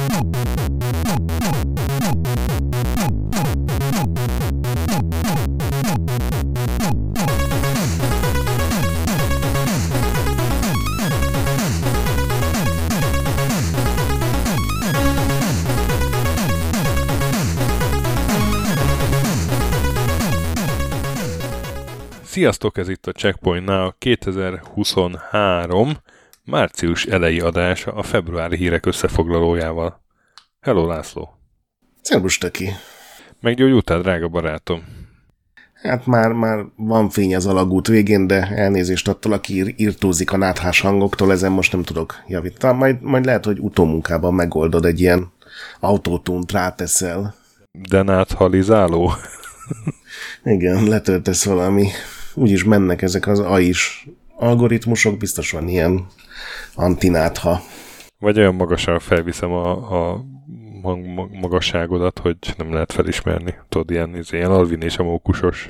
Sziasztok, ez itt a Checkpointnál a 2023 március elejé adása a februári hírek összefoglalójával. Hello, László! Szervusz, Töki! Meggyógyultál, drága barátom? Hát már van fény az alagút végén, de elnézést attól, aki írtózik a náthás hangoktól, ezen most nem tudok javítani. Majd lehet, hogy utómunkában megoldod, egy ilyen autótunt ráteszel. De náthalizáló? Igen, letöltesz valami. Úgyis mennek ezek az AI-s algoritmusok, biztos van ilyen antinátha. Vagy olyan magasan felviszem a magasságodat, hogy nem lehet felismerni. Tudod, ilyen Alvin és a mókusos.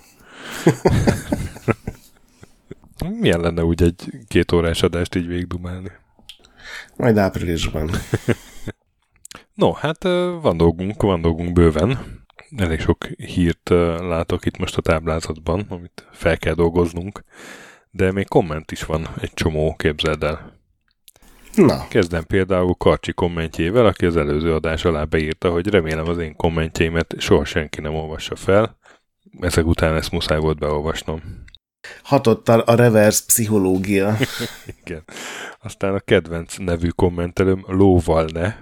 Milyen lenne úgy egy 2 órás adást így végigdumálni? Majd áprilisban. No, hát van dolgunk bőven. Elég sok hírt látok itt most a táblázatban, amit fel kell dolgoznunk, de még komment is van egy csomó, képzeld el. Na. Kezdem például Karcsi kommentjével, aki az előző adás alá beírta, hogy remélem az én kommentjeimet soha senki nem olvassa fel. Ezek után ezt muszáj volt beolvasnom. Hatott a reverse pszichológia. Igen. Aztán a kedvenc nevű kommentelőm Lóval ne.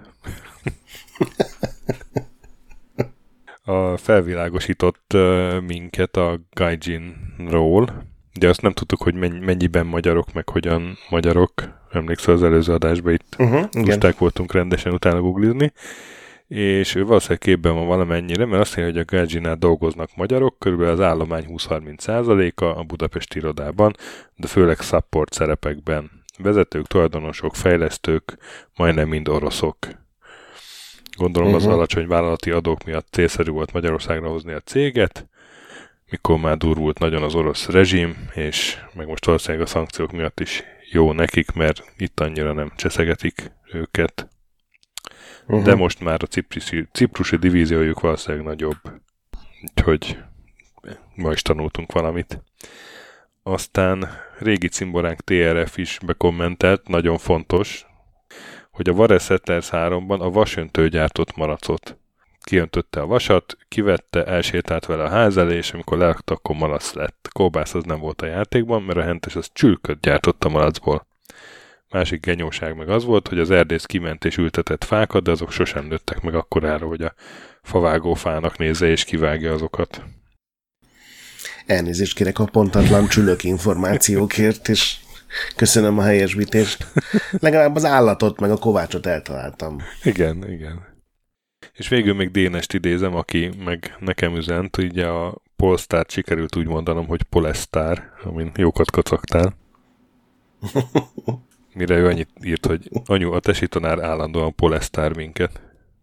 Felvilágosított minket a Gaijinról. Ugye azt nem tudtuk, hogy mennyiben magyarok, meg hogyan magyarok. Emlékszel az előző adásban itt lusták voltunk rendesen utána googlizni. És ő valószínűleg képben van valamennyire, mert azt mondja, hogy a Gaijinál dolgoznak magyarok, körülbelül az állomány 20-30%-a a budapesti irodában, de főleg support szerepekben. Vezetők, tulajdonosok, fejlesztők, majdnem mind oroszok. Gondolom az alacsony vállalati adók miatt célszerű volt Magyarországra hozni a céget, mikor már durvult nagyon az orosz rezsim, és meg most valószínűleg a szankciók miatt is jó nekik, mert itt annyira nem cseszegetik őket. De most már a ciprusi divíziójuk valószínűleg nagyobb. Úgyhogy ma is tanultunk valamit. Aztán régi cimboránk TRF is bekommentelt, nagyon fontos, hogy a Vares Settlers 3-ban a vasöntő gyártott malacot. Kiöntötte a vasat, kivette, elsétált vele a ház elé, és amikor lerakta, akkor malac lett. Kolbász az nem volt a játékban, mert a hentes az csülköt gyártott a malacból. Másik genyóság meg az volt, hogy az erdész kiment és ültetett fákat, de azok sosem nőttek meg akkorára, hogy a favágó fának nézze és kivágja azokat. Elnézést kérek a pontatlan csülök információkért, és köszönöm a helyesbítést. Legalább az állatot, meg a kovácsot eltaláltam. Igen. És végül még Dénest idézem, aki meg nekem üzent, ugye a Polestárt sikerült úgy mondanom, hogy Polestar, amin jókat kacagtál. Mire ő annyit írt, hogy anyu, a tesi tanár állandóan Polestar minket.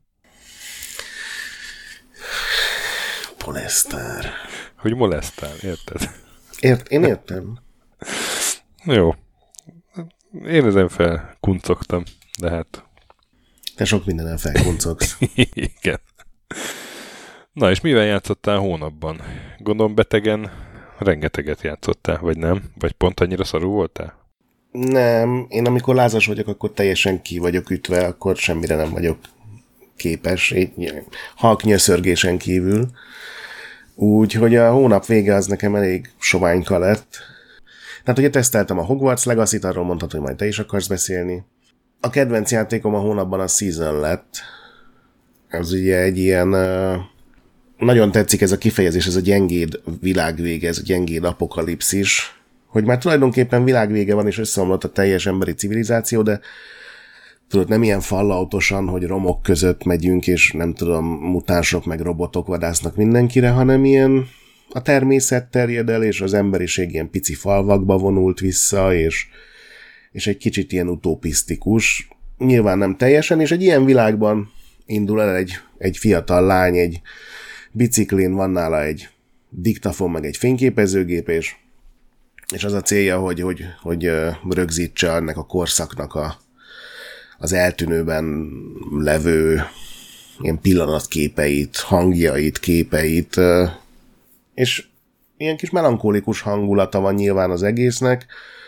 Polestar. Hogy molesztál, érted? Én értem. Jó. Én ezen felkuncogtam, de hát... Te sok mindenen felkuncogsz. Igen. Na, és mivel játszottál hónapban? Gondolom betegen rengeteget játszottál, vagy nem? Vagy pont annyira szarú voltál? Nem, én amikor lázas vagyok, akkor teljesen ki vagyok ütve, akkor semmire nem vagyok képes, halknyöszörgésen kívül. Úgyhogy a hónap vége az nekem elég soványka lett. Tehát ugye teszteltem a Hogwarts Legacy-t, arról mondhatod, hogy majd te is akarsz beszélni. A kedvenc játékom a hónapban a Season lett. Ez ugye egy ilyen... nagyon tetszik ez a kifejezés, ez a gyengéd világvége, ez a gyengéd apokalipszis. Hogy már tulajdonképpen világvége van, és összeomlott a teljes emberi civilizáció, de tudod, nem ilyen Falloutosan, hogy romok között megyünk, és nem tudom, mutánsok meg robotok vadásznak mindenkire, hanem ilyen a természet terjed el, és az emberiség ilyen pici falvakba vonult vissza, és egy kicsit ilyen utopisztikus. Nyilván nem teljesen, és egy ilyen világban indul el egy fiatal lány, egy biciklin, van nála egy diktafon, meg egy fényképezőgép, és az a célja, hogy rögzítse ennek a korszaknak az eltűnőben levő ilyen pillanatképeit, hangjait, képeit, és ilyen kis melankolikus hangulata van nyilván az egésznek,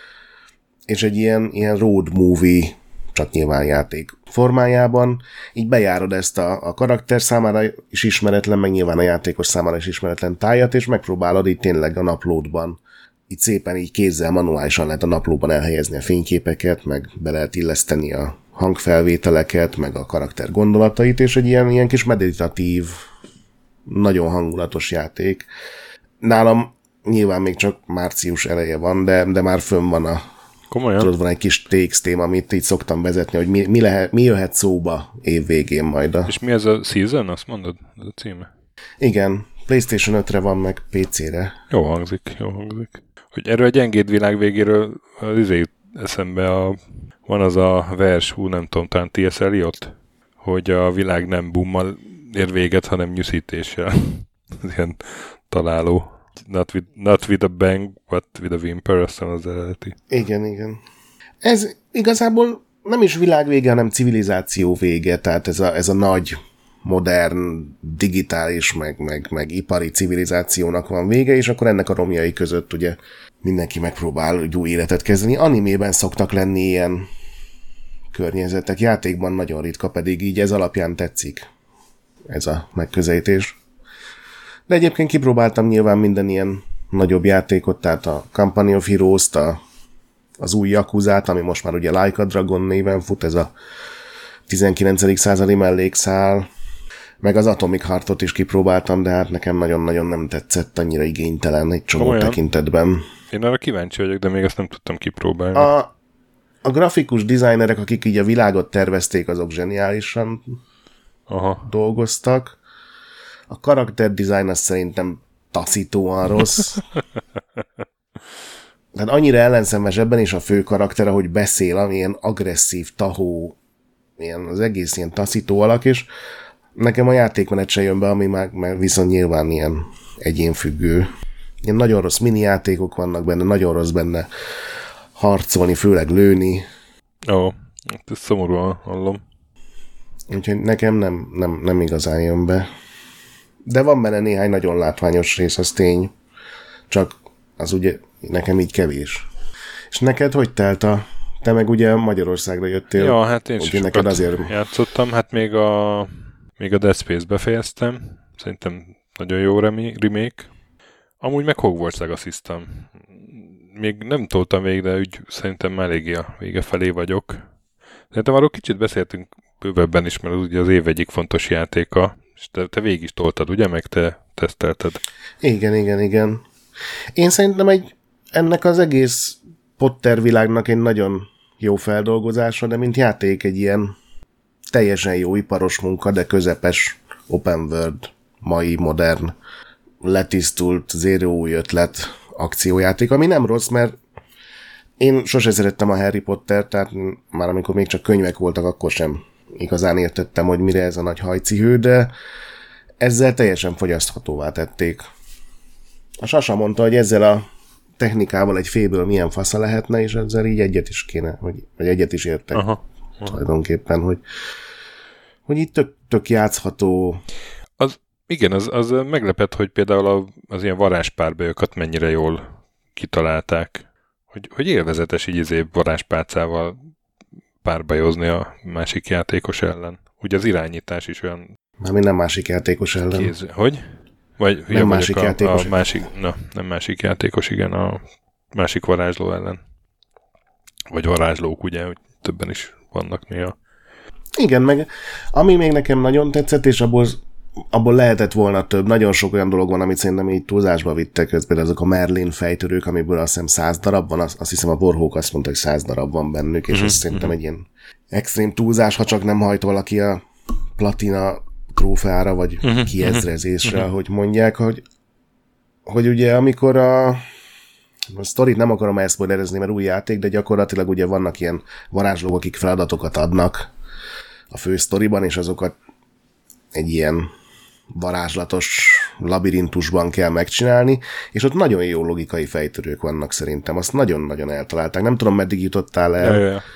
és egy ilyen road movie, csak nyilván játék formájában, így bejárod ezt a karakter számára is ismeretlen, meg nyilván a játékos számára is ismeretlen tájat, és megpróbálod így tényleg a naplódban. Így szépen így kézzel, manuálisan lehet a naplóban elhelyezni a fényképeket, meg be lehet illeszteni a hangfelvételeket, meg a karakter gondolatait, és egy ilyen kis meditatív, nagyon hangulatos játék. Nálam nyilván még csak március eleje van, de már fönn van tudod, van egy kis TXT-m, amit így szoktam vezetni, hogy mi jöhet szóba évvégén majd. És mi ez a Season, azt mondod? Ez a címe? Igen, PlayStation 5-re van, meg PC-re. Jó hangzik. Hogy erről a gyengéd világ végéről jut eszembe, van az a vers, nem tudom, talán T.S. Eliot, hogy a világ nem bummal ér véget, hanem nyűszítéssel. Ez ilyen találó. Not with a bang, but with a whimper, aztán az eredeti. Igen. Ez igazából nem is világ vége, hanem civilizáció vége, tehát ez a nagy, modern, digitális, meg ipari civilizációnak van vége, és akkor ennek a romjai között ugye mindenki megpróbál új életet kezdeni. Animében szoktak lenni ilyen környezetek, játékban nagyon ritka, pedig így ez alapján tetszik ez a megközelítés. De egyébként kipróbáltam nyilván minden ilyen nagyobb játékot, tehát a Company of Heroes-t, az új Yakuzát, ami most már ugye Like a Dragon néven fut, ez a 19. századi mellékszál, meg az Atomic Heartot is kipróbáltam, de hát nekem nagyon-nagyon nem tetszett, annyira igénytelen egy csomó tekintetben. Én arra kíváncsi vagyok, de még ezt nem tudtam kipróbálni. A grafikus designerek, akik így a világot tervezték, azok zseniálisan dolgoztak. A karakter design az szerintem taszítóan rossz. Tehát annyira ellenszenves ebben is a fő karakter, ahogy beszél, ami ilyen agresszív, tahó, ilyen, az egész ilyen taszító alak, és nekem a játékmenet se jön be, ami már viszont nyilván ilyen egyénfüggő. Ilyen nagyon rossz mini játékok vannak benne, nagyon rossz benne harcolni, főleg lőni. Ez szomorúan hallom. Úgyhogy nekem nem igazán jön be. De van benne néhány nagyon látványos rész, az tény. Csak az ugye nekem így kevés. És neked hogy telt te meg ugye Magyarországra jöttél? Ja, hát én is neked azért játszottam, hát még a Dead Space befejeztem. Szerintem nagyon jó remake. Amúgy meg Hogwarts Legacy-ztem. Még nem toltam végig, de úgy szerintem már eléggé a vége felé vagyok. Szerintem arról kicsit beszéltünk bővebben is, mert az ugye az év egyik fontos játéka, és te végig is toltad, ugye? Meg te tesztelted. Igen. Én szerintem ennek az egész Potter világnak egy nagyon jó feldolgozása, de mint játék egy ilyen teljesen jó iparos munka, de közepes open world, mai, modern, letisztult, zéró új ötlet akciójáték, ami nem rossz, mert én sose szerettem a Harry Potter, tehát már amikor még csak könyvek voltak, akkor sem igazán értettem, hogy mire ez a nagy hajcihő, de ezzel teljesen fogyaszthatóvá tették. A Sasa mondta, hogy ezzel a technikával egy féből milyen fasza lehetne, és ezzel így egyet is kéne, vagy egyet is értek. Tulajdonképpen, hogy így tök játszható. Igen, az meglepett, hogy például az ilyen varázspárbajokat mennyire jól kitalálták. Hogy élvezetes így varázspálcával párbajozni a másik játékos ellen. Ugye az irányítás is olyan... Mármint nem másik játékos ellen. Hogy? Vagy nem másik játékos. Nem másik játékos, igen, a másik varázsló ellen. Vagy varázslók, ugye, hogy többen is vannak néha. Igen, meg ami még nekem nagyon tetszett, és abból lehetett volna több. Nagyon sok olyan dolog van, amit szerintem így túlzásba vittek, például azok a Merlin fejtörők, amiből azt hiszem 100 darab van, azt hiszem a Borhók azt mondta, hogy 100 darab van bennük, és ez szerintem egy ilyen extrém túlzás, ha csak nem hajt valaki a platina trófeára, vagy kiezrezésre, ahogy mondják, hogy ugye amikor a sztorit nem akarom elszpoilerezni, mert új játék, de gyakorlatilag ugye vannak ilyen varázslók, akik feladatokat adnak a fő sztoriban, és azokat egy ilyen varázslatos labirintusban kell megcsinálni, és ott nagyon jó logikai fejtörők vannak szerintem. Azt nagyon-nagyon eltalálták. Nem tudom, meddig jutottál el. Ja.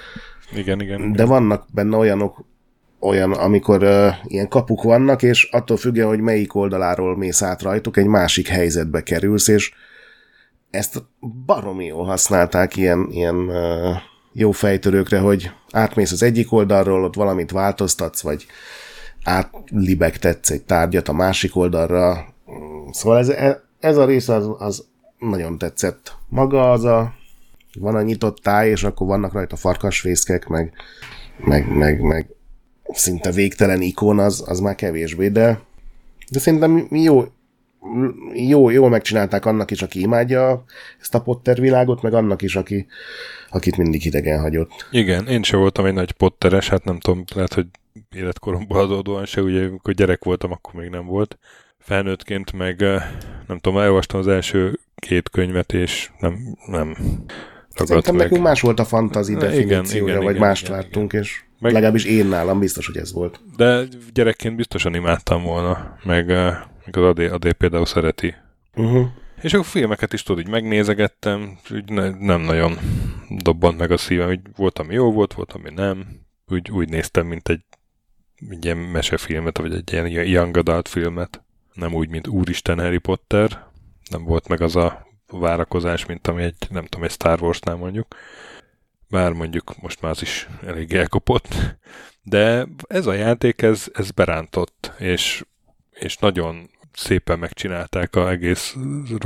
Igen. De vannak benne olyan, amikor ilyen kapuk vannak, és attól függően, hogy melyik oldaláról mész át rajtuk, egy másik helyzetbe kerülsz, és ezt baromi jól használták ilyen jó fejtörőkre, hogy átmész az egyik oldalról, ott valamit változtatsz, vagy átlibegtetsz egy tárgyat a másik oldalra. Szóval ez a rész az nagyon tetszett. Maga van a nyitott táj, és akkor vannak rajta farkasfészkek, meg szinte végtelen ikon, az már kevésbé, de szerintem jól megcsinálták annak is, aki imádja ezt a Potter világot, meg annak is, akit mindig hidegen hagyott. Igen, én sem voltam egy nagy Potteres, hát nem tudom, lehet, hogy életkoromból adódóan se, ugye amikor gyerek voltam, akkor még nem volt. Felnőttként meg, nem tudom, elolvastam az első 2 könyvet, és nem ragadt szerintem meg. Nekünk más volt a fantasy definíciója, vagy mást vártunk, és legalábbis én nálam biztos, hogy ez volt. De gyerekként biztosan imádtam volna, meg az Adé például szereti. És akkor filmeket is tudod, így megnézegettem, úgy nem nagyon dobbant meg a szívem, hogy volt, ami jó volt, ami nem. Úgy néztem, mint egy ilyen mesefilmet, vagy egy ilyen young adult filmet. Nem úgy, mint Úristen Harry Potter. Nem volt meg az a várakozás, mint ami egy Star Warsnál mondjuk. Bár mondjuk most már az is elég elkopott. De ez a játék, ez berántott, és nagyon szépen megcsinálták az egész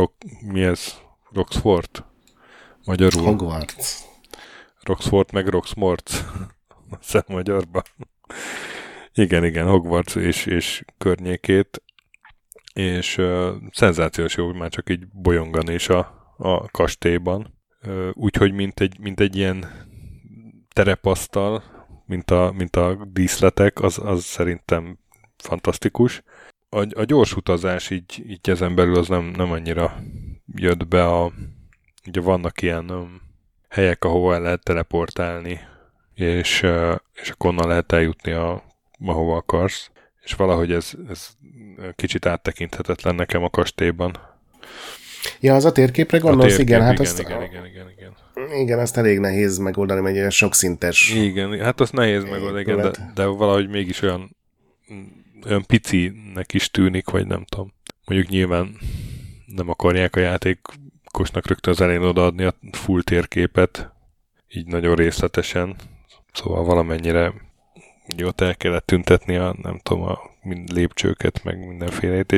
Roxford? Magyarul? Hogwarts. Roxford meg Roxmort. Azt magyarban. Igen, Hogwarts és környékét. És szenzációs jó, már csak így bolyongani is a kastélyban. Úgyhogy mint egy ilyen terepasztal, mint a díszletek, az szerintem fantasztikus. A gyors utazás így ezen belül az nem annyira jött be. Ugye vannak ilyen helyek, ahova el lehet teleportálni, és akkor onnan lehet eljutni ahova akarsz. És valahogy ez kicsit áttekinthetetlen nekem a kastélyban. Ja, az a térképre gondolsz, igen. Hát igen. Igen, azt elég nehéz megoldani, mert egy sokszintes. Igen, hát azt nehéz megoldani, igen, de valahogy mégis olyan picinek is tűnik, vagy nem tudom. Mondjuk nyilván nem akarják a játékosnak rögtön az elején odaadni a full térképet, így nagyon részletesen, szóval valamennyire jót el kellett tüntetni a lépcsőket, meg mindenfélét,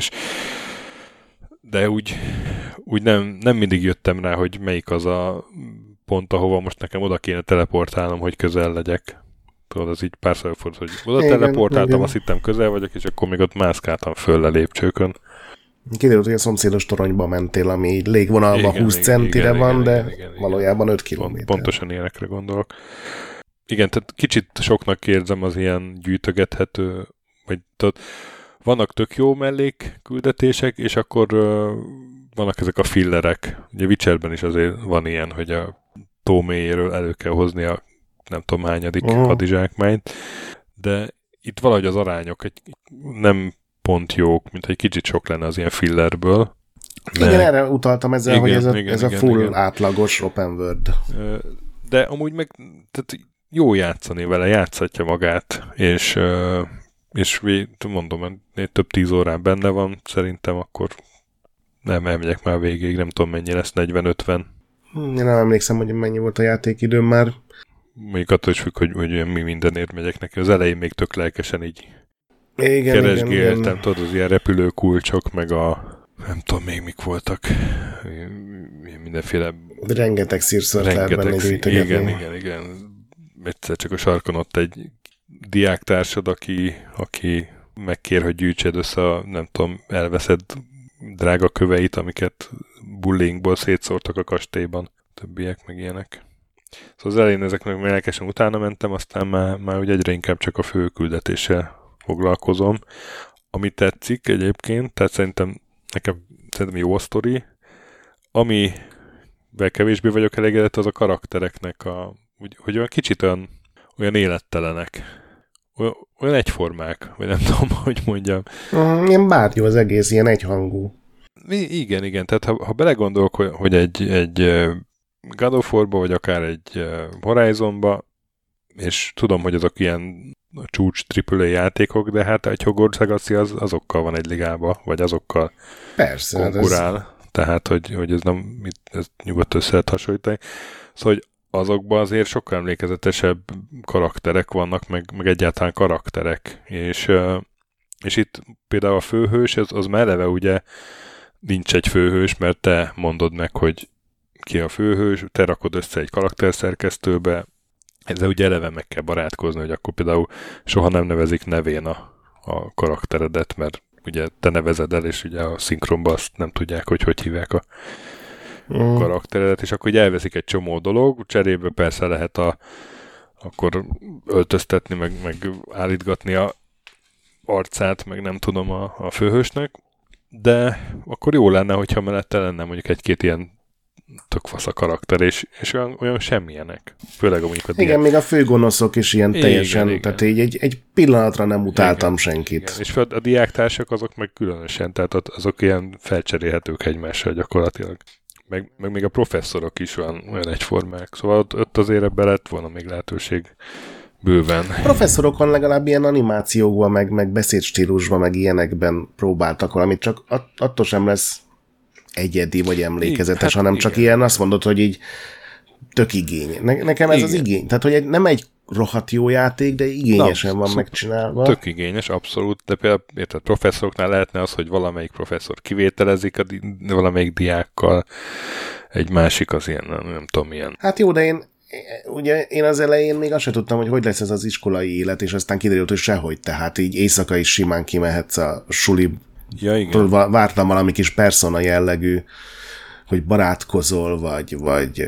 de úgy nem mindig jöttem rá, hogy melyik az a pont, ahova most nekem oda kéne teleportálnom, hogy közel legyek. Tudod, az így párszor fordult, hogy oda teleportáltam, azt hittem közel vagyok, és akkor még ott mászkáltam föl a lépcsőkön. Kiderült, hogy a szomszédos toronyba mentél, ami így légvonalban 20 centire van, de valójában 5 kilométer. Pontosan ilyenekre gondolok. Igen, tehát kicsit soknak érzem az ilyen gyűjtögethető, vagy tudod, vannak tök jó mellékküldetések, és akkor vannak ezek a fillerek. Ugye Witcherben is azért van ilyen, hogy a tó mélyéről elő kell hozni a nem tudom hányadik hadizsákmányt, de itt valahogy az arányok nem pont jók, mint egy kicsit sok lenne az ilyen fillerből. Igen, erre utaltam ezzel, hogy ez a full átlagos open world. De amúgy meg tehát jó játszani vele, játszhatja magát, és mondom, több 10 órán benne van, szerintem akkor nem elmegyek már végig, nem tudom mennyi lesz, 40-50. Én nem emlékszem, hogy mennyi volt a játékidőm már. Mondjuk attól is függ, hogy mi mindenért megyek neki. Az elején még tök lelkesen így keresgéltem, tudod, az ilyen repülőkulcsok, meg nem tudom még mik voltak. Mindenféle... Rengeteg szírszört lehet benne gyűjtögetni. Igen. Egyszer csak a sarkon ott egy diáktársad, aki megkér, hogy gyűjtsed össze nem tudom, elveszed drága köveit, amiket bullyingból szétszórtak a kastélyban. Többiek meg ilyenek. Szóval az elején ezeknek lelkesen utána mentem, aztán már ugye egyre inkább csak a fő küldetéssel foglalkozom. Ami tetszik egyébként, tehát szerintem jó a sztori. Amivel kevésbé vagyok elégedett, az a karaktereknek hogy olyan kicsit olyan élettelenek. Olyan egyformák, vagy nem tudom, hogy mondjam. Ilyen bárgyó az egész, ilyen egyhangú. Igen. Tehát ha belegondolok, hogy egy God of War-ba, vagy akár egy Horizonba, és tudom, hogy azok ilyen csúcs AAA játékok, de hát egy Hogwarts Legacy azokkal van egy ligába, vagy azokkal persze, konkurál. Ez... Tehát, hogy ez nem, ez nyugodt össze lehet hasonlítani. Szóval, hogy azokban azért sokkal emlékezetesebb karakterek vannak, meg egyáltalán karakterek. És itt például a főhős, az már eleve ugye nincs egy főhős, mert te mondod meg, hogy ki a főhős, te rakod össze egy karakterszerkesztőbe, ezzel ugye eleve meg kell barátkozni, hogy akkor például soha nem nevezik nevén a karakteredet, mert ugye te nevezed el, és ugye a szinkronban azt nem tudják, hogy hívják a karakteredet, és akkor ugye elveszik egy csomó dolog, cserébe persze lehet akkor öltöztetni, meg állítgatni a arcát, meg nem tudom a főhősnek, de akkor jó lenne, hogyha mellette lenne mondjuk egy-két ilyen tök fasz a karakter, és olyan semmilyenek. Főleg mondjuk a igen, még a főgonoszok is ilyen teljesen, igen. Tehát így egy pillanatra nem utáltam igen, senkit. Igen. És a diáktársak azok meg különösen, tehát azok ilyen felcserélhetők egymással gyakorlatilag. Meg még a professzorok is olyan egyformák. Szóval ott azért ebben lett volna még lehetőség bőven. A professzorokon legalább ilyen animációkban, meg beszédstílusban, meg ilyenekben próbáltak valamit, csak attól sem lesz egyedi vagy emlékezetes, hát hanem igen. Csak ilyen azt mondod, hogy így tök igény. Nekem ez igen. Az igény. Tehát, hogy nem egy rohadt jó játék, de igényesen van megcsinálva. Tök igényes, abszolút, de például érted, professzoroknál lehetne az, hogy valamelyik professzor kivételezik valamelyik diákkal, egy másik az ilyen, nem tudom milyen. Hát jó, de én az elején még azt sem tudtam, hogy lesz ez az iskolai élet, és aztán kiderült, hogy sehogy, tehát így éjszaka is simán kimehetsz a suli. Ja, igen. Vártam valami kis persona jellegű, hogy barátkozol, vagy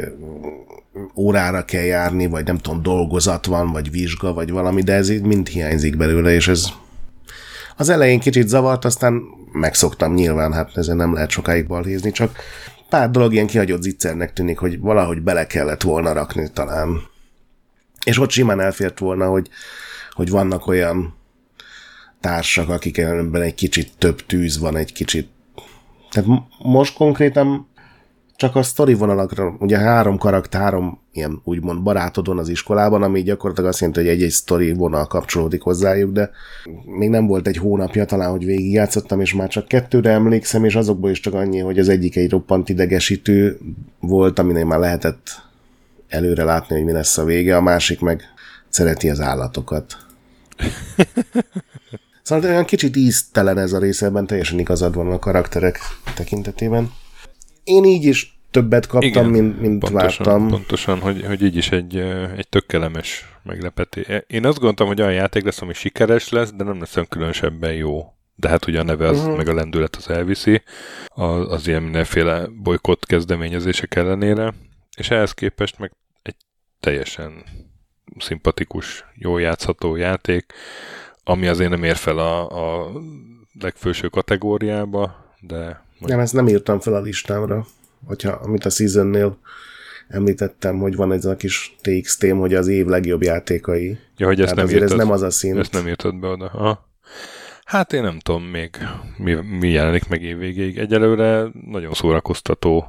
órára kell járni, vagy nem tudom, dolgozat van, vagy vizsga, vagy valami, de ez így mind hiányzik belőle, és ez az elején kicsit zavart, aztán megszoktam nyilván, hát ezen nem lehet sokáig balhézni, csak pár dolog ilyen kihagyott zicsernek tűnik, hogy valahogy bele kellett volna rakni talán. És ott simán elfért volna, hogy vannak olyan társak, akikben egy kicsit több tűz van, egy kicsit. Tehát most konkrétan csak a sztori vonalakra, ugye 3 karakter, 3 ilyen úgymond barátodon az iskolában, ami gyakorlatilag azt jelenti, hogy egy-egy sztori vonal kapcsolódik hozzájuk, de még nem volt egy hónapja talán, hogy végigjátszottam, és már csak 2-re emlékszem, és azokból is csak annyi, hogy az egyik egy roppant idegesítő volt, aminél már lehetett előre látni, hogy mi lesz a vége, a másik meg szereti az állatokat. Szóval olyan kicsit íztelen ez a része, ebben teljesen igazad van a karakterek tekintetében. Én így is többet kaptam, igen, mint pontosan, vártam. Pontosan, hogy így is egy tök kellemes meglepetés. Én azt gondoltam, hogy olyan játék lesz, ami sikeres lesz, de nem lesz olyan különösebben jó. De hát ugye a neve az, meg a lendület az elviszi, az ilyen mindenféle bolykott kezdeményezések ellenére, és ehhez képest meg egy teljesen szimpatikus, jól játszható játék, ami azért nem ér fel a legfőső kategóriába, de... Nem, ezt nem írtam fel a listámra, amit a Season-nél említettem, hogy van ez a kis TXT-m, hogy az év legjobb játékai. Ja, hogy ezt nem írtad, ez nem az a szint. Ezt nem írtad be oda. Ha. Hát én nem tudom még, mi jelenik meg év végéig. Egyelőre nagyon szórakoztató.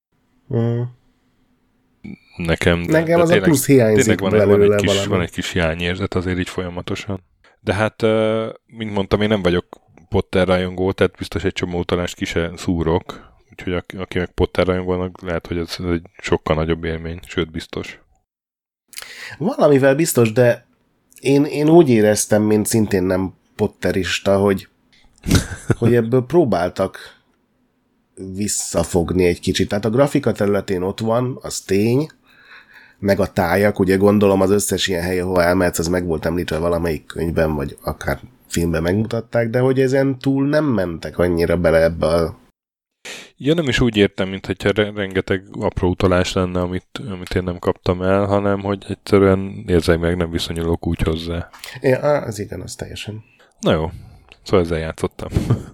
Nekem az a plusz hiányzik belőle van egy kis hiányérzet azért így folyamatosan. De hát, mint mondtam, én nem vagyok Potter rajongó, tehát biztos egy csomó utalást ki se szúrok, úgyhogy aki meg Potter rajongónak, lehet, hogy ez egy sokkal nagyobb élmény, sőt biztos. Valamivel biztos, de én úgy éreztem, mint szintén nem potterista, hogy ebből próbáltak visszafogni egy kicsit. Tehát a grafika területén ott van, az tény, meg a tájak, ugye gondolom az összes ilyen hely, ahol elmehetsz, az meg volt említve valamelyik könyvben, vagy akár filmben megmutatták, de hogy ezen túl nem mentek annyira bele ebbe a... Ja, nem is úgy értem, mintha rengeteg apró utalás lenne, amit én nem kaptam el, hanem hogy egyszerűen érzelmileg nem viszonyulok úgy hozzá. Ja, az igen, az teljesen. Na jó, szóval ezzel játszottam.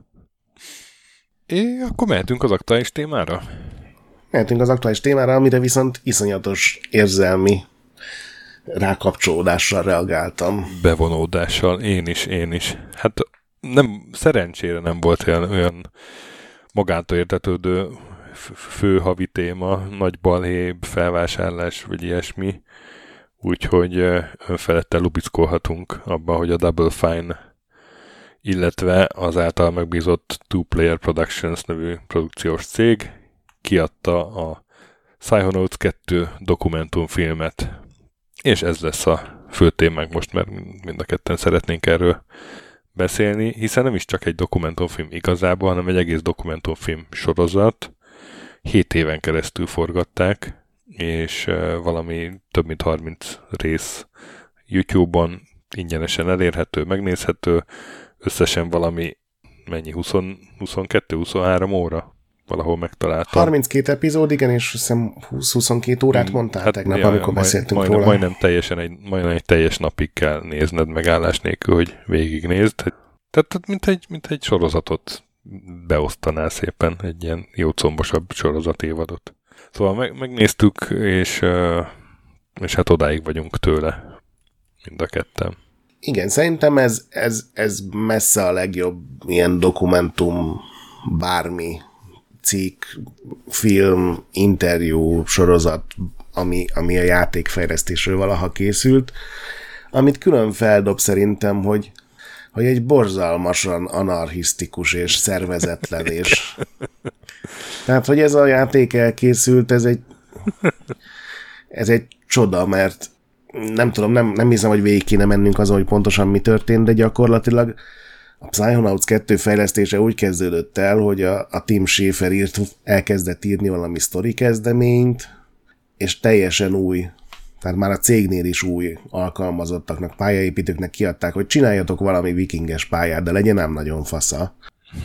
Akkor mehetünk az aktuális témára? Mehetünk az aktuális témára, amire viszont iszonyatos érzelmi rákapcsolódással reagáltam. Bevonódással, én is. Hát szerencsére nem volt olyan magától értetődő fő havi téma, nagy balhé, felvásárlás, vagy ilyesmi. úgyhogy önfeledten lubickolhatunk abban, hogy a Double Fine, illetve az által megbízott Two Player Productions nevű produkciós cég kiadta a Psychonauts 2 dokumentumfilmet. És ez lesz a fő témánk most, mert mind a ketten szeretnénk erről beszélni, hiszen nem is csak egy dokumentumfilm igazából, hanem egy egész dokumentumfilm sorozat. 7 éven keresztül forgatták, és valami több mint 30 rész YouTube-on ingyenesen elérhető, megnézhető, összesen valami mennyi, 22-23 óra? Valahol megtaláltam. 32 epizód, igen, és hiszem 20-22 órát mondtál hát, tegnap, amikor beszéltünk róla. Majdnem egy teljes napig kell nézned megállás nélkül, hogy végignézd. Tehát mint egy sorozatot beosztanál szépen, egy ilyen jó combosabb sorozatévadot. Szóval megnéztük, és hát odáig vagyunk tőle, mind a ketten. Igen, szerintem ez messze a legjobb ilyen dokumentum, bármi cikk, film, interjú, sorozat, ami a játékfejlesztésről valaha készült, amit külön feldob szerintem, hogy egy borzalmasan anarchisztikus és szervezetlen, és tehát, hogy ez a játék elkészült, ez egy csoda, mert nem tudom, nem hiszem, hogy végig kéne mennünk azon, hogy pontosan mi történt, de gyakorlatilag a Psychonauts 2 fejlesztése úgy kezdődött el, hogy a Tim Schafer elkezdett írni valami sztori kezdeményt, és teljesen új, tehát már a cégnél is új alkalmazottaknak, pályaépítőknek kiadták, hogy csináljatok valami vikinges pályát, de legyen ám nagyon fasza.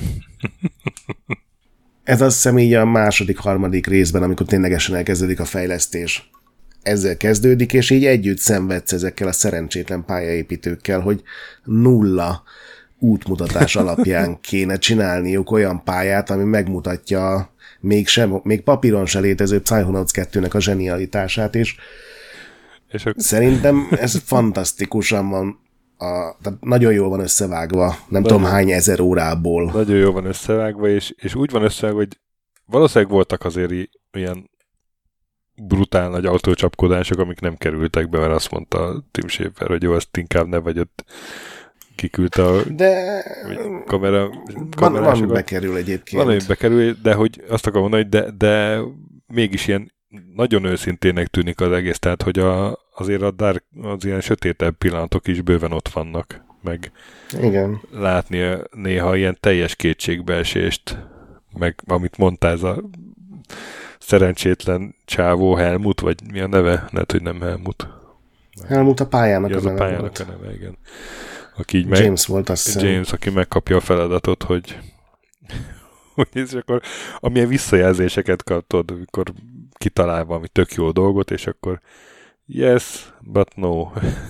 Ez azt hiszem így a második-harmadik részben, amikor ténylegesen elkezdődik a fejlesztés. Ezzel kezdődik, és így együtt szenvedsz ezekkel a szerencsétlen pályaépítőkkel, hogy nulla útmutatás alapján kéne csinálniuk olyan pályát, ami megmutatja még papíron se létező Psychonauts 2-nek a zsenialitását, és szerintem ez fantasztikusan van, tehát nagyon jól van összevágva, nem tudom hány ezer órából. Nagyon jól van összevágva, és úgy van összevágva, hogy valószínűleg voltak azért ilyen brutál nagy autócsapkodások, amik nem kerültek be, mert azt mondta Tim Schafer, hogy jó, azt inkább ne vagy ott kiküldte a van bekerül egyébként. Van, hogy bekerül, de hogy azt akarom mondani, hogy de mégis ilyen nagyon őszintének tűnik az egész, tehát hogy azért az ilyen sötétebb pillanatok is bőven ott vannak, meg igen. Látni néha ilyen teljes kétségbeesést, meg amit mondtál, ez a szerencsétlen csávó Helmut, vagy mi a neve? Lehet, hogy nem Helmut. Helmut a pályának a pályának a neve, igen. Aki James volt, azt hiszem. James, aki megkapja a feladatot, hogy és akkor amilyen visszajelzéseket kaptod, amikor kitalál valami tök jó dolgot, és akkor yes, but no.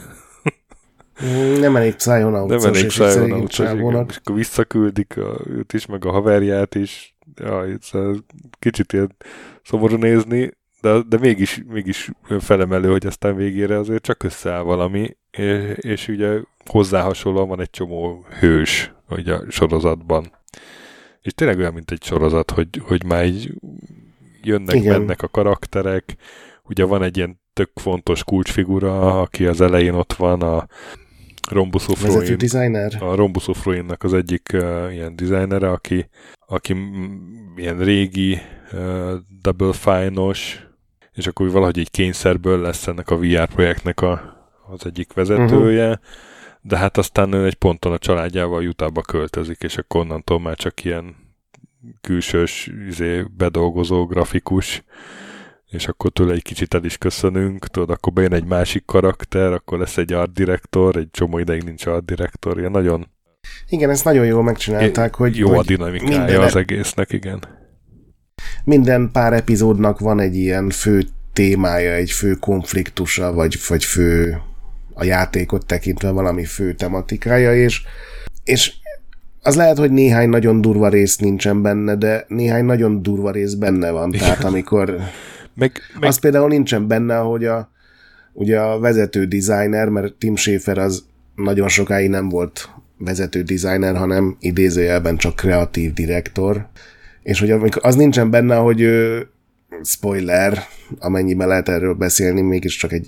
Nem elég Psychonauts-os, és és akkor visszaküldik őt is, meg a haverját is. Jaj, kicsit ilyen szomorú nézni, de mégis felemelő, hogy aztán végére azért csak összeáll valami, és ugye hozzá hasonlóan van egy csomó hős ugye a sorozatban. És tényleg olyan, mint egy sorozat, hogy már így jönnek, mennek a karakterek. Ugye van egy ilyen tök fontos kulcsfigura, aki az elején ott van, a Rhombus of Ruin-nak az egyik ilyen designere, aki ilyen régi Double Fine-os, és akkor valahogy így kényszerből lesz ennek a VR projektnek az egyik vezetője, de hát aztán egy ponton a családjával Utahba költözik, és akkor onnantól már csak ilyen külsős, bedolgozó grafikus, és akkor tőle egy kicsit el is köszönünk, tudod, akkor bejön egy másik karakter, akkor lesz egy art director, egy csomó ideig nincs art director, ilyen nagyon... Igen, ezt nagyon jól megcsinálták, hogy... Jó a dinamikája az egésznek, igen. Minden pár epizódnak van egy ilyen fő témája, egy fő konfliktusa, vagy fő a játékot tekintve valami fő tematikája, és az lehet, hogy néhány nagyon durva rész nincsen benne, de néhány nagyon durva rész benne van. Tehát amikor... Az például nincsen benne, hogy ugye a vezető designer, mert Tim Schafer az nagyon sokáig nem volt vezető designer, hanem idézőjelben csak kreatív direktor. És hogy az nincsen benne, hogy spoiler, amennyiben lehet erről beszélni, mégiscsak egy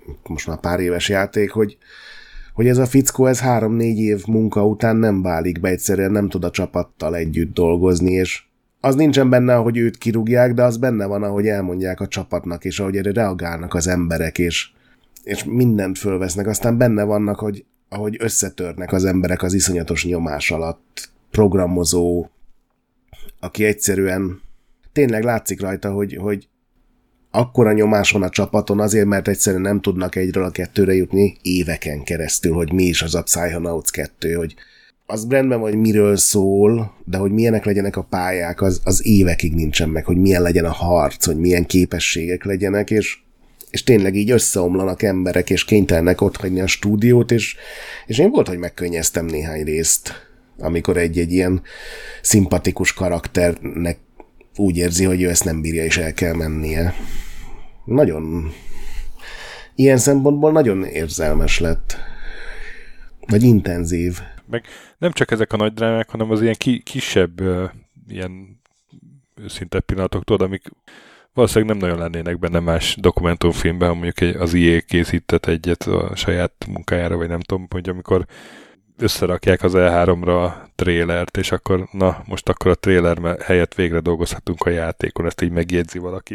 most már pár éves játék, hogy ez a fickó, ez 3-4 év munka után nem válik be, egyszerűen nem tud a csapattal együtt dolgozni, és az nincsen benne, ahogy őt kirúgják, de az benne van, ahogy elmondják a csapatnak, és ahogy erre reagálnak az emberek, és mindent fölvesznek. Aztán benne vannak, ahogy összetörnek az emberek az iszonyatos nyomás alatt. Programozó, aki egyszerűen tényleg látszik rajta, hogy akkora nyomás van a csapaton azért, mert egyszerűen nem tudnak egyről a kettőre jutni éveken keresztül, hogy mi is az a Psychonauts 2, hogy az rendben van, hogy miről szól, de hogy milyenek legyenek a pályák, az évekig nincsen meg, hogy milyen legyen a harc, hogy milyen képességek legyenek, és tényleg így összeomlanak emberek, és kénytelenek otthagyni a stúdiót, és én volt, hogy megkönnyeztem néhány részt, amikor egy ilyen szimpatikus karakternek úgy érzi, hogy ő ezt nem bírja, és el kell mennie. Nagyon... Ilyen szempontból nagyon érzelmes lett. Vagy intenzív. Meg nem csak ezek a nagy drámák, hanem az ilyen kisebb ilyen őszinte pillanatok, tudod, amik valószínűleg nem nagyon lennének benne más dokumentumfilmben, mondjuk az EA készített egyet a saját munkájára, vagy nem tudom, hogy amikor összerakják az E3-ra a trélert, és akkor most akkor a tréler helyett végre dolgozhatunk a játékon, ezt így megjegyzi valaki.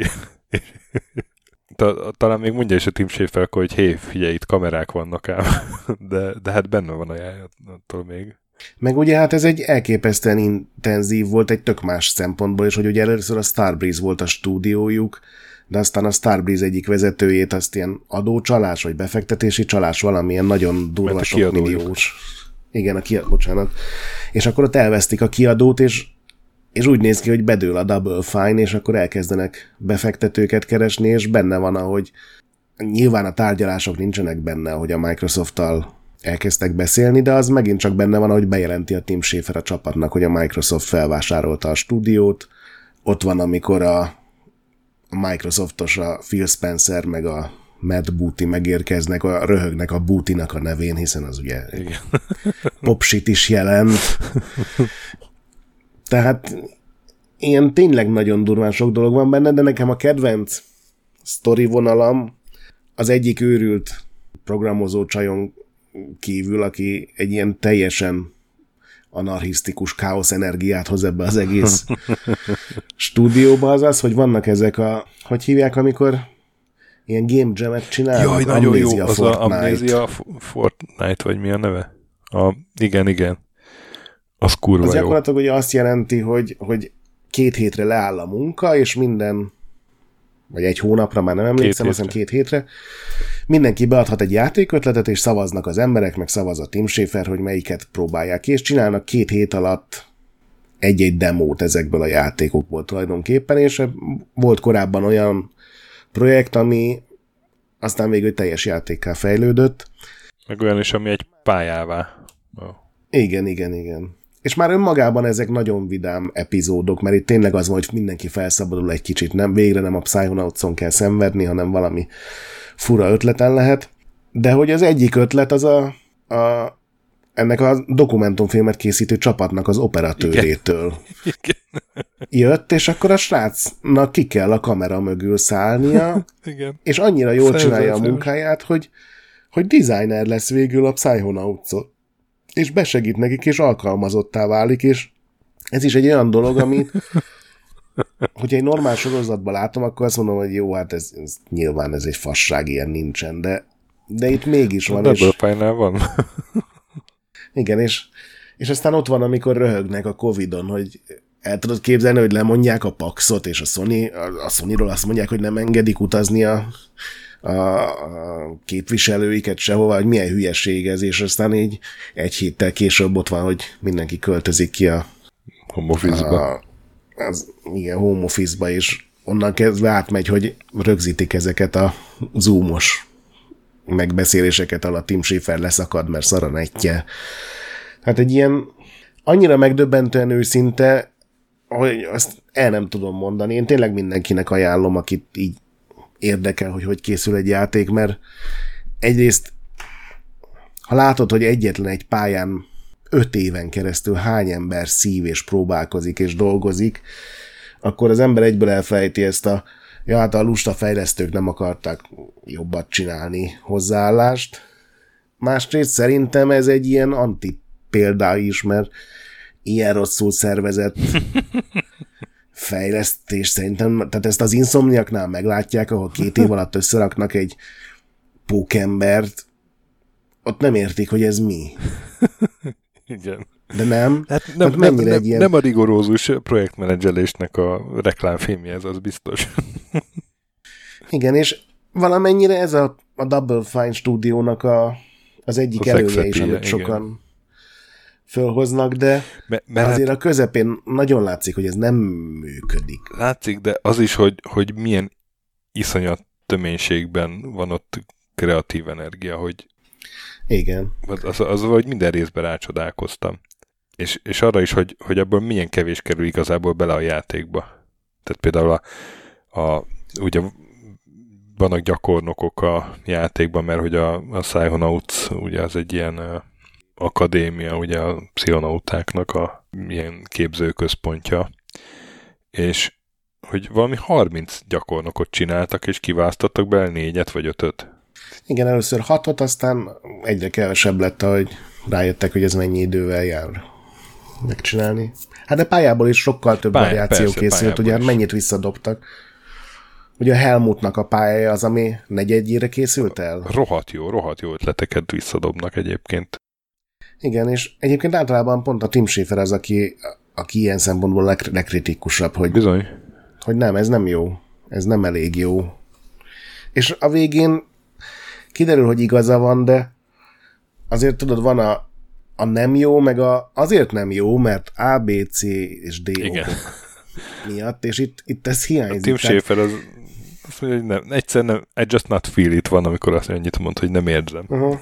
Talán még mondja is a Tim Schafer, hogy hé, figyelj, itt kamerák vannak ám, de hát benne van a attól még. Meg ugye hát ez egy elképesztően intenzív volt egy tök más szempontból, és hogy ugye először a Starbreeze volt a stúdiójuk, de aztán a Starbreeze egyik vezetőjét azt ilyen adócsalás, vagy befektetési csalás, valamilyen nagyon durva sok milliós. Igen, bocsánat. És akkor ott elvesztik a kiadót, és úgy néz ki, hogy bedől a Double Fine, és akkor elkezdenek befektetőket keresni, és benne van, ahogy nyilván a tárgyalások nincsenek benne, hogy a Microsofttal elkezdtek beszélni, de az megint csak benne van, ahogy bejelenti a Tim Schafer a csapatnak, hogy a Microsoft felvásárolta a stúdiót. Ott van, amikor a Microsoftos a Phil Spencer meg a Matt Booty megérkeznek, röhögnek a Bootynak a nevén, hiszen az ugye popsit is jelent. Tehát ilyen tényleg nagyon durván sok dolog van benne, de nekem a kedvenc sztori vonalam az egyik őrült programozó csajon kívül, aki egy ilyen teljesen anarchisztikus káosz energiát hoz ebbe az egész stúdióba, az, hogy vannak ezek hogy hívják, amikor ilyen game jam-et csinálnak? Jaj, nagyon jó, az Amnesia Fortnite, vagy mi a neve? Igen. Az kurva az jó. Gyakorlatilag ugye azt jelenti, hogy 2 hétre leáll a munka, és vagy 1 hónapra, már nem emlékszem, azt hiszem 2 hétre, mindenki beadhat egy játékötletet, és szavaznak az emberek, meg szavaz a Tim Schafer, hogy melyiket próbálják ki, és csinálnak 2 hét alatt egy-egy demót ezekből a játékokból tulajdonképpen, és volt korábban olyan projekt, ami aztán végül teljes játékká fejlődött. Meg olyan is, ami egy pályává. Oh. Igen. És már önmagában ezek nagyon vidám epizódok, mert itt tényleg az van, hogy mindenki felszabadul egy kicsit, végre nem a Psychonautson kell szenvedni, hanem valami fura ötleten lehet. De hogy az egyik ötlet az ennek a dokumentumfilmet készítő csapatnak az operatőrétől jött, és akkor a srácnak ki kell a kamera mögül szállnia, igen. És annyira jól csinálja a munkáját, hogy designer lesz végül a Psychonautson. És besegít nekik, és alkalmazottá válik, és ez is egy olyan dolog, amit hogyha egy normál sorozatban látom, akkor azt mondom, hogy jó, hát ez nyilván ez egy fasság, ilyen nincsen, de itt mégis van. Ebből a pályánál van. Igen, és aztán ott van, amikor röhögnek a Covid-on, hogy el tudod képzelni, hogy lemondják a Paxot, és a Sony-ról azt mondják, hogy nem engedik utazni a képviselőiket sehova, hogy milyen hülyeség ez, és aztán így 1 héttel később ott van, hogy mindenki költözik ki a home office-ba. Igen, home office-ba, és onnan kezdve átmegy, hogy rögzítik ezeket a zoomos megbeszéléseket, ahol a Tim Schafer leszakad, mert szar a netje. Hát egy ilyen annyira megdöbbentően őszinte, hogy azt el nem tudom mondani. Én tényleg mindenkinek ajánlom, akit így érdekel, hogy készül egy játék, mert egyrészt, ha látod, hogy egyetlen egy pályán 5 éven keresztül hány ember szív és próbálkozik és dolgozik, akkor az ember egyből elfelejti ezt a Ja, hát a lusta fejlesztők nem akartak jobbat csinálni hozzáállást. Másrészt szerintem ez egy ilyen antipélda is, mert ilyen rosszul szervezett fejlesztés szerintem, tehát ezt az Insomniaknál meglátják, ahol 2 év alatt összeraknak egy pókembert, ott nem értik, hogy ez mi. Igen. De nem? Hát nem a rigorózus projektmenedzselésnek a reklámfilmje, ez az biztos. Igen, és valamennyire ez a Double Fine stúdiónak az egyik előnye is, amit sokan fölhoznak, de mert azért a közepén nagyon látszik, hogy ez nem működik. Látszik, de az is, hogy milyen iszonyat töménységben van ott kreatív energia, hogy igen. Az hogy minden részben rácsodálkoztam. És arra is, hogy abból milyen kevés kerül igazából bele a játékba. Tehát például ugye vannak gyakornokok a játékban, mert hogy a Psychonauts ugye az egy ilyen akadémia, ugye a pszichonautáknak a ilyen képzőközpontja, és hogy valami 30 gyakornokot csináltak, és kiválasztottak bele 4 vagy 5. Igen, először 6, aztán egyre kevesebb lett, ahogy rájöttek, hogy ez mennyi idővel jár megcsinálni. Hát de pályából is sokkal több variáció készült, ugye mennyit visszadobtak. Ugye a Helmutnak a pályája az, ami 4-1-ére készült el? Rohadt jó ötleteket visszadobnak egyébként. Igen, és egyébként általában pont a Tim Schafer az, aki ilyen szempontból legkritikusabb, hogy, bizony. Hogy nem, ez nem jó. Ez nem elég jó. És a végén kiderül, hogy igaza van, de azért tudod, van a nem jó, meg azért nem jó, mert A, B, C és D okok miatt, és itt ez hiányzik. A Tim Schafer azt mondja, hogy nem, egyszerűen nem, I just not feel it van, amikor azt annyit mond, hogy nem érzem. Uh-huh.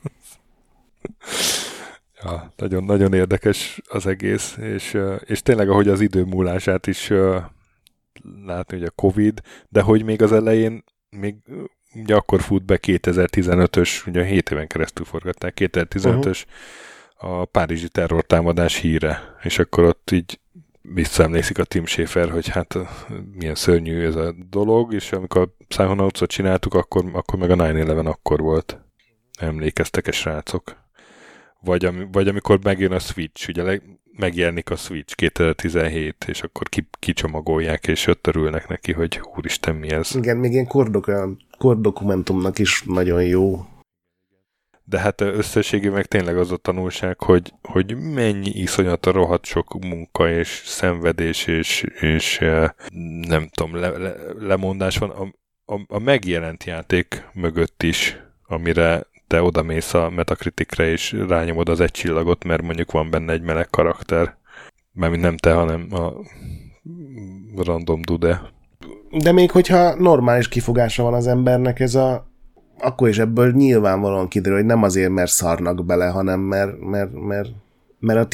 Ja, nagyon, nagyon érdekes az egész, és tényleg, ahogy az idő múlását is látni, hogy a Covid, de hogy még az elején, még ugye akkor fut be 2015-ös, ugye 7 éven keresztül forgatták, 2015-ös a párizsi terrortámadás híre, és akkor ott így visszaemlékszik a Tim Schafer, hogy hát milyen szörnyű ez a dolog, és amikor a Psychonauts-ot csináltuk, akkor meg a 9/11 akkor volt. Emlékeztek-e, srácok? Vagy amikor megjön a Switch, ugye megjelenik a Switch 2017, és akkor kicsomagolják, és ott örülnek neki, hogy úristen, mi ez. Igen, még ilyen kordokumentumnak is nagyon jó. De hát összességében meg tényleg az a tanulság, hogy mennyi iszonyat a rohadt sok munka és szenvedés és nem tudom, lemondás van a megjelent játék mögött is, amire te odamész a Metacriticre és rányomod az 1 csillagot, mert mondjuk van benne egy meleg karakter. Mármint nem te, hanem a random dude. De még hogyha normális kifogása van az embernek, akkor is ebből nyilvánvalóan kiderül, hogy nem azért, mert szarnak bele, hanem mert a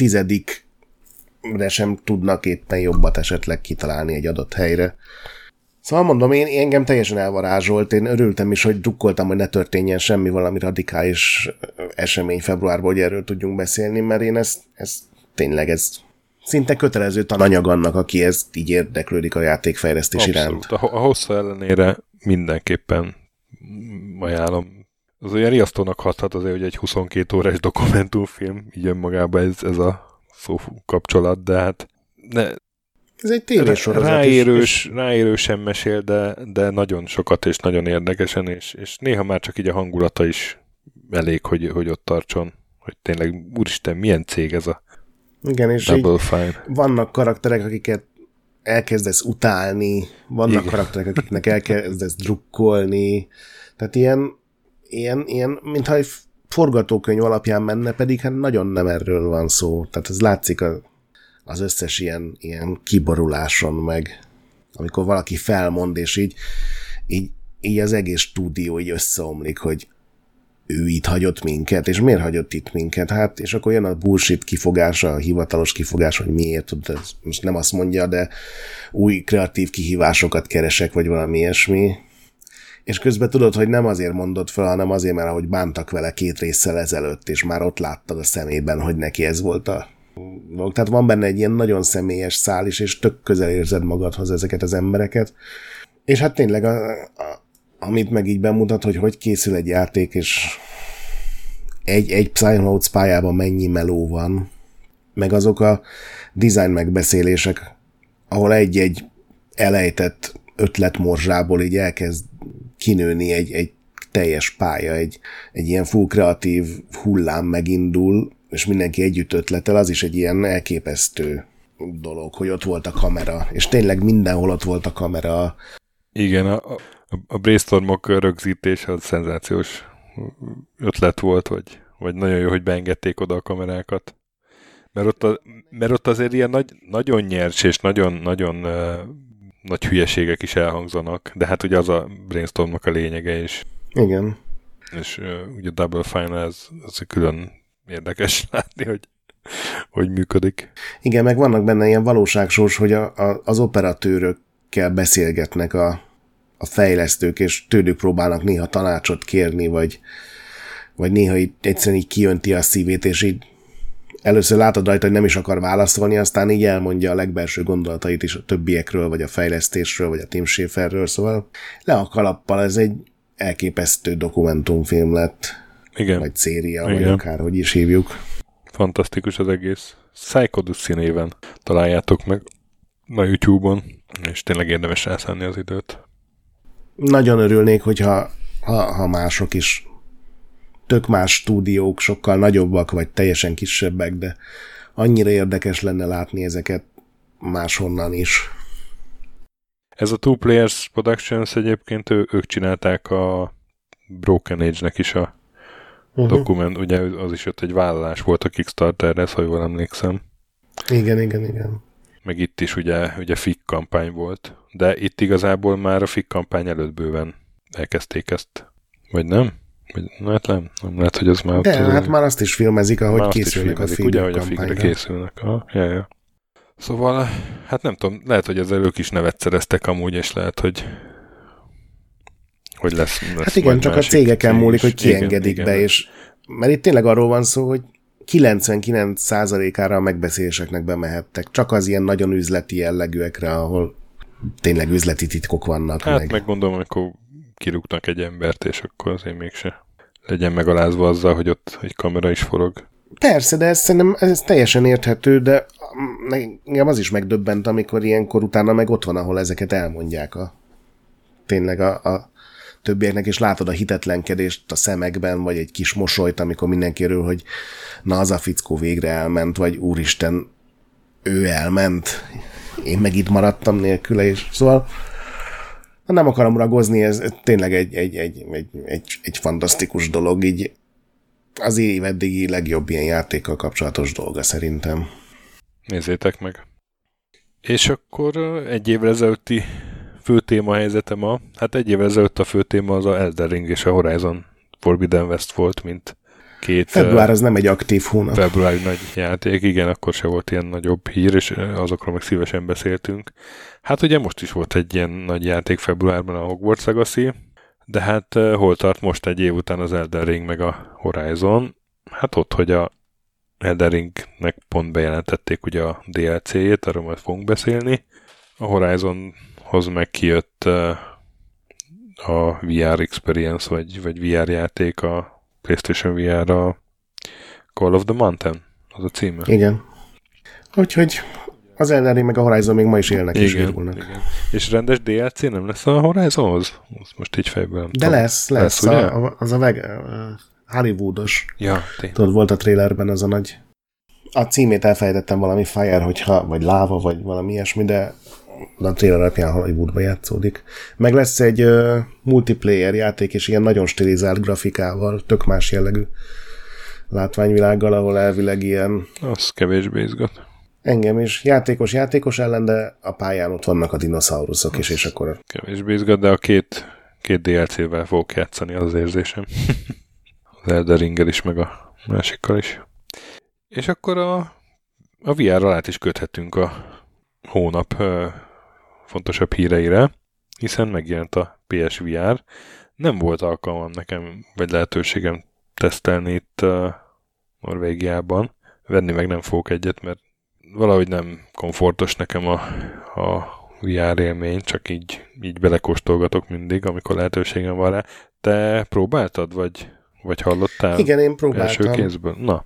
10-re sem tudnak éppen jobbat esetleg kitalálni egy adott helyre. Szóval mondom, engem teljesen elvarázsolt, én örültem is, hogy drukkoltam, hogy ne történjen semmi valami radikális esemény februárban, hogy erről tudjunk beszélni, mert én ez szinte kötelező tananyag annak, aki ezt így érdeklődik a játékfejlesztés iránt. A hossza ellenére mindenképpen ajánlom. Az olyan riasztónak hathat azért, hogy egy 22 órás dokumentumfilm, így önmagában ez a szó kapcsolat, de hát ez egy tévésorozat. Ráérősen mesél, de nagyon sokat és nagyon érdekesen, és néha már csak így a hangulata is elég, hogy ott tartson. Hogy tényleg, úristen, milyen cég ez a igen, és Double Fine. Vannak karakterek, akiket elkezdesz utálni, vannak karakterek, akiknek elkezdesz drukkolni, tehát ilyen mintha egy forgatókönyv alapján menne, pedig hát nagyon nem erről van szó. Tehát ez látszik az összes ilyen kiboruláson meg, amikor valaki felmond, és így az egész stúdió így összeomlik, hogy ő itt hagyott minket, és miért hagyott itt minket? Hát, és akkor jön a bullshit kifogása, a hivatalos kifogás, hogy miért, most nem azt mondja, de új kreatív kihívásokat keresek, vagy valami ilyesmi. És közben tudod, hogy nem azért mondod fel, hanem azért, mert ahogy bántak vele 2 résszel ezelőtt, és már ott láttad a szemében, hogy neki ez volt a dolog. Tehát van benne egy ilyen nagyon személyes szál is, és tök közel érzed magadhoz ezeket az embereket. És hát tényleg, amit meg így bemutat, hogy készül egy játék, és egy Psychonauts pályában mennyi meló van, meg azok a design megbeszélések, ahol egy elejtett ötletmorzsából így elkezd kinőni egy teljes pálya, egy ilyen full kreatív hullám megindul, és mindenki együtt ötletel, az is egy ilyen elképesztő dolog, hogy ott volt a kamera, és tényleg mindenhol ott volt a kamera. Igen, a brainstormok rögzítése az szenzációs ötlet volt, vagy nagyon jó, hogy beengedték oda a kamerákat. Mert ott azért ilyen nagyon nyers és nagyon nagy hülyeségek is elhangzanak, de hát ugye az a brainstormnak a lényege is. Igen. És ugye a Double Fine az külön érdekes látni, hogy működik. Igen, meg vannak benne ilyen valóságsors, hogy az operatőrökkel beszélgetnek a fejlesztők, és tőlük próbálnak néha tanácsot kérni, vagy néha egyszerűen így kijönti a szívét, és így először látod rajta, hogy nem is akar válaszolni, aztán így elmondja a legbelső gondolatait is a többiekről, vagy a fejlesztésről, vagy a Tim Schaferről, szóval le a kalappal, ez egy elképesztő dokumentumfilm lett. Igen. Vagy széria, igen. Vagy akárhogy is hívjuk. Fantasztikus az egész. Psychodussy néven találjátok meg a YouTube-on, és tényleg érdemes rászánni az időt. Nagyon örülnék, hogyha mások is, tök más stúdiók, sokkal nagyobbak, vagy teljesen kisebbek, de annyira érdekes lenne látni ezeket máshonnan is. Ez a Two Players Productions egyébként ők csinálták a Broken Age-nek is a dokument, ugye az is ott egy vállalás volt a Kickstarterre, ha jól emlékszem. Igen. Meg itt is ugye FIG kampány volt, de itt igazából már a FIG kampány előtt bőven elkezdték ezt. Vagy nem? Hát nem lehet, hogy az már... De hát már azt is filmezik, ahogy készülnek a FIG ugye, hogy a FIG-re készülnek. Ja. Szóval, hát nem tudom, lehet, hogy ezzel ők is nevet szereztek amúgy, és lehet, hogy lesz hát igen, csak a cégeken múlik, hogy kiengedik be, és mert itt tényleg arról van szó, hogy 99%-ára a megbeszéléseknek bemehettek. Csak az ilyen nagyon üzleti jellegűekre, ahol tényleg üzleti titkok vannak. Hát meg gondolom, amikor kirúgnak egy embert, és akkor azért mégse legyen megalázva azzal, hogy ott egy kamera is forog. Persze, de szerintem ez teljesen érthető, de engem az is megdöbbent, amikor ilyenkor utána meg ott van, ahol ezeket elmondják tényleg a többieknek, és látod a hitetlenkedést a szemekben, vagy egy kis mosolyt, amikor mindenkiről, hogy na az a fickó végre elment, vagy úristen, ő elment, én meg itt maradtam nélküle, és szóval nem akarom ragozni, ez tényleg egy fantasztikus dolog, így az év eddigi legjobb ilyen játékkal kapcsolatos dolga szerintem. Nézzétek meg. És akkor egy évvel ezelőtti főtéma helyzete ma. Hát egy évvel ezelőtt a főtéma az a Elden Ring és a Horizon Forbidden West volt, mint két... Február az nem egy aktív hónap. Februári nagy játék, igen, akkor se volt ilyen nagyobb hír, és azokról meg szívesen beszéltünk. Hát ugye most is volt egy ilyen nagy játék februárban, a Hogwarts Legacy, de hát hol tart most egy év után az Elden Ring meg a Horizon? Hát ott, hogy a Elden Ringnek pont bejelentették ugye a DLC-jét, arról majd fogunk beszélni. A Horizonhoz meg kijött a VR Experience, vagy VR játék, a PlayStation VR, a Call of the Mountain, az a címe. Igen. Úgyhogy az Elden Ring meg a Horizon még ma is élnek és virulnak. Igen. És rendes DLC nem lesz a Horizonhoz? Most így fejből. De lesz az a Hollywoodos. Ja, tudod, volt a trailerben az a nagy... A címét elfelejtettem, valami Fire, vagy láva, vagy valami ilyesmi, de a trailer alapján Hollywoodban játszódik. Meg lesz egy multiplayer játék, és ilyen nagyon stilizált grafikával, tök más jellegű látványvilággal, ahol elvileg ilyen... Az kevésbé izgat. Engem is. Játékos ellen, de a pályán ott vannak a dinoszauruszok is, és akkor... Kevésbé izgat, de a két DLC-vel fogok játszani, az érzésem. Az Elden Ringgel is, meg a másikkal is. És akkor a VR-ral át is köthetünk a hónap fontosabb híreire, hiszen megjelent a PSVR. Nem volt alkalmam nekem, vagy lehetőségem tesztelni itt Norvégiában. Venni meg nem fogok egyet, mert valahogy nem komfortos nekem a VR élmény, csak így belekóstolgatok mindig, amikor lehetőségem van rá. Te próbáltad, vagy hallottál? Igen, én próbáltam. Első kézből? Na.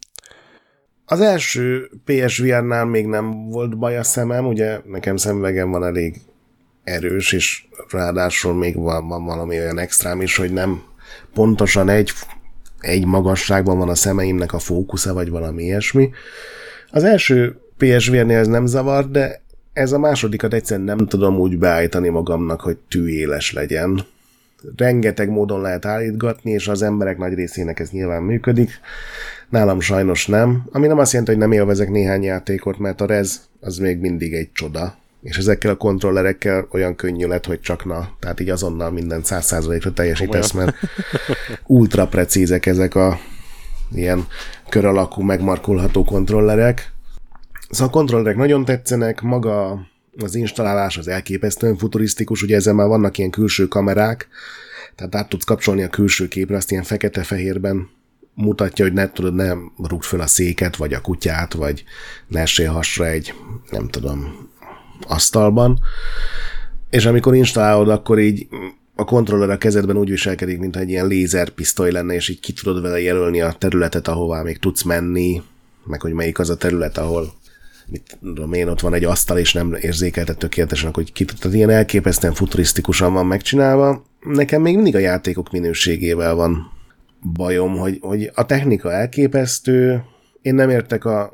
Az első PSVR-nál még nem volt baj a szemem, ugye nekem szemüvegem van elég erős, és ráadásul még van valami olyan extrám is, hogy nem pontosan egy magasságban van a szemeimnek a fókusza, vagy valami ilyesmi. Az első PSVR-nél ez nem zavar, de ez a másodikat egyszerűen nem tudom úgy beállítani magamnak, hogy tűéles legyen. Rengeteg módon lehet állítgatni, és az emberek nagy részének ez nyilván működik. Nálam sajnos nem, ami nem azt jelenti, hogy nem élvezek néhány játékot, mert a rez az még mindig egy csoda. És ezekkel a kontrollerekkel olyan könnyű lett, hogy csak tehát így azonnal minden 100%-ra teljesítesz, mert ultra precízek ezek a ilyen kör alakú, megmarkolható kontrollerek. Szóval a kontrollerek nagyon tetszenek, maga az installálás az elképesztően futurisztikus, ugye ezen már vannak ilyen külső kamerák, tehát át tudsz kapcsolni a külső képre, azt ilyen fekete-fehérben mutatja, hogy ne rúgd fel a széket, vagy a kutyát, vagy ne essél hasra egy, nem tudom, asztalban. És amikor installálod, akkor így a kontroller a kezedben úgy viselkedik, mintha egy ilyen lézerpisztoly lenne, és így ki tudod vele jelölni a területet, ahová még tudsz menni, meg hogy melyik az a terület, ahol mit tudom én, ott van egy asztal, és nem érzékeltet tökéletesen, hogy tehát ilyen elképesztően futurisztikusan van megcsinálva. Nekem még mindig a játékok minőségével van bajom, hogy a technika elképesztő, én nem értek a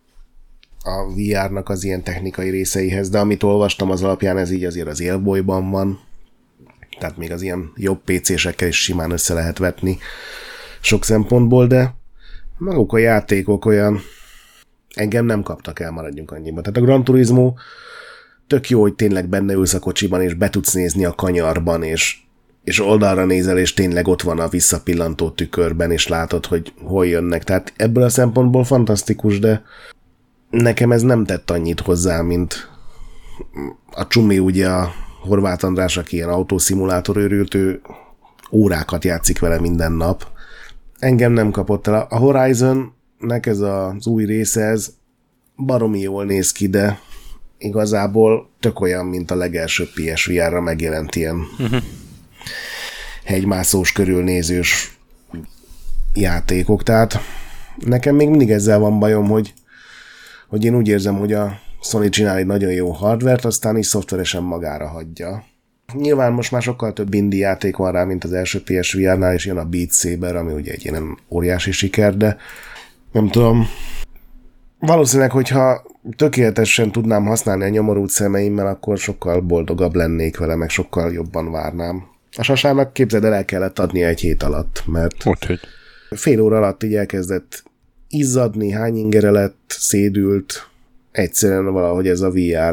VR-nak az ilyen technikai részeihez, de amit olvastam az alapján, ez így azért az élbolyban van, tehát még az ilyen jobb PC-sekkel is simán össze lehet vetni sok szempontból, de maguk a játékok olyan engem nem kaptak el, maradjunk annyiban. Tehát a Gran Turismo tök jó, hogy tényleg benne ülsz a kocsiban, és be tudsz nézni a kanyarban, és oldalra nézel, és tényleg ott van a visszapillantó tükörben, és látod, hogy hol jönnek. Tehát ebből a szempontból fantasztikus, de nekem ez nem tett annyit hozzá, mint a Csumi, ugye a Horváth András, aki ilyen autószimulátor őrült, ő órákat játszik vele minden nap. Engem nem kapott el. A Horizon-nek ez az új része, ez baromi jól néz ki, de igazából tök olyan, mint a legelső PSVR-ra megjelent ilyen hegymászós, körülnézős játékok. Tehát nekem még mindig ezzel van bajom, hogy én úgy érzem, hogy a Sony csinál egy nagyon jó hardvert, aztán is szoftveresen magára hagyja. Nyilván most már sokkal több indie játék van rá, mint az első PSVR-nál, és jön a Beat Saber, ami ugye egy ilyen óriási siker, de nem tudom. Valószínűleg, hogyha tökéletesen tudnám használni a nyomorult szemeimmel, akkor sokkal boldogabb lennék vele, meg sokkal jobban várnám. A Sasának képzeld el kellett adnia egy hét alatt, mert fél óra alatt így elkezdett izzadni, hány ingere lett, szédült, egyszerűen valahogy ez a VR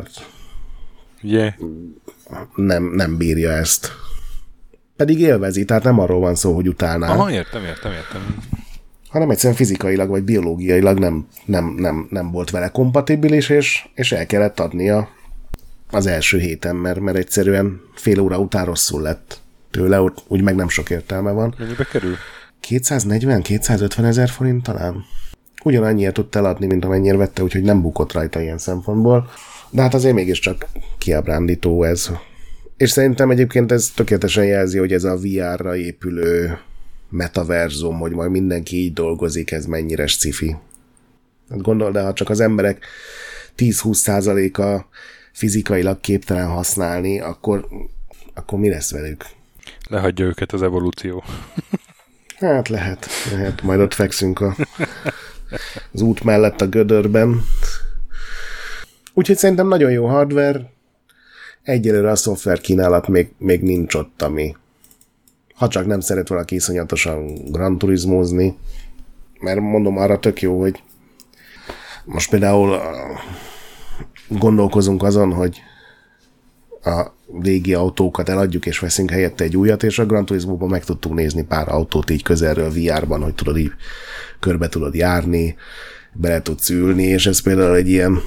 nem bírja ezt. Pedig élvezi, tehát nem arról van szó, hogy utálná. Aha, értem. Hanem egyszerűen fizikailag vagy biológiailag nem volt vele kompatibilis, és el kellett adnia az első héten, mert egyszerűen fél óra után rosszul lett tőle, úgy meg nem sok értelme van. Mennyibe kerül? 240-250 ezer forint talán. Ugyanannyiért tudta eladni, mint amennyire vette, úgyhogy nem bukott rajta ilyen szempontból. De hát azért mégiscsak kiábrándító ez. És szerintem egyébként ez tökéletesen jelzi, hogy ez a VR-ra épülő metaverzum, hogy majd mindenki így dolgozik, ez mennyire sci-fi. Hát gondold el, ha csak az emberek 10-20%-a fizikailag képtelen használni, akkor mi lesz velük? Lehagyja őket az evolúció. Hát lehet. Majd ott fekszünk az út mellett a gödörben. Úgyhogy szerintem nagyon jó hardware. Egyelőre a szoftver kínálat még nincs ott, ami ha csak nem szeret valaki iszonyatosan Gran Turismozni, mert mondom, arra tök jó, hogy most például gondolkozunk azon, hogy a régi autókat eladjuk, és veszünk helyette egy újat, és a Gran Turismo-ban meg tudtunk nézni pár autót így közelről VR-ban, hogy tudod így körbe tudod járni, bele tudsz ülni, és ez például egy ilyen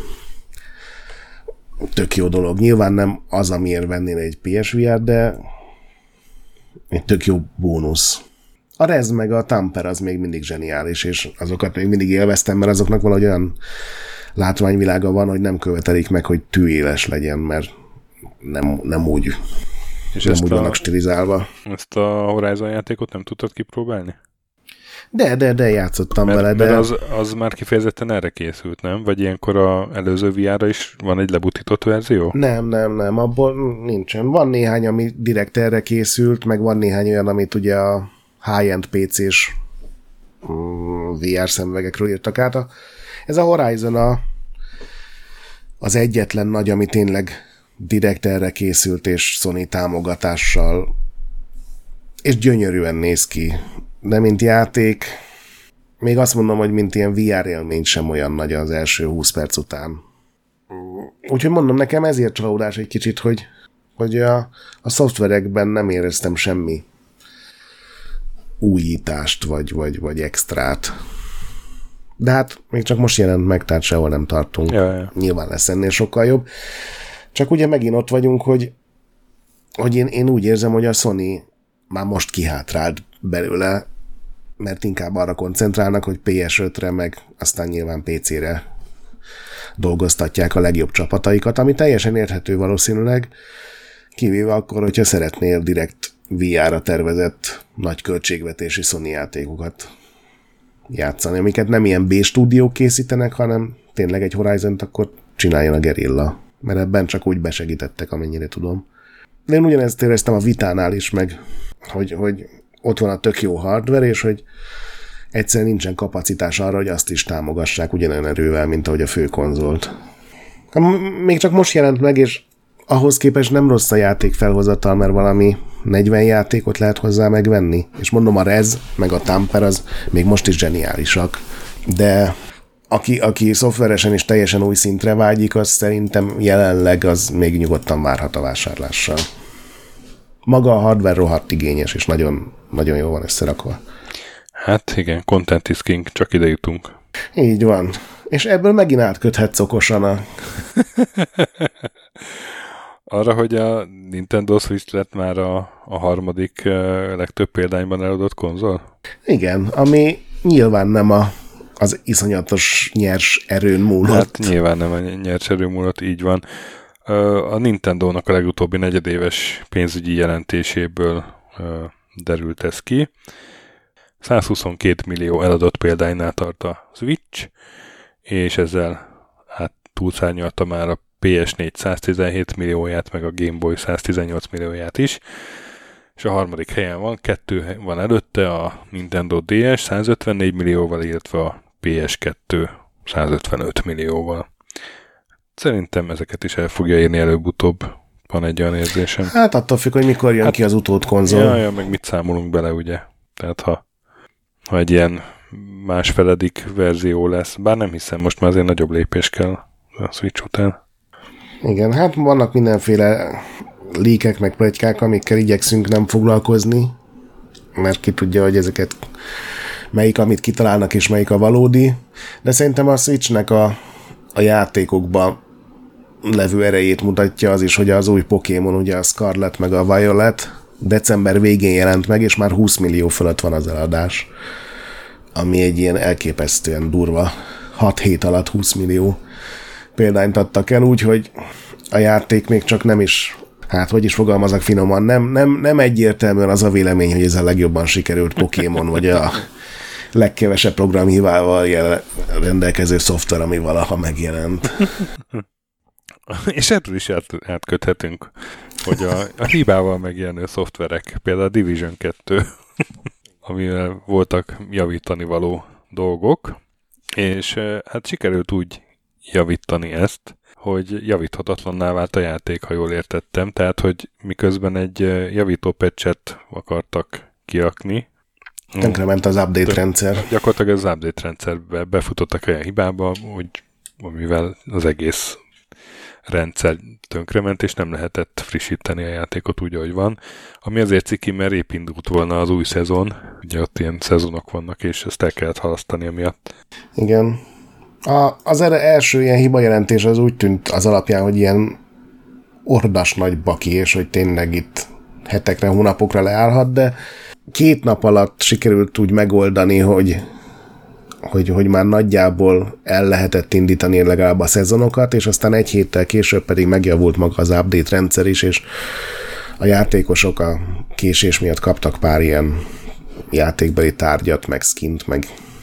tök jó dolog. Nyilván nem az, amiért vennél egy PSVR, de egy tök jó bónusz. A Rez meg a Tamper az még mindig zseniális, és azokat még mindig élveztem, mert azoknak valahogy olyan látványvilága van, hogy nem követelik meg, hogy tűéles legyen, mert nem úgy, és nem úgy vannak stilizálva. Ezt a Horizon játékot nem tudtad kipróbálni? De játszottam vele. Mert az már kifejezetten erre készült, nem? Vagy ilyenkor az előző VR-ra is van egy lebutított verzió? Nem, abból nincsen. Van néhány, ami direkt erre készült, meg van néhány olyan, amit ugye a high-end PC-s VR szemüvegekről írtak át. Ez a Horizon az egyetlen nagy, ami tényleg direkt erre készült, és Sony támogatással, és gyönyörűen néz ki. De mint játék, még azt mondom, hogy mint ilyen VR élmény sem olyan nagy az első 20 perc után. Úgyhogy mondom, nekem ezért csalódás egy kicsit, hogy a szoftverekben nem éreztem semmi újítást, vagy extrát. De hát még csak most jelent meg, tehát sehol nem tartunk. Ja. Nyilván lesz ennél sokkal jobb. Csak ugye megint ott vagyunk, hogy én úgy érzem, hogy a Sony már most kihátrált belőle, mert inkább arra koncentrálnak, hogy PS5-re, meg aztán nyilván PC-re dolgoztatják a legjobb csapataikat, ami teljesen érthető valószínűleg, kivéve akkor, hogyha szeretnél direkt VR-ra tervezett nagy költségvetési Sony játékokat játszani, amiket nem ilyen B-stúdiók készítenek, hanem tényleg egy Horizont akkor csináljon a Guerrilla, mert ebben csak úgy besegítettek, amennyire tudom. De én ugyanezt éreztem a Vitánál is, meg hogy ott van a tök jó hardware, és hogy egyszerűen nincsen kapacitás arra, hogy azt is támogassák ugyanolyan erővel, mint ahogy a fő konzolt. Még csak most jelent meg, és ahhoz képest nem rossz a játék felhozatal, mert valami 40 játékot lehet hozzá megvenni. És mondom, a Rez, meg a Tamper az még most is zseniálisak. De aki szoftveresen is teljesen új szintre vágyik, az szerintem jelenleg az még nyugodtan várhat a vásárlással. Maga a hardware rohadt igényes, és nagyon, nagyon jól van összerakva. Hát igen, content is king, csak ide jutunk. Így van. És ebből megint átköthetsz okosan arra, hogy a Nintendo Switch lett már a harmadik legtöbb példányban eladott konzol? Igen, ami nyilván nem az iszonyatos nyers erőn múlott. Hát nyilván nem a nyers erőn múlott, így van. A Nintendónak a legutóbbi negyedéves pénzügyi jelentéséből derült ez ki. 122 millió eladott példánynál tart a Switch, és ezzel túlszárnyalta már a PS4 117 millióját, meg a Game Boy 118 millióját is, és a harmadik helyen van, 2 van előtte, a Nintendo DS 154 millióval, illetve a PS2 155 millióval. Szerintem ezeket is el fogja érni előbb-utóbb, van egy olyan érzésem. Hát attól függ, hogy mikor jön ki az utódkonzol. Ja, meg mit számolunk bele, ugye? Tehát ha egy ilyen másfeledik verzió lesz, bár nem hiszem, most már azért nagyobb lépés kell a Switch után. Igen, hát vannak mindenféle líkek, meg pletykák, amikkel igyekszünk nem foglalkozni, mert ki tudja, hogy ezeket melyik, amit kitalálnak, és melyik a valódi, de szerintem a Switchnek a játékokban levő erejét mutatja az is, hogy az új Pokémon, ugye a Scarlet meg a Violet december végén jelent meg, és már 20 millió fölött van az eladás, ami egy ilyen elképesztően durva 6 hét alatt 20 millió példányt adtak el, úgyhogy a játék még csak nem is, hát hogy is fogalmazok finoman, nem egyértelműen az a vélemény, hogy ez a legjobban sikerült Pokémon, vagy a legkevesebb programhívával rendelkező szoftver, ami valaha megjelent. És erről is átköthetünk, hogy a hibával megjelenő szoftverek, például a Division 2, amivel voltak javítani való dolgok, és hát sikerült úgy javítani ezt, hogy javíthatatlanná vált a játék, ha jól értettem, tehát, hogy miközben egy javító patchet akartak kirakni, tönkrement az update rendszer. Gyakorlatilag az update rendszerbe befutottak olyan hibába, amivel az egész rendszer tönkrement, és nem lehetett frissíteni a játékot úgy, ahogy van. Ami azért ciki, mert épp indult volna az új szezon. Ugye ott ilyen szezonok vannak, és ezt el kellett halasztani amiatt. Igen. Az első ilyen hibajelentés az úgy tűnt az alapján, hogy ilyen ordas nagy baki, és hogy tényleg itt hetekre, hónapokra leállhat, de 2 nap alatt sikerült úgy megoldani, hogy hogy már nagyjából el lehetett indítani legalább a szezonokat, és aztán egy héttel később pedig megjavult maga az update rendszer is, és a játékosok a késés miatt kaptak pár ilyen játékbeli tárgyat, meg skint, meg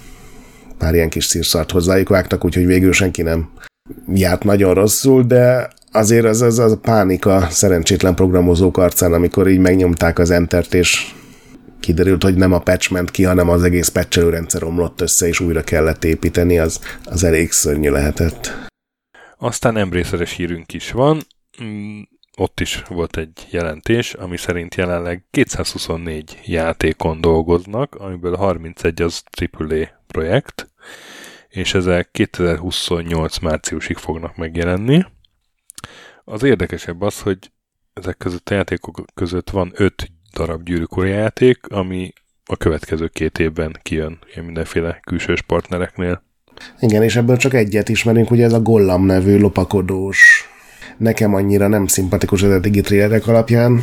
pár ilyen kis szírszart hozzájuk vágtak, úgyhogy végül senki nem járt nagyon rosszul, de azért az a pánika szerencsétlen programozók arcán, amikor így megnyomták az entert, és kiderült, hogy nem a patch ment ki, hanem az egész patchelőrendszer omlott össze, és újra kellett építeni, az elég szörnyű lehetett. Aztán Embracer-es hírünk is van. Ott is volt egy jelentés, ami szerint jelenleg 224 játékon dolgoznak, amiből 31 az AAA projekt, és ezek 2028 márciusig fognak megjelenni. Az érdekesebb az, hogy ezek között a játékok között van 5 darab Gyűrűk Ura játék, ami a következő 2 évben kijön ilyen mindenféle külsős partnereknél. Igen, és ebből csak egyet ismerünk, ugye ez a Gollam nevű lopakodós. Nekem annyira nem szimpatikus az eddigi trailerek alapján,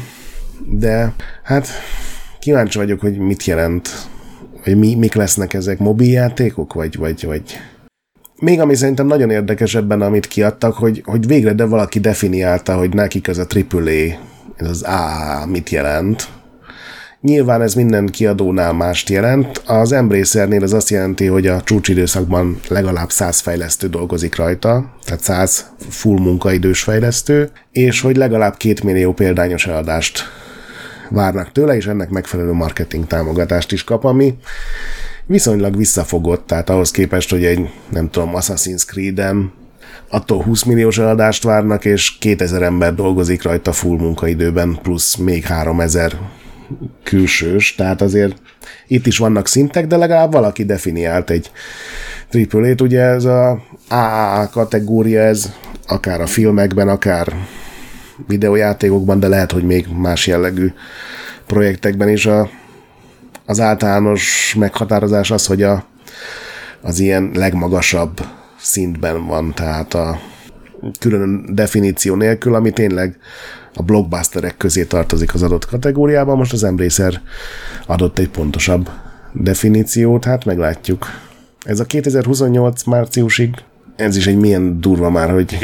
de hát kíváncsi vagyok, hogy mit jelent, vagy mik lesznek ezek, mobiljátékok, vagy... Még ami szerintem nagyon érdekes ebben, amit kiadtak, hogy végre de valaki definiálta, hogy nekik ez a AAA, ez az A mit jelent. Nyilván ez minden kiadónál mást jelent. Az Embracernél ez azt jelenti, hogy a csúcsidőszakban legalább 100 fejlesztő dolgozik rajta, tehát 100 full munkaidős fejlesztő, és hogy legalább 2 millió példányos eladást várnak tőle, és ennek megfelelő marketing támogatást is kap, ami viszonylag visszafogott, tehát ahhoz képest, hogy egy, nem tudom, Assassin's Creed-en attól 20 milliós eladást várnak, és 2000 ember dolgozik rajta full munkaidőben, plusz még 3000 külsős, tehát azért itt is vannak szintek, de legalább valaki definiált egy AAA-t, ugye ez a AAA kategória, ez akár a filmekben, akár videójátékokban, de lehet, hogy még más jellegű projektekben is az általános meghatározás az, hogy az ilyen legmagasabb szintben van, tehát a külön definíció nélkül, ami tényleg a blockbusterek közé tartozik az adott kategóriában. Most az Embracer adott egy pontosabb definíciót, hát meglátjuk. Ez a 2028 márciusig, ez is egy milyen durva már, hogy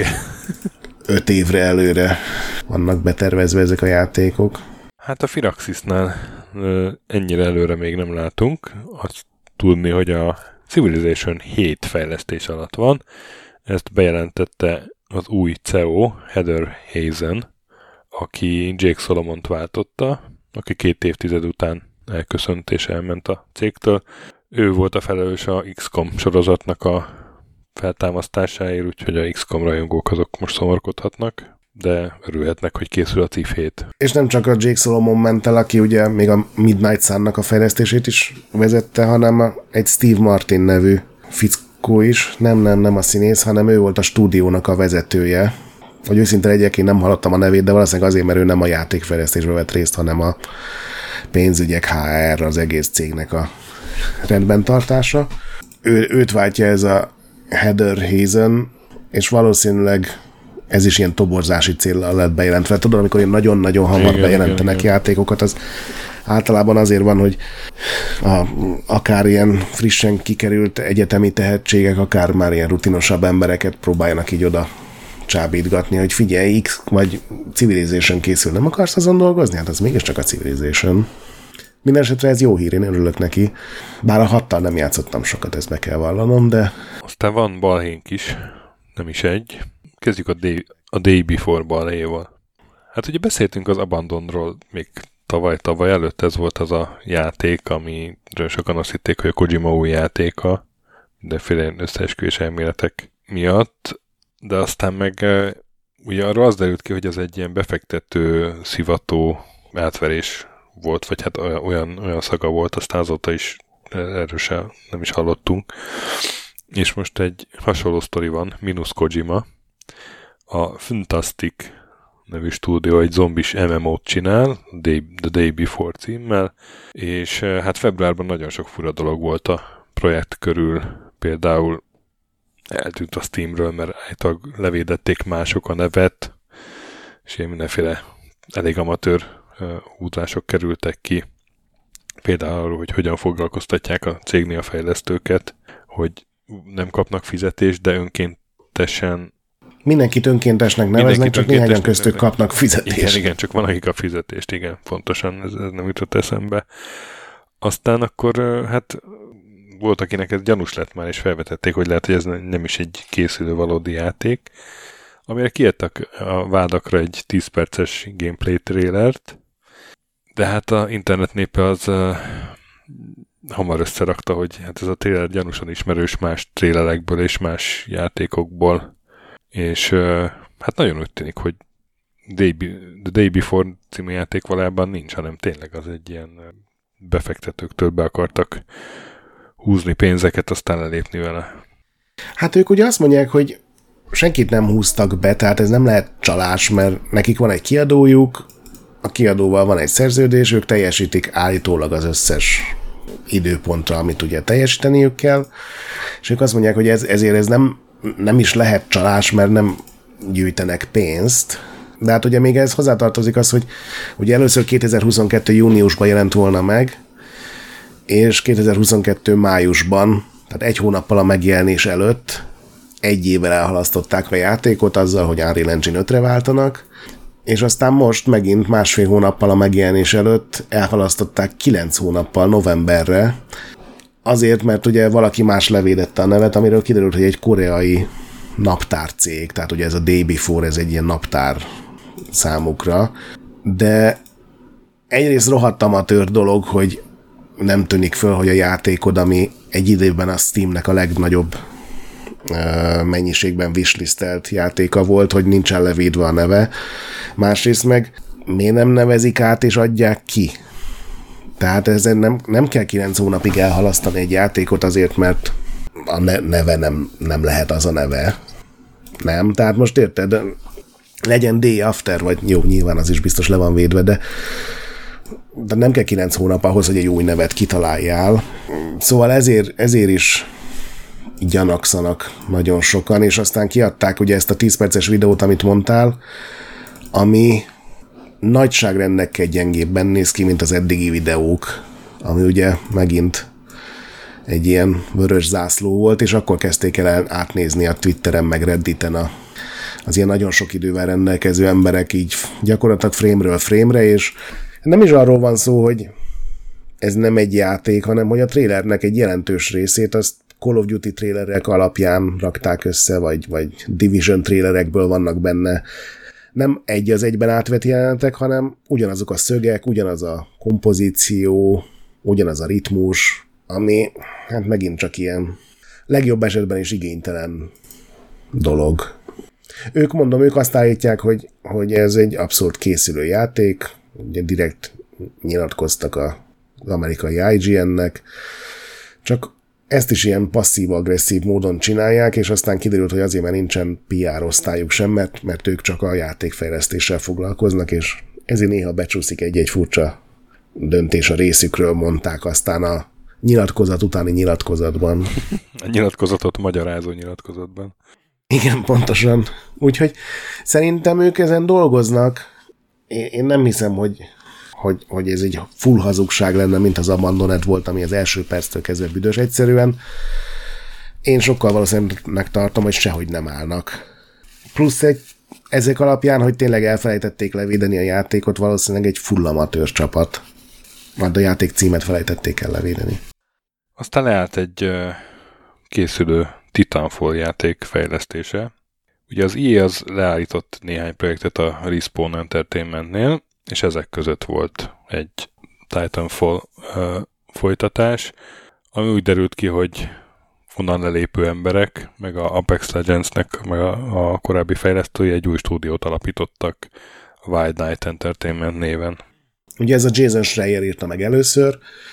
5 évre előre vannak betervezve ezek a játékok. Hát a Firaxisnál ennyire előre még nem látunk. Azt tudni, hogy a Civilization 7 fejlesztés alatt van. Ezt bejelentette az új CEO, Heather Hazen, aki Jake Solomont váltotta, aki 2 évtized után elköszönt és elment a cégtől. Ő volt a felelős a XCOM sorozatnak a feltámasztásáért, úgyhogy a XCOM rajongók azok most szomorkodhatnak, de örülhetnek, hogy készül a Civ 7. És nem csak a Jake Solomon ment el, aki ugye még a Midnight Sun-nak a fejlesztését is vezette, hanem egy Steve Martin nevű fickó is, nem a színész, hanem ő volt a stúdiónak a vezetője. Hogy őszintén legyek, én nem hallottam a nevét, de valószínűleg azért, mert ő nem a játékfejlesztésben vett részt, hanem a pénzügyek HR az egész cégnek a rendben tartása. Őt váltja ez a Heather Hazen, és valószínűleg ez is ilyen toborzási céllal lett bejelentve. Tudod, amikor ilyen nagyon-nagyon hamar bejelentenek játékokat, az általában azért van, hogy akár ilyen frissen kikerült egyetemi tehetségek, akár már ilyen rutinosabb embereket próbáljanak így oda csábítgatni, hogy figyelj, X vagy Civilization készül, nem akarsz azon dolgozni? Hát az mégiscsak a Civilization. Mindenesetre ez jó hír, én örülök neki. Bár a 6-tal nem játszottam sokat, ezt be kell vallanom, de... Aztán van balhénk is, nem is egy. Kezdjük a Day Before balhéval. Hát ugye beszéltünk az Abandonról még tavaly előtt, ez volt az a játék, amiről sokan azt hitték, hogy a Kojima új játéka, mindenféle összeesküvés elméletek miatt, de aztán meg ugye arról az derült ki, hogy ez egy ilyen befektető, szivató átverés volt, vagy hát olyan szaga volt, aztán azóta is erről sem nem is hallottunk. És most egy hasonló sztori van, mínusz Kojima. A Fantastic nevű stúdió egy zombis MMO-t csinál, The Day Before címmel, és hát februárban nagyon sok fura dolog volt a projekt körül, például eltűnt a Steamről, mert állítólag levédették mások a nevet, és ilyen mindenféle elég amatőr útlások kerültek ki. Például arról, hogy hogyan foglalkoztatják a cégnél a fejlesztőket, hogy nem kapnak fizetést, de önkéntesen... Mindenkit önkéntesnek neveznek, csak néhányan köztük kapnak fizetést. Igen, csak van, akik a fizetést, igen, pontosan, ez nem jutott eszembe. Aztán akkor, hát volt, akinek ez gyanús lett már, és felvetették, hogy lehet, hogy ez nem is egy készülő valódi játék, amire kiadtak a vádakra egy 10 perces gameplay trailert, de hát a internet népe az hamar összerakta, hogy hát ez a trailer gyanúsan ismerős más trailerekből és más játékokból, és hát nagyon úgy tűnik, hogy The Day Before című játék valójában nincs, hanem tényleg az egy ilyen befektetőktől be akartak húzni pénzeket, aztán lelépni vele. Hát ők ugye azt mondják, hogy senkit nem húztak be, tehát ez nem lehet csalás, mert nekik van egy kiadójuk, a kiadóval van egy szerződés, ők teljesítik állítólag az összes időpontra, amit ugye teljesíteniük kell, és ők azt mondják, hogy ezért ez nem is lehet csalás, mert nem gyűjtenek pénzt, de hát ugye még ez hozzátartozik az, hogy ugye először 2022. júniusban jelent volna meg, és 2022. májusban, tehát egy hónappal a megjelenés előtt egy évvel elhalasztották a játékot azzal, hogy Unreal Engine 5-re váltanak, és aztán most megint másfél hónappal a megjelenés előtt elhalasztották 9 hónappal novemberre, azért, mert ugye valaki más levédette a nevet, amiről kiderült, hogy egy koreai naptárcég, tehát ugye ez a Day Before, ez egy ilyen naptár számukra, de egyrészt rohadt amatőr dolog, hogy nem tűnik föl, hogy a játékod, ami egy időben a Steamnek a legnagyobb mennyiségben wishlistelt játéka volt, hogy nincsen levédve a neve. Másrészt meg miért nem nevezik át és adják ki? Tehát ezen nem kell 9 hónapig elhalasztani egy játékot azért, mert a neve nem lehet az a neve. Nem? Tehát most érted? Legyen Day After, vagy jó, nyilván az is biztos le van védve, de nem kell 9 hónap ahhoz, hogy egy új nevet kitaláljál. Szóval ezért is gyanakszanak nagyon sokan, és aztán kiadták ugye ezt a 10 perces videót, amit mondtál, ami nagyságrendekkel gyengébben néz ki, mint az eddigi videók, ami ugye megint egy ilyen vörös zászló volt, és akkor kezdték el átnézni a Twitteren, meg Redditen az ilyen nagyon sok idővel rendelkező emberek így gyakorlatilag frame-ről frame-re, és nem is arról van szó, hogy ez nem egy játék, hanem hogy a trailernek egy jelentős részét azt Call of Duty trailerek alapján rakták össze, vagy Division trailerekből vannak benne. Nem egy az egyben átvett jelenetek, hanem ugyanazok a szögek, ugyanaz a kompozíció, ugyanaz a ritmus, ami hát megint csak ilyen legjobb esetben is igénytelen dolog. Ők azt állítják, hogy ez egy abszolút készülő játék, ugye direkt nyilatkoztak az amerikai IGN-nek, csak ezt is ilyen passzív-agresszív módon csinálják, és aztán kiderült, hogy azért, mert nincsen PR osztályuk sem, mert ők csak a játékfejlesztéssel foglalkoznak, és ezért néha becsúszik egy-egy furcsa döntés a részükről, mondták aztán a nyilatkozat utáni nyilatkozatban. A nyilatkozatot magyarázó nyilatkozatban. Igen, pontosan. Úgyhogy szerintem ők ezen dolgoznak. Én nem hiszem, hogy ez egy full hazugság lenne, mint az Abandoned volt, ami az első perctől kezdve büdös. Egyszerűen én sokkal valószínűleg tartom, hogy sehogy nem állnak. Plusz ezek alapján, hogy tényleg elfelejtették levédeni a játékot, valószínűleg egy full amatőr csapat. Majd a játék címet felejtették el levédeni. Aztán leállt egy készülő Titanfall játék fejlesztése. Ugye az EA az leállított néhány projektet a Respawn Entertainmentnél, és ezek között volt egy Titanfall folytatás, ami úgy derült ki, hogy onnan lelépő emberek, meg a Apex Legendsnek, meg a korábbi fejlesztői egy új stúdiót alapítottak a Wild Knight Entertainment néven. Ugye ez a Jason Schreier írta meg először,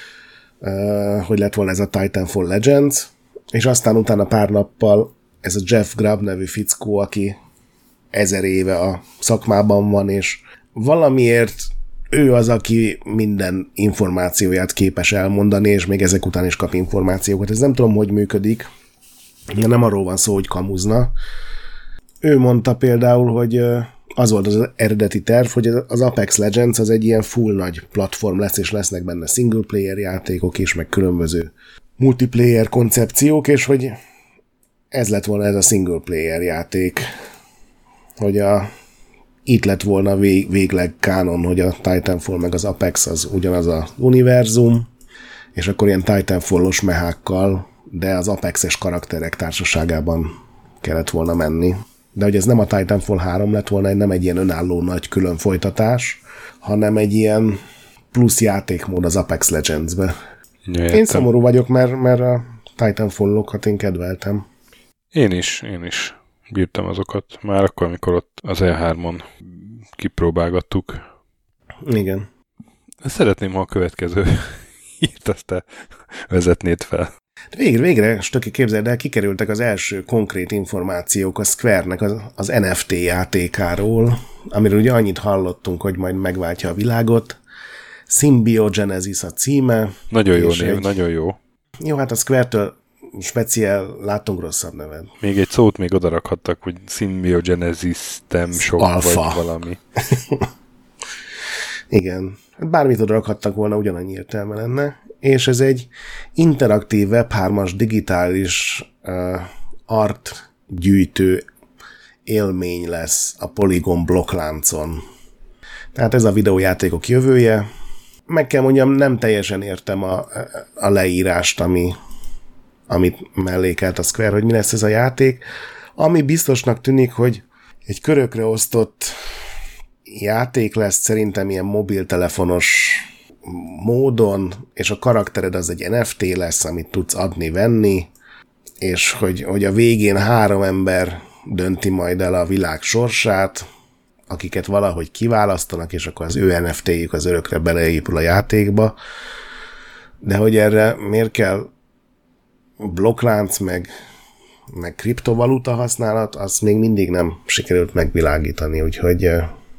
hogy lett volna ez a Titanfall Legends, és aztán utána pár nappal ez a Jeff Grubb nevű fickó, aki 1000 éve a szakmában van, és valamiért ő az, aki minden információját képes elmondani, és még ezek után is kap információkat. Ez nem tudom, hogy működik, de nem arról van szó, hogy kamuzna. Ő mondta például, hogy az volt az eredeti terv, hogy az Apex Legends az egy ilyen full nagy platform lesz, és lesznek benne single player játékok is, meg különböző multiplayer koncepciók, és hogy ez lett volna ez a single player játék, hogy itt lett volna végleg kánon, hogy a Titanfall meg az Apex az ugyanaz az univerzum, és akkor ilyen Titanfall-os mehákkal, de az Apex-es karakterek társaságában kellett volna menni. De hogy ez nem a Titanfall 3 lett volna, nem egy ilyen önálló nagy külön folytatás, hanem egy ilyen plusz játékmód az Apex Legends-be. Én szomorú vagyok, mert a Titanfall-okat én kedveltem. Én is bírtam azokat. Már akkor, amikor ott az E3-on kipróbálgattuk. Igen. Szeretném, ha a következő hírt azt te vezetnéd fel. Végre, Stöki, képzeld el, kikerültek az első konkrét információk a Square-nek az NFT játékáról, amiről ugye annyit hallottunk, hogy majd megváltja a világot. Symbiogenesis a címe. Nagyon jó név, nagyon jó. Jó, hát a Square-től speciál látunk rosszabb nevet. Még egy szót még odarakhattak, hogy Symbiogenesis sok Alpha. Vagy valami. Igen. Bármit odarakhattak volna, ugyanannyi értelme lenne. És ez egy interaktív Web3-as digitális art gyűjtő élmény lesz a Polygon blokkláncon. Tehát ez a videójátékok jövője. Meg kell mondjam, nem teljesen értem a leírást, amit mellékelt a Square, hogy mi lesz ez a játék. Ami biztosnak tűnik, hogy egy körökre osztott játék lesz, szerintem ilyen mobiltelefonos módon, és a karaktered az egy NFT lesz, amit tudsz adni-venni, és hogy a végén 3 ember dönti majd el a világ sorsát, akiket valahogy kiválasztanak, és akkor az ő NFT-jük az örökre beleépül a játékba. De hogy erre miért kell blokklánc, meg kriptovaluta használat, azt még mindig nem sikerült megvilágítani, úgyhogy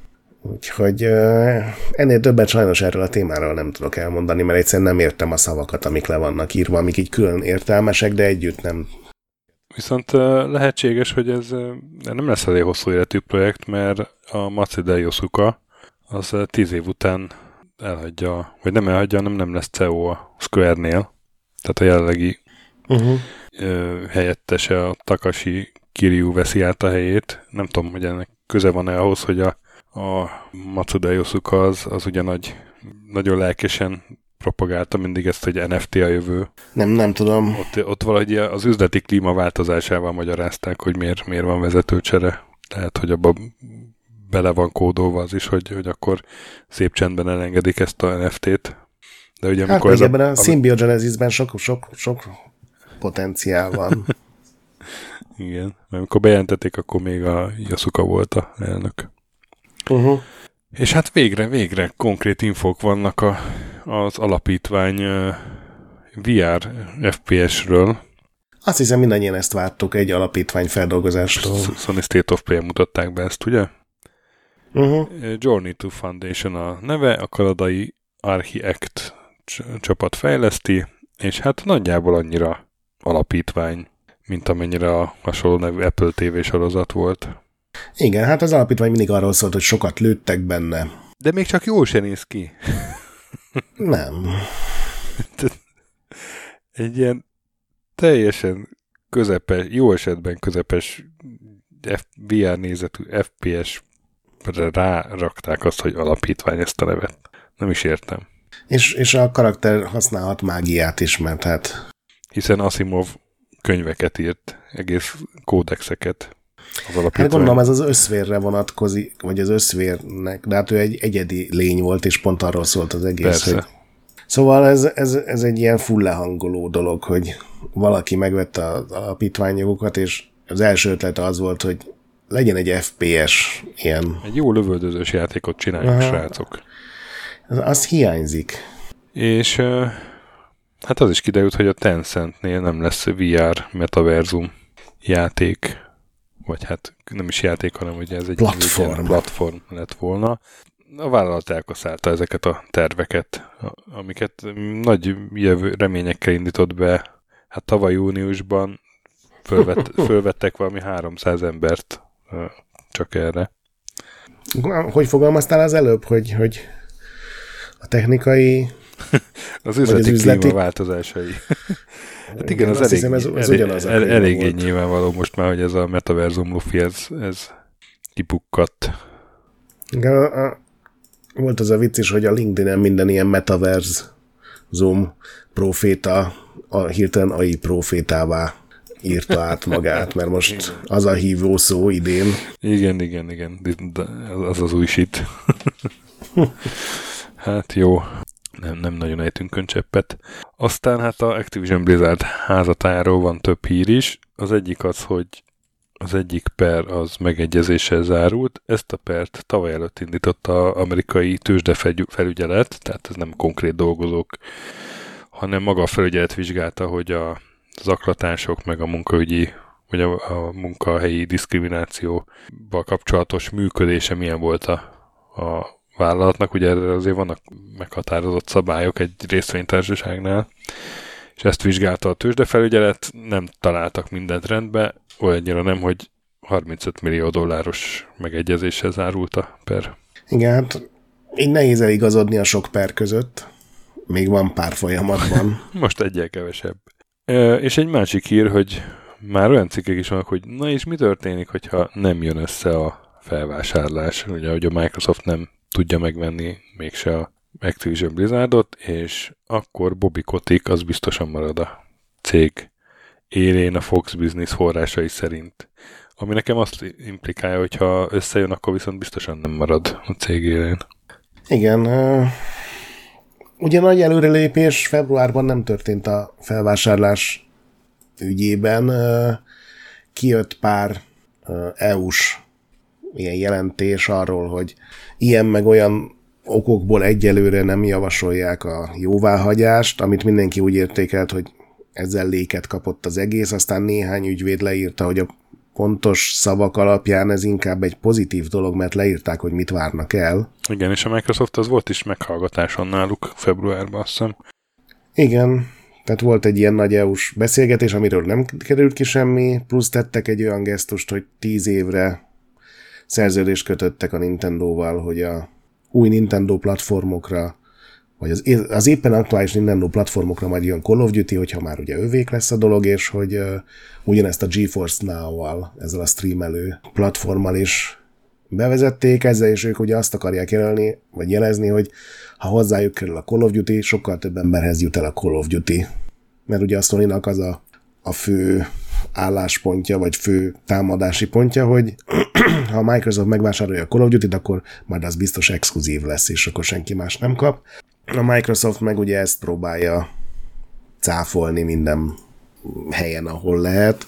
ennél többet sajnos erről a témáról nem tudok elmondani, mert egyszerűen nem értem a szavakat, amik le vannak írva, amik így külön értelmesek, de együtt nem. Viszont lehetséges, hogy ez nem lesz elég hosszú életű projekt, mert a Matsuda Yosuka az 10 év után elhagyja, vagy nem elhagyja, hanem nem lesz CEO a Square-nél. Tehát a jelenlegi helyettese, a Takashi Kiryu veszi át a helyét. Nem tudom, hogy ennek köze van-e ahhoz, hogy a Matsuda Yosuka az ugye nagyon lelkesen propagálta mindig ezt, hogy NFT a jövő. Nem tudom. Ott valahogy az üzleti klíma változásával magyarázták, hogy miért van vezetőcsere. Tehát, hogy abban bele van kódolva az is, hogy akkor szép csendben elengedik ezt a NFT-t. De ugye amikor hát ebben a Symbiogenesisben sok potenciál van. Igen, mert amikor bejelentették, akkor még a Yosuka volt a elnök. És hát végre konkrét infók vannak az alapítvány VR FPS-ről. Azt hiszem, mindannyian ezt vártuk egy alapítvány feldolgozástól. Sony State of Play mutatták be ezt, ugye? Journey to Foundation a neve, a kanadai Archi-Act csapat fejleszti, és hát nagyjából annyira alapítvány, mint amennyire a hasonló nevű Apple TV sorozat volt. Igen, hát az alapítvány mindig arról szólt, hogy sokat lőttek benne. De még csak jól se néz ki. Nem. Egy ilyen teljesen közepes, jó esetben közepes VR nézetű FPS-re rárakták azt, hogy alapítvány ezt a nevet. Nem is értem. És a karakter használhat mágiát is, mert hát... Hiszen Asimov könyveket írt, egész kódexeket. Hát gondolom, ez az összvérre vonatkozik, vagy az összvérnek, de hát ő egy egyedi lény volt, és pont arról szólt az egész. Persze. Hogy... Szóval ez egy ilyen full lehangoló dolog, hogy valaki megvette az alapítványjogokat, és az első ötlete az volt, hogy legyen egy FPS ilyen. Egy jó lövöldözős játékot csinálják, srácok. Az hiányzik. És hát az is kiderült, hogy a Tencentnél nem lesz VR metaverzum játék, vagy hát nem is játék, hanem hogy ez egy platform lett volna. A vállalat elkaszálta ezeket a terveket, amiket nagy reményekkel indított be. Hát tavaly júniusban fölvettek valami 300 embert csak erre. Hogy fogalmaztál az előbb, hogy a technikai Az üzleti klímaváltozásai. Hát igen, az elég, ez ugyanaz a eléggé nyilvánvaló most már, hogy ez a metaverzum lufi, ez kipukkadt. Volt az a vicc is, hogy a LinkedIn-en minden ilyen metaverzum proféta hirtelen AI profétává írta át magát, mert most az a hívó szó idén. Igen. Az az új shit. Hát jó. Nem nagyon ejtünk köncseppet. Aztán hát a Activision Blizzard házatájáról van több hír is. Az egyik az, hogy az egyik per az megegyezéssel zárult. Ezt a pert tavaly előtt indította az amerikai tőzsdefelügyelet, tehát ez nem konkrét dolgozók, hanem maga a felügyelet vizsgálta, hogy a zaklatások meg a munkaügyi vagy a munkahelyi diszkriminációval kapcsolatos működése milyen volt a vállalatnak. Ugye erre azért vannak meghatározott szabályok egy részvénytársaságnál, és ezt vizsgálta a tőzsdefelügyelet, nem találtak mindent rendbe, olyannyira nem, hogy $35 millió megegyezéssel zárult a per. Igen, hát így nehéz eligazodni a sok per között. Még van pár folyamatban. Most egyel kevesebb. És egy másik hír, hogy már olyan cikkek is vannak, hogy na és mi történik, hogyha nem jön össze a felvásárlás. Ugye, hogy a Microsoft nem tudja megvenni mégse a Activision Blizzardot, és akkor Bobby Kotick az biztosan marad a cég élén a Fox Business forrásai szerint. Ami nekem azt implikálja, hogy ha összejön, akkor viszont biztosan nem marad a cég élén. Igen. Ugye nagy előrelépés februárban nem történt a felvásárlás ügyében. Kijött pár EU-s ilyen jelentés arról, hogy ilyen meg olyan okokból egyelőre nem javasolják a jóváhagyást, amit mindenki úgy értékelt, hogy ezzel léket kapott az egész, aztán néhány ügyvéd leírta, hogy a pontos szavak alapján ez inkább egy pozitív dolog, mert leírták, hogy mit várnak el. Igen, és a Microsoft az volt is meghallgatáson náluk februárban, azt hiszem. Igen, tehát volt egy ilyen nagy EU-s beszélgetés, amiről nem került ki semmi, plusz tettek egy olyan gesztust, hogy 10 évre szerződést kötöttek a Nintendóval, hogy a új Nintendo platformokra, vagy az éppen aktuális Nintendo platformokra majd jön Call of Duty, hogyha már ugye övék lesz a dolog, és hogy ugyanezt a GeForce Now-val, ezzel a streamelő platformmal is bevezették ezzel, és ők ugye azt akarják jelezni, hogy ha hozzájuk kerül a Call of Duty, sokkal több emberhez jut el a Call of Duty. Mert ugye a Sony-nak az a fő álláspontja, vagy fő támadási pontja, hogy ha a Microsoft megvásárolja a Call of Duty-t, akkor majd az biztos exkluzív lesz, és akkor senki más nem kap. A Microsoft meg ugye ezt próbálja cáfolni minden helyen, ahol lehet.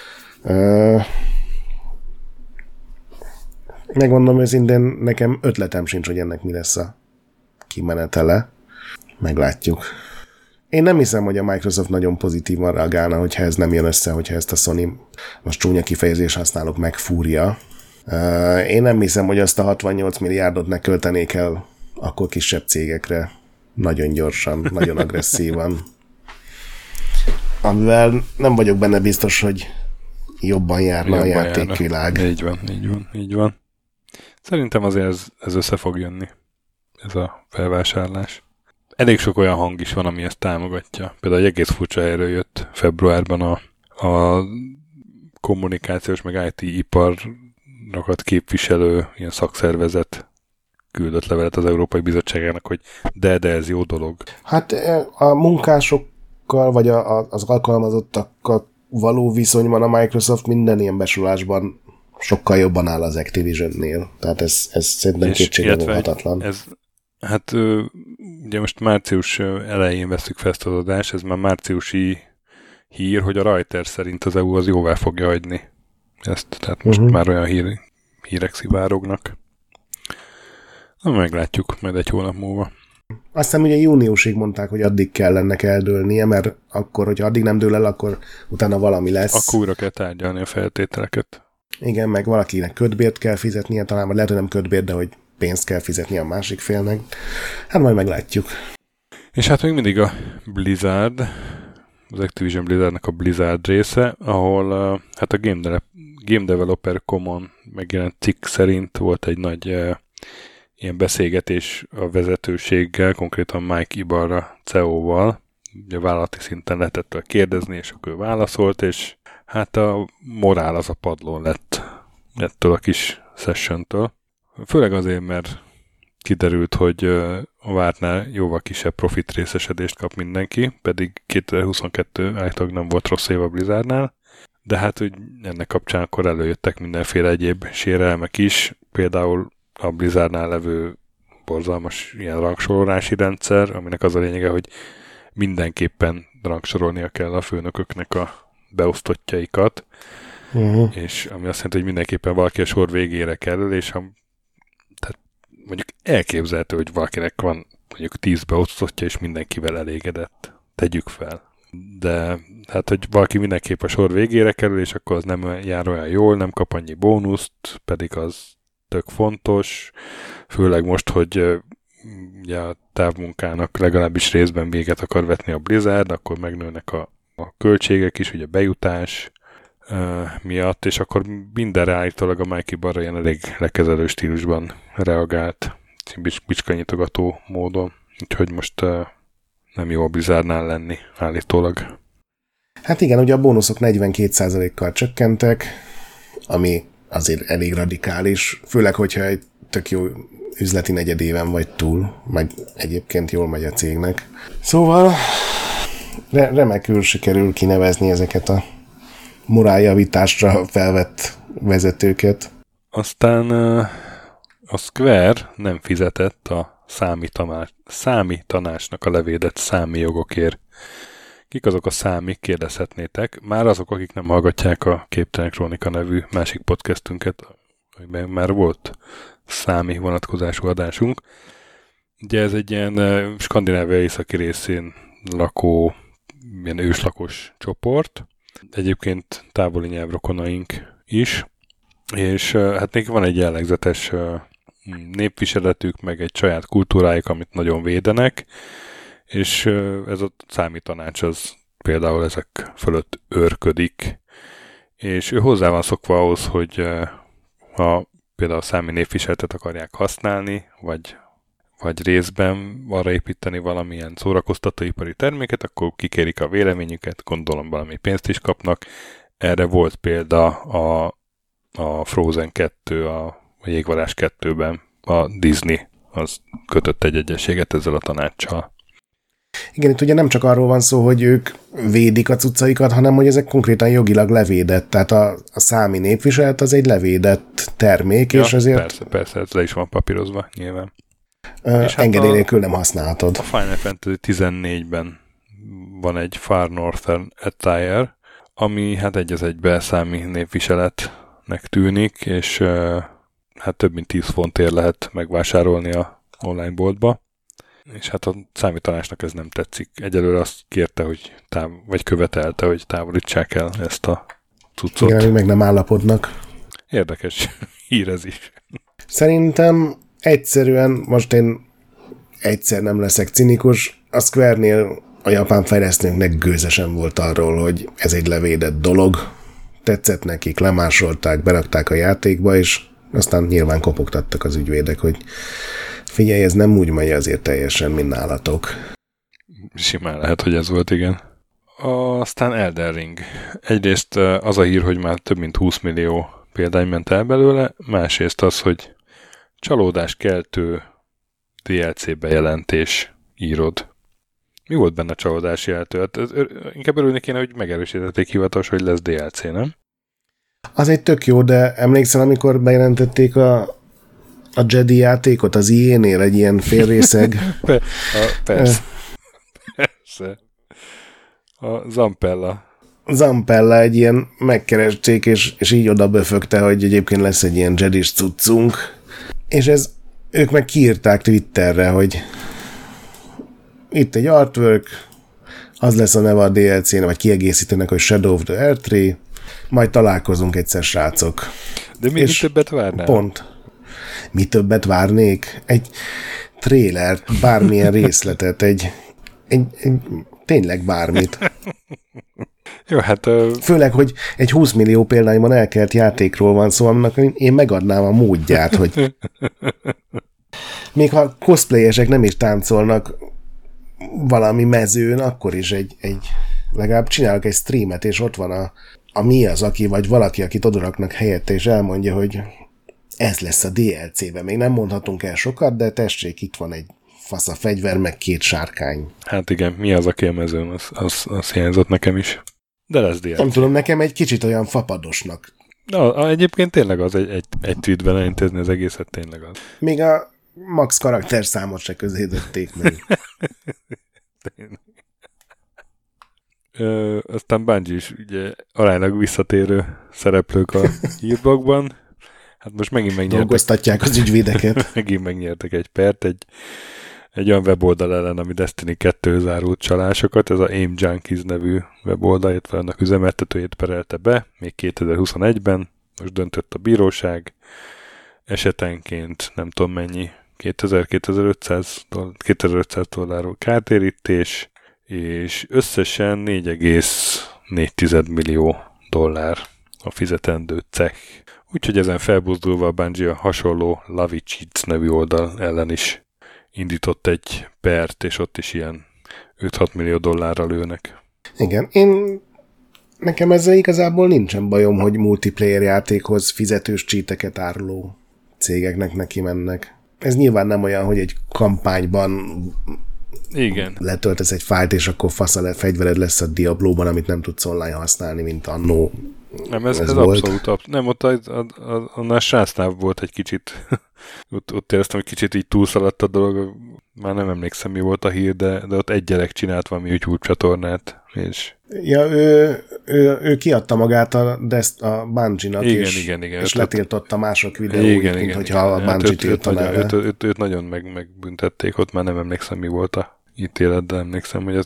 Megmondom őszintén, nekem ötletem sincs, hogy ennek mi lesz a kimenetele. Meglátjuk. Én nem hiszem, hogy a Microsoft nagyon pozitívan reagálna, hogyha ez nem jön össze, hogyha ezt a Sony, most csúnya kifejezés használok, megfúrja. Én nem hiszem, hogy azt a 68 milliárdot ne költenék el akkor kisebb cégekre. Nagyon gyorsan, nagyon agresszívan. Amivel nem vagyok benne biztos, hogy jobban járna a játékvilág. Így van. Szerintem azért ez össze fog jönni, ez a felvásárlás. Elég sok olyan hang is van, ami ezt támogatja. Például egy egész furcsa helyről jött februárban a kommunikációs meg IT iparokat képviselő ilyen szakszervezet küldött levelet az Európai Bizottságának, hogy de ez jó dolog. Hát a munkásokkal, vagy az alkalmazottakkal való viszonyban a Microsoft minden ilyen besorolásban sokkal jobban áll az Activision-nél. Tehát ez szerintem kétségbe vonhatatlan. Hát ugye most március elején veszük fel ezt az adást, ez már márciusi hír, hogy a Reuters szerint az EU az jóvá fogja hagyni ezt. Tehát most már olyan hírek szivárognak. Na, meglátjuk majd egy hónap múlva. Aztán ugye júniusig mondták, hogy addig kell ennek eldőlnie, mert akkor, hogyha addig nem dől el, akkor utána valami lesz. Akkor újra kell tárgyalni a feltételeket. Igen, meg valakinek kötbért kell fizetnie, talán, vagy lehet, hogy nem kötbért, de hogy pénzt kell fizetni a másik félnek. Hát majd meglátjuk. És hát még mindig a Blizzard, az Activision Blizzardnak a Blizzard része, ahol hát a Game Developer Common megjelent cikk szerint volt egy nagy ilyen beszélgetés a vezetőséggel, konkrétan Mike Ibarra CEO-val, ugye vállalati szinten lehetett kérdezni, és akkor ő válaszolt, és hát a morál az a padlón lett ettől a kis sessiontől. Főleg azért, mert kiderült, hogy a vártnál jóval kisebb profit részesedést kap mindenki, pedig 2022 állítólag nem volt rossz év a Blizzardnál, de hát hogy ennek kapcsán akkor előjöttek mindenféle egyéb sérelmek is, például a Blizzardnál levő borzalmas ilyen rangsorolási rendszer, aminek az a lényege, hogy mindenképpen rangsorolnia kell a főnököknek a beosztottjaikat, és ami azt jelenti, hogy mindenképpen valaki a sor végére kerül, és tehát mondjuk elképzelhető, hogy valakinek van mondjuk 10 beosztottja, és mindenkivel elégedett. Tegyük fel. De hát, hogy valaki mindenképp a sor végére kerül, és akkor az nem jár olyan jól, nem kap annyi bónuszt, pedig az tök fontos, főleg most, hogy ugye a távmunkának legalábbis részben véget akar vetni a Blizzard, akkor megnőnek a költségek is, ugye a bejutás miatt, és akkor mindenre állítólag a Mike Ibarra ilyen elég lekezelő stílusban reagált, bicskanyitogató módon, úgyhogy most nem jó a Blizzardnál lenni állítólag. Hát igen, ugye a bónuszok 42%-kal csökkentek, ami azért elég radikális, főleg, hogyha egy tök jó üzleti negyedéven vagy túl, meg egyébként jól megy a cégnek. Szóval remekül sikerül kinevezni ezeket a moráljavításra felvett vezetőket. Aztán a Square nem fizetett a számi tanácsnak a levédett számi jogokért. Kik azok a számik, kérdezhetnétek. Már azok, akik nem hallgatják a Képtelen Krónika nevű másik podcastünket, hogy már volt számi vonatkozású adásunk. Ugye ez egy ilyen Skandinávia északi részén lakó, ilyen őslakos csoport. Egyébként távoli nyelvrokonaink is. És hát nekik van egy jellegzetes népviseletük, meg egy saját kultúrájuk, amit nagyon védenek, és ez a számi tanács az például ezek fölött őrködik, és ő hozzá van szokva ahhoz, hogy ha például a számi népviseletet akarják használni, vagy részben arra építeni valamilyen szórakoztatóipari terméket, akkor kikérik a véleményüket, gondolom valami pénzt is kapnak. Erre volt példa a Frozen 2, a Jégvarázs 2-ben a Disney az kötött egy egyességet ezzel a tanácssal. Igen, itt ugye nem csak arról van szó, hogy ők védik a cuccaikat, hanem hogy ezek konkrétan jogilag levédett. Tehát a számi népviselet az egy levédett termék, ja, és ezért... Persze, ez le is van papírozva, nyilván. Engedély nélkül nem használhatod. A Final Fantasy 14-ben van egy Far Northern Attire, ami hát egy az egybe számi népviseletnek tűnik, és hát több mint 10 fontért lehet megvásárolni a online boltba. És hát a számi tanácsnak ez nem tetszik. Egyelőre azt kérte, hogy vagy követelte, hogy távolítsák el ezt a cuccot. Igen, meg nem állapodnak. Érdekes hír ez is. Szerintem egyszerűen, most én egyszer nem leszek cinikus, a Square-nél a japán fejlesztőknek gőzesen volt arról, hogy ez egy levédett dolog. Tetszett nekik, lemásolták, berakták a játékba, és aztán nyilván kopogtattak az ügyvédek, hogy figyelj, ez nem úgy megy azért teljesen, mint nálatok. Simán lehet, hogy ez volt, igen. Aztán Elden Ring. Egyrészt az a hír, hogy már több mint 20 millió példány ment el belőle, másrészt az, hogy csalódáskeltő DLC bejelentés írod. Mi volt benne a csalódási jelentő? Hát, inkább örülni kéne, hogy megerősítették hivatalos, hogy lesz DLC, nem? Az egy tök jó, de emlékszel, amikor bejelentették a Jedi játékot az EA-nél, egy ilyen félrészeg? Persze. Persze. A Zampella egy ilyen megkeresték, és így oda befögte, hogy egyébként lesz egy ilyen Jedi-s cuccunk. És ők meg kiírták Twitterre, hogy itt egy artwork, az lesz a neve a DLC-nek, vagy kiegészítenek, hogy Shadow of the Erdtree, majd találkozunk egyszer, srácok. De mi többet várnál? Pont. Mi többet várnék? Egy trailer, bármilyen részletet, egy tényleg bármit. Jó, hát... Főleg, hogy egy 20 millió példányban elkelt játékról van szó, annak én megadnám a módját, hogy... még ha cosplayesek nem is táncolnak valami mezőn, akkor is legalább csinálok egy streamet, és ott van a mi az, aki, vagy valaki, akit odaraknak helyette, és elmondja, hogy ez lesz a DLC-ben. Még nem mondhatunk el sokat, de tessék, itt van egy fasz a fegyver, meg 2 sárkány. Hát igen, mi az, aki a mezőn, az hiányzott nekem is. De lesz DLC. Nem tudom, nekem egy kicsit olyan fapadosnak. Egyébként tényleg az egy tweetben elintézni az egészet, tényleg az. Még a max karakterszámot se közédötték meg. Aztán Bungie is ugye aránylag visszatérő szereplők a hírblogban. Hát most megint megnyertek. Dolgoztatják az ügyvédeket. Megint megnyertek egy pert, egy olyan weboldal ellen, ami Destiny 2 zárult csalásokat, ez a Aim Junkies nevű weboldal, illetve annak üzemeltetőjét perelte be, még 2021-ben, most döntött a esetenként nem tudom mennyi, $2500 kártérítés, és összesen $4,4 millió a fizetendő cech. Úgyhogy ezen felbuzdulva a Bungie a hasonló Love Cheats nevű oldal ellen is indított egy pert, és ott is ilyen $5-6 millió lőnek. Igen, nekem ezzel igazából nincsen bajom, hogy multiplayer játékhoz fizetős cheateket áruló cégeknek neki mennek. Ez nyilván nem olyan, hogy egy kampányban igen. Letöltesz egy fájlt, és akkor fegyvered lesz a Diablóban, amit nem tudsz online használni, mint annó. Nem, ez abszolút. Nem, ott annál srácnál volt egy kicsit. ott éreztem, hogy kicsit így túlszaladt a dolog. Már nem emlékszem, mi volt a hír, de ott egy gyerek csinált valami YouTube csatornát. És... Ja, ő kiadta magát a Bungie-nak, igen. És letiltotta mások videóit, mint hogyha a Bungie tiltaná le. Őt nagyon megbüntették, ott már nem emlékszem, mi volt a ítélet, de emlékszem, hogy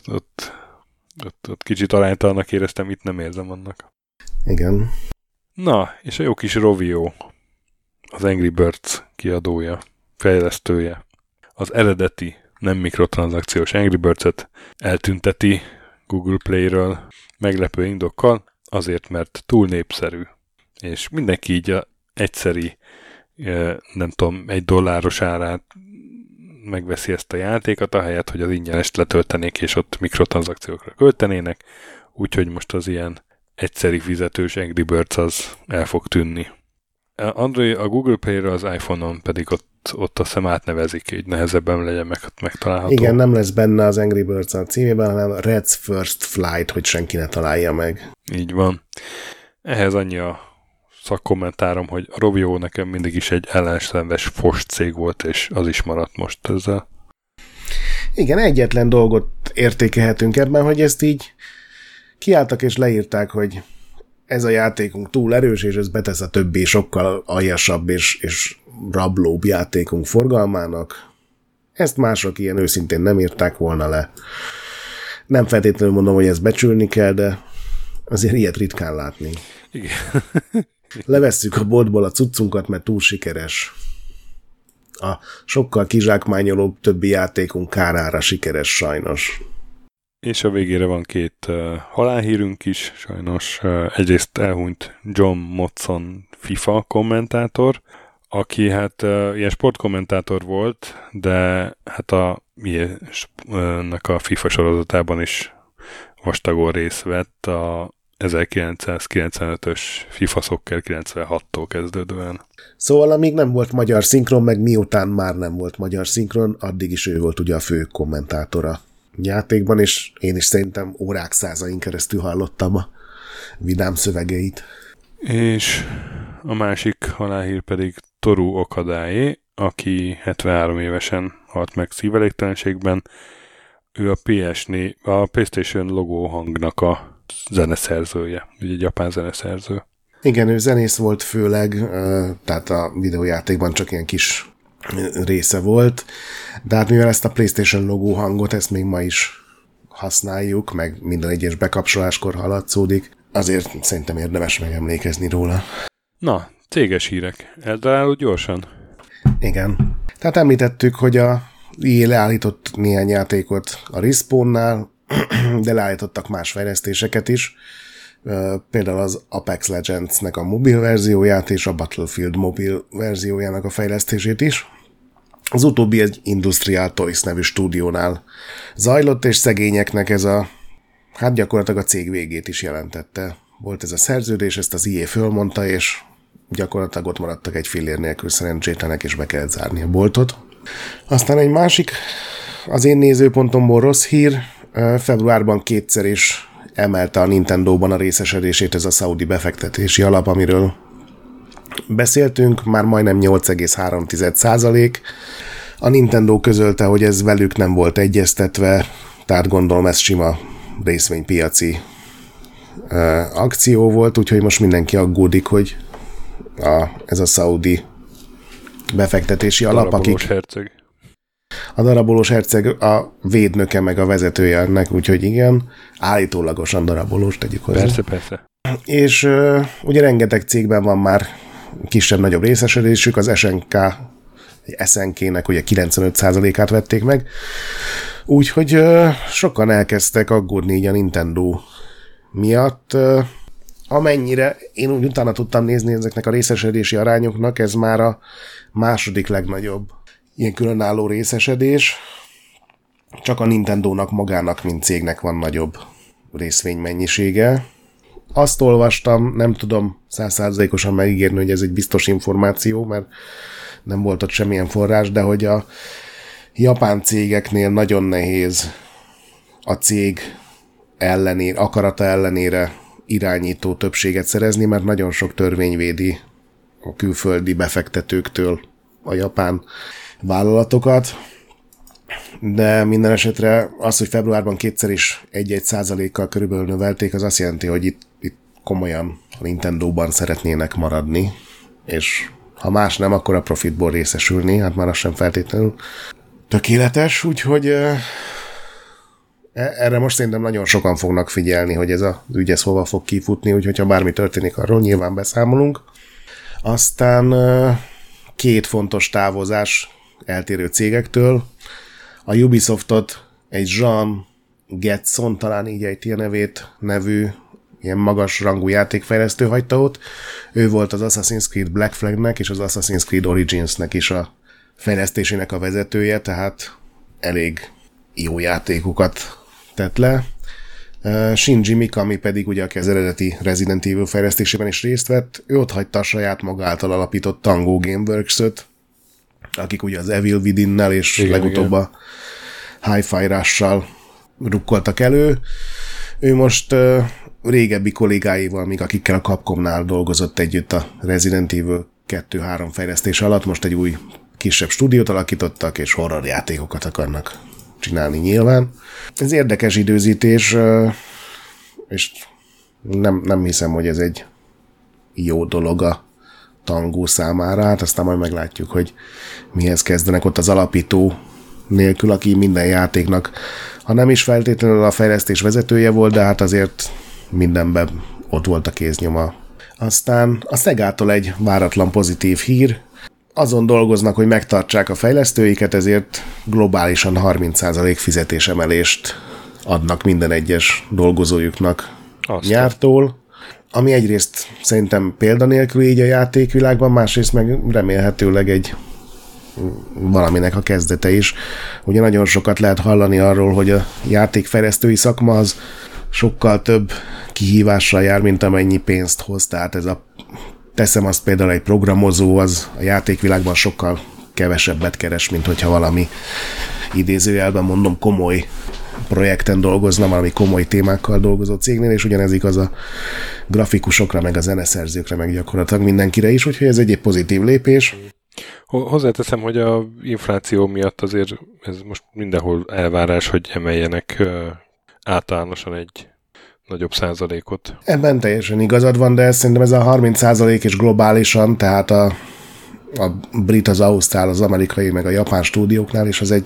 ott kicsit aránytalannak éreztem, itt nem érzem annak. Igen. Na, és a jó kis Rovio, az Angry Birds kiadója, fejlesztője, az eredeti, nem mikrotranszakciós Angry Birds-et eltünteti Google Play-ről meglepő indokkal, azért, mert túl népszerű. És mindenki így a egyszeri, nem tudom, $1 árát megveszi ezt a játékot, ahelyett, hogy az ingyenest letöltenék, és ott mikrotranszakciókra költenének, úgyhogy most az ilyen egyszeri fizetős Angry Birds az el fog tűnni. Android, a Google Play-ről, az iPhone-on pedig ott a szem átnevezik, így nehezebben legyen megtalálható. Igen, nem lesz benne az Angry Birds a címében, hanem Red's First Flight, hogy senki ne találja meg. Így van. Ehhez annyi a szakkommentárom, hogy a Rovio nekem mindig is egy ellenszenves fos cég volt, és az is maradt most ezzel. Igen, egyetlen dolgot értékelhetünk ebben, hogy ezt így kiálltak és leírták, hogy ez a játékunk túl erős, és ez betesz a többi sokkal aljasabb és rablóbb játékunk forgalmának. Ezt mások ilyen őszintén nem írták volna le. Nem feltétlenül mondom, hogy ezt becsülni kell, de azért ilyet ritkán látni. Igen. Levesszük a boltból a cuccunkat, mert túl sikeres. A sokkal kizsákmányolóbb többi játékunk kárára sikeres sajnos. És a végére van 2 halálhírünk is, sajnos. Egyrészt elhunyt John Motson FIFA kommentátor, aki hát ilyen sportkommentátor volt, de hát ennek a FIFA sorozatában is vastagon részt vett a 1995-ös FIFA Soccer 96-tól kezdődően. Szóval amíg nem volt magyar szinkron, meg miután már nem volt magyar szinkron, addig is ő volt ugye a fő kommentátora játékban, és én is szerintem órák százain keresztül hallottam a vidám szövegeit. És a másik halálhír pedig Toru Okadaé, aki 73 évesen halt meg szívelégtelenségben. Ő a PlayStation logó hangnak a zeneszerzője, ugye egy japán zeneszerző. Igen, ő zenész volt főleg, tehát a videójátékban csak ilyen kis része volt, de hát mivel ezt a PlayStation logó hangot, ezt még ma is használjuk, meg minden egyes bekapcsoláskor hallatszódik, azért szerintem érdemes megemlékezni róla. Na, céges hírek. Eltalálod gyorsan? Igen. Tehát említettük, hogy a EA leállított néhány játékot a Respawnnál, de leállítottak más fejlesztéseket is. Például az Apex Legends-nek a mobil verzióját és a Battlefield mobil verziójának a fejlesztését is. Az utóbbi egy Industrial Toys nevű stúdiónál zajlott, és szegényeknek ez hát gyakorlatilag a cég végét is jelentette. Volt ez a szerződés, ezt az EA fölmondta, és gyakorlatilag ott maradtak egy fillér nélkül szerencsétlenek, és be kellett zárni a boltot. Aztán egy másik, az én nézőpontomból rossz hír, februárban kétszer is emelte a Nintendóban a részesedését ez a szaudi befektetési alap, amiről beszéltünk, már majdnem 8,3%. A Nintendo közölte, hogy ez velük nem volt egyeztetve, tehát gondolom ez sima részvénypiaci akció volt, úgyhogy most mindenki aggódik, hogy ez a szaudi befektetési alap, akik... Herceg. A darabolós herceg a védnöke meg a vezetője ennek, úgyhogy igen, állítólagosan darabolós, tegyük hozzá. Persze. És ugye rengeteg cégben van már kisebb-nagyobb részesedésük, az SNK-nek ugye 95%-át vették meg, úgyhogy sokan elkezdtek aggódni így a Nintendo miatt. Amennyire én úgy utána tudtam nézni ezeknek a részesedési arányoknak, ez már a második legnagyobb ilyen különálló részesedés. Csak a Nintendónak magának, mint cégnek van nagyobb részvénymennyisége. Azt olvastam, nem tudom 100%-osan megígérni, hogy ez egy biztos információ, mert nem volt ott semmilyen forrás, de hogy a japán cégeknél nagyon nehéz a cég akarata ellenére irányító többséget szerezni, mert nagyon sok törvény védi a külföldi befektetőktől a japán vállalatokat, de minden esetre az, hogy februárban kétszer is 1% körülbelül növelték, az azt jelenti, hogy itt komolyan a Nintendóban szeretnének maradni, és ha más nem, akkor a profitból részesülni, hát már az sem feltétlenül tökéletes, úgyhogy erre most szerintem nagyon sokan fognak figyelni, hogy ez az ügy ez hova fog kifutni, úgyhogy ha bármi történik, arról nyilván beszámolunk. Aztán két fontos távozás eltérő cégektől. A Ubisoftot egy Jean Getson, talán így ejti a nevű ilyen magas rangú játékfejlesztő hagyta ott. Ő volt az Assassin's Creed Black Flagnek és az Assassin's Creed Originsnek is a fejlesztésének a vezetője, tehát elég jó játékokat tett le. Shinji Mikami pedig ugye, aki az eredeti Resident Evil fejlesztésében is részt vett, ő ott hagyta a saját maga által alapított Tango Gameworks-öt, akik ugye az Evil Within-nel és legutóbb a Hi-Fi Rush-sal rukkoltak elő. Ő most régebbi kollégáival, még akikkel a Capcomnál dolgozott együtt a Resident Evil 2-3 fejlesztés alatt, most egy új kisebb stúdiót alakítottak, és horror játékokat akarnak csinálni nyilván. Ez érdekes időzítés, és nem hiszem, hogy ez egy jó dolog a Tango számára, hát aztán majd meglátjuk, hogy mihez kezdenek ott az alapító nélkül, aki minden játéknak, ha nem is feltétlenül a fejlesztés vezetője volt, de hát azért mindenben ott volt a kéznyoma. Aztán a Szegától egy váratlan pozitív hír. Azon dolgoznak, hogy megtartsák a fejlesztőiket, ezért globálisan 30% fizetésemelést adnak minden egyes dolgozójuknak nyártól, ami egyrészt szerintem példanélkül így a játékvilágban, másrészt meg remélhetőleg egy valaminek a kezdete is. Ugye nagyon sokat lehet hallani arról, hogy a játékfejlesztői szakma az sokkal több kihívással jár, mint amennyi pénzt hoz. Tehát teszem azt, például egy programozó az a játékvilágban sokkal kevesebbet keres, mint hogyha valami idézőjelben mondom komoly projekten dolgozna, valami komoly témákkal dolgozó cégnél, és ugyanez igaz a grafikusokra, meg a zeneszerzőkre, meg gyakorlatilag mindenkire is, úgyhogy ez egy pozitív lépés. Hozzáteszem, hogy a infláció miatt azért ez most mindenhol elvárás, hogy emeljenek általánosan egy nagyobb százalékot. Ebben teljesen igazad van, de szerintem ez a 30% és globálisan, tehát a brit, az ausztrál, az amerikai, meg a japán stúdióknál is az egy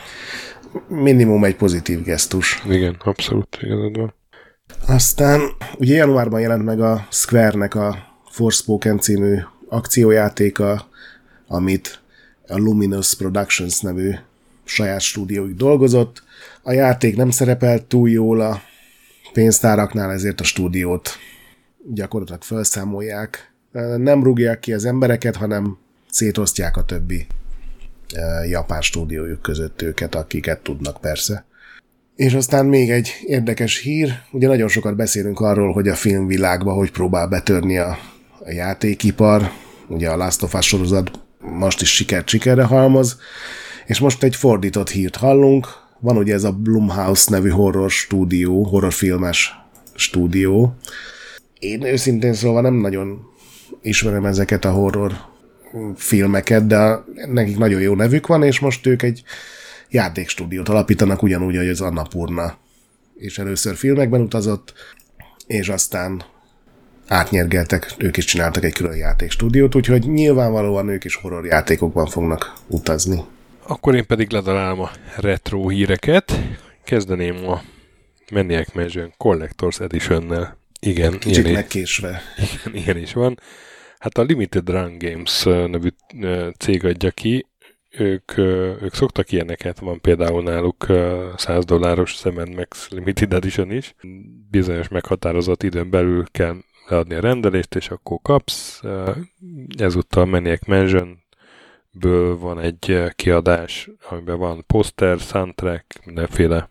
minimum egy pozitív gesztus. Igen, abszolút igazad van. Aztán ugye januárban jelent meg a Square-nek a Forspoken című akciójátéka, amit a Luminous Productions nevű saját stúdióig dolgozott. A játék nem szerepelt túl jól a pénztáraknál, ezért a stúdiót gyakorlatilag felszámolják. Nem rúgják ki az embereket, hanem szétosztják a többi japán stúdiójuk között őket, akiket tudnak persze. És aztán még egy érdekes hír, ugye nagyon sokat beszélünk arról, hogy a filmvilágba hogy próbál betörni a játékipar, ugye a Last of Us sorozat most is sikerre halmoz, és most egy fordított hírt hallunk, van ugye ez a Blumhouse nevű horrorfilmes stúdió. Én őszintén szóval nem nagyon ismerem ezeket a horror filmeket, de nekik nagyon jó nevük van, és most ők egy játékstúdiót alapítanak, ugyanúgy, hogy az Annapurna. És először filmekben utazott, és aztán átnyergeltek, ők is csináltak egy külön játékstúdiót, úgyhogy nyilvánvalóan ők is horror játékokban fognak utazni. Akkor én pedig ledarálom a retro híreket. Kezdeném a Maniac Mansion Collector's Edition-nel. Igen, kicsit megkésve. Igen, ilyen is van. Hát a Limited Run Games nevű cég adja ki. Ők szoktak ilyeneket, van például náluk $100 Sam & Max Limited Edition is. Bizonyos meghatározott időn belül kell leadni a rendelést, és akkor kapsz. Ezúttal Maniac Mansion-ből van egy kiadás, amiben van poszter, soundtrack, mindenféle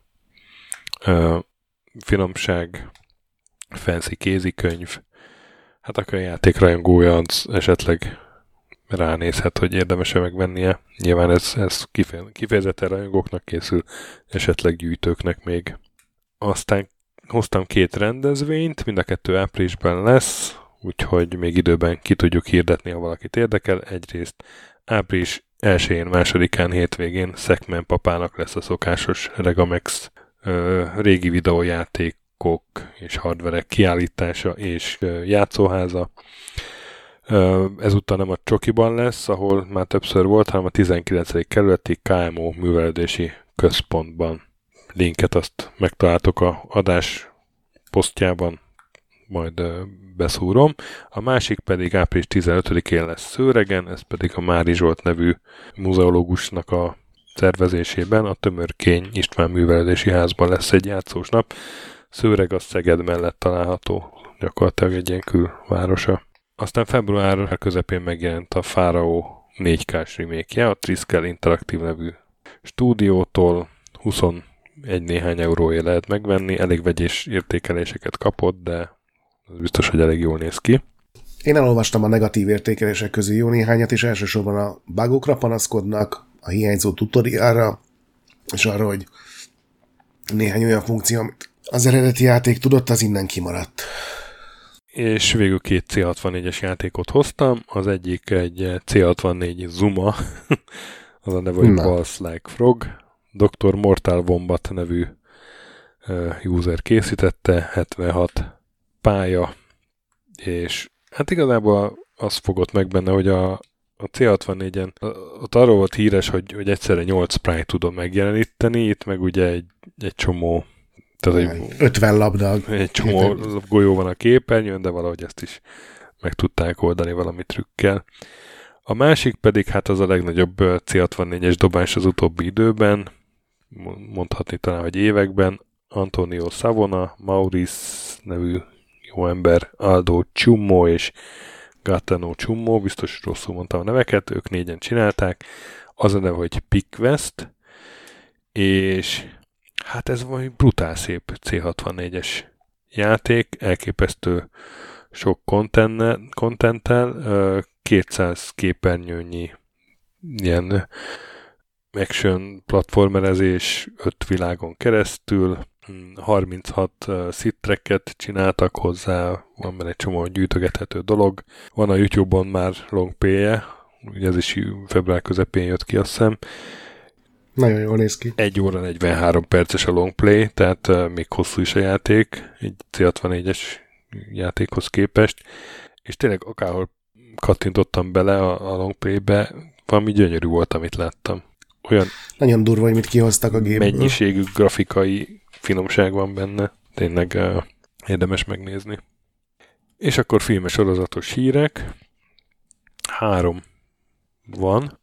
finomság, fancy kézikönyv. Hát akkor a játékrajongója az esetleg ránézhet, hogy érdemes-e megvennie. Nyilván ez kifejezetten rajongóknak készül, esetleg gyűjtőknek még. Aztán hoztam 2 rendezvényt, mind a 2 áprilisban lesz, úgyhogy még időben ki tudjuk hirdetni, ha valakit érdekel. Egyrészt április 1-én, 2-án, hétvégén Szekmen papának lesz a szokásos Regamex régi videójátékok és hardverek kiállítása és játszóháza. Ezúttal nem a Csokiban lesz, ahol már többször volt, hanem a 19. kerületi KMO művelődési központban. Linket azt megtaláltok a adás posztjában, majd beszúrom. A másik pedig április 15-én lesz Szőregen, ez pedig a Mári Zsolt nevű muzeológusnak a szervezésében, a Tömörkény István művelődési házban lesz egy játszós nap. Szőreg a Szeged mellett található, gyakorlatilag egy ilyen külvárosa. Aztán február közepén megjelent a Pharaoh 4K-s remake-je, a Triskel Interactive nevű stúdiótól. 21 néhány euróért lehet megvenni, elég vegyes értékeléseket kapott, de az biztos, hogy elég jól néz ki. Én elolvastam a negatív értékelések közül jó néhányat, és elsősorban a bugokra panaszkodnak, a hiányzó tutorialra, és arra, hogy néhány olyan funkció, amit az eredeti játék tudott, az innen kimaradt. És végül 2 C64-es játékot hoztam, az egyik egy C64 Zuma, az a neve, hogy Balls Like Frog, Dr. Mortal Wombat nevű user készítette, 76 pálya, és hát igazából az fogott meg benne, hogy a C64-en ott arról volt híres, hogy egyszerre 8 sprite tudom megjeleníteni, itt meg ugye egy csomó, tehát 50 labda. Egy csomó golyó van a képernyőn, de valahogy ezt is meg tudták oldani valami trükkel. A másik pedig hát az a legnagyobb C64-es dobás az utóbbi időben, mondhatni talán, hogy években, Antonio Savona, Maurice nevű jó ember, Aldo Ciummo és Gaetano Ciummo, biztos rosszul mondtam a neveket, ők 4-en csinálták, az a neve, hogy PicWest, és hát ez valami brutál szép C64-es játék, elképesztő sok contenttel, 200 képernyőnyi ilyen action platformerezés 5 világon keresztül, 36 szittracket csináltak hozzá, van benne egy csomó gyűjtögethető dolog. Van a YouTube-on már longplay-je, ugye ez is február közepén jött ki, azt hiszem. Nagyon jól néz ki. 1 óra 43 perces a longplay, tehát még hosszú is a játék, egy C64-es játékhoz képest, és tényleg akárhol kattintottam bele a longplay-be, valami gyönyörű volt, amit láttam. Olyan nagyon durva, hogy mit kihoztak a gépből. Mennyiségű grafikai finomság van benne. Tényleg érdemes megnézni. És akkor filmes sorozatos hírek. 3 van.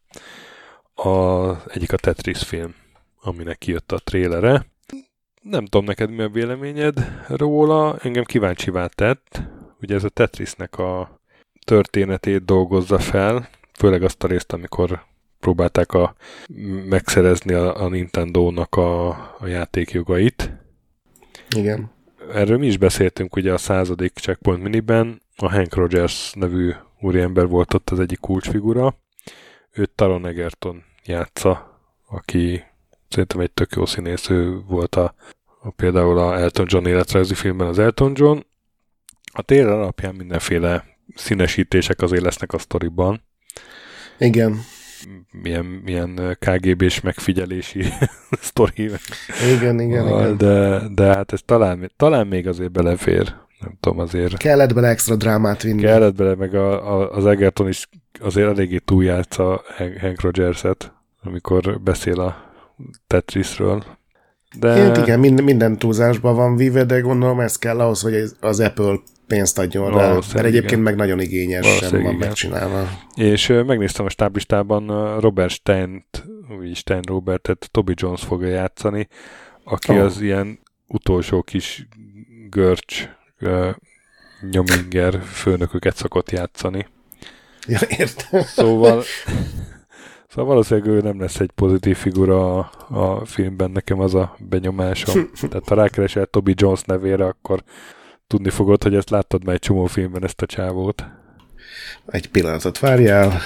Egyik a Tetris film, aminek kijött a trélere. Nem tudom neked mi a véleményed róla, engem kíváncsivá tett. Ugye ez a Tetrisnek a történetét dolgozza fel, főleg azt a részt, amikor próbálták megszerezni a Nintendo-nak a játékjogait. Igen. Erről mi is beszéltünk ugye a 100. Checkpoint Miniben, a Hank Rogers nevű úriember volt ott az egyik kulcsfigura. Őt Taron Egerton játsza, aki szerintem egy tök jó színész, ő volt például a Elton John életrajzi filmben az Elton John. A trailer alapján mindenféle színesítések azért lesznek a sztoriban. Igen. Milyen KGB-s megfigyelési sztori. Igen. De hát ez talán még azért belefér. Nem tudom, azért... Kellett bele extra drámát vinni. Kellett bele, meg az Egerton is azért eléggé túljátsza Hank Rogers-et, amikor beszél a Tetrisről. De... Igen, minden túlzásban van víve, de gondolom ez kell ahhoz, hogy az Apple pénzt adjon rá, mert egyébként igen. Meg nagyon igényes sem van megcsinálva. És megnéztem a stáblistában Robert Stein Robertet Toby Jones fogja játszani, aki az ilyen utolsó kis görcs nyominger főnököket szokott játszani. Ja, értem. Szóval valószínűleg ő nem lesz egy pozitív figura a filmben, nekem az a benyomásom. Tehát ha rákeresel Toby Jones nevére, akkor tudni fogod, hogy ezt láttad már egy csomó filmben, ezt a csávót. Egy pillanatot várjál.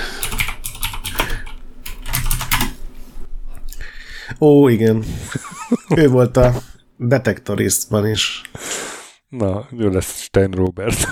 Ó, igen. Ő volt a Detektoristban is. Na, ő lesz Stein Robert.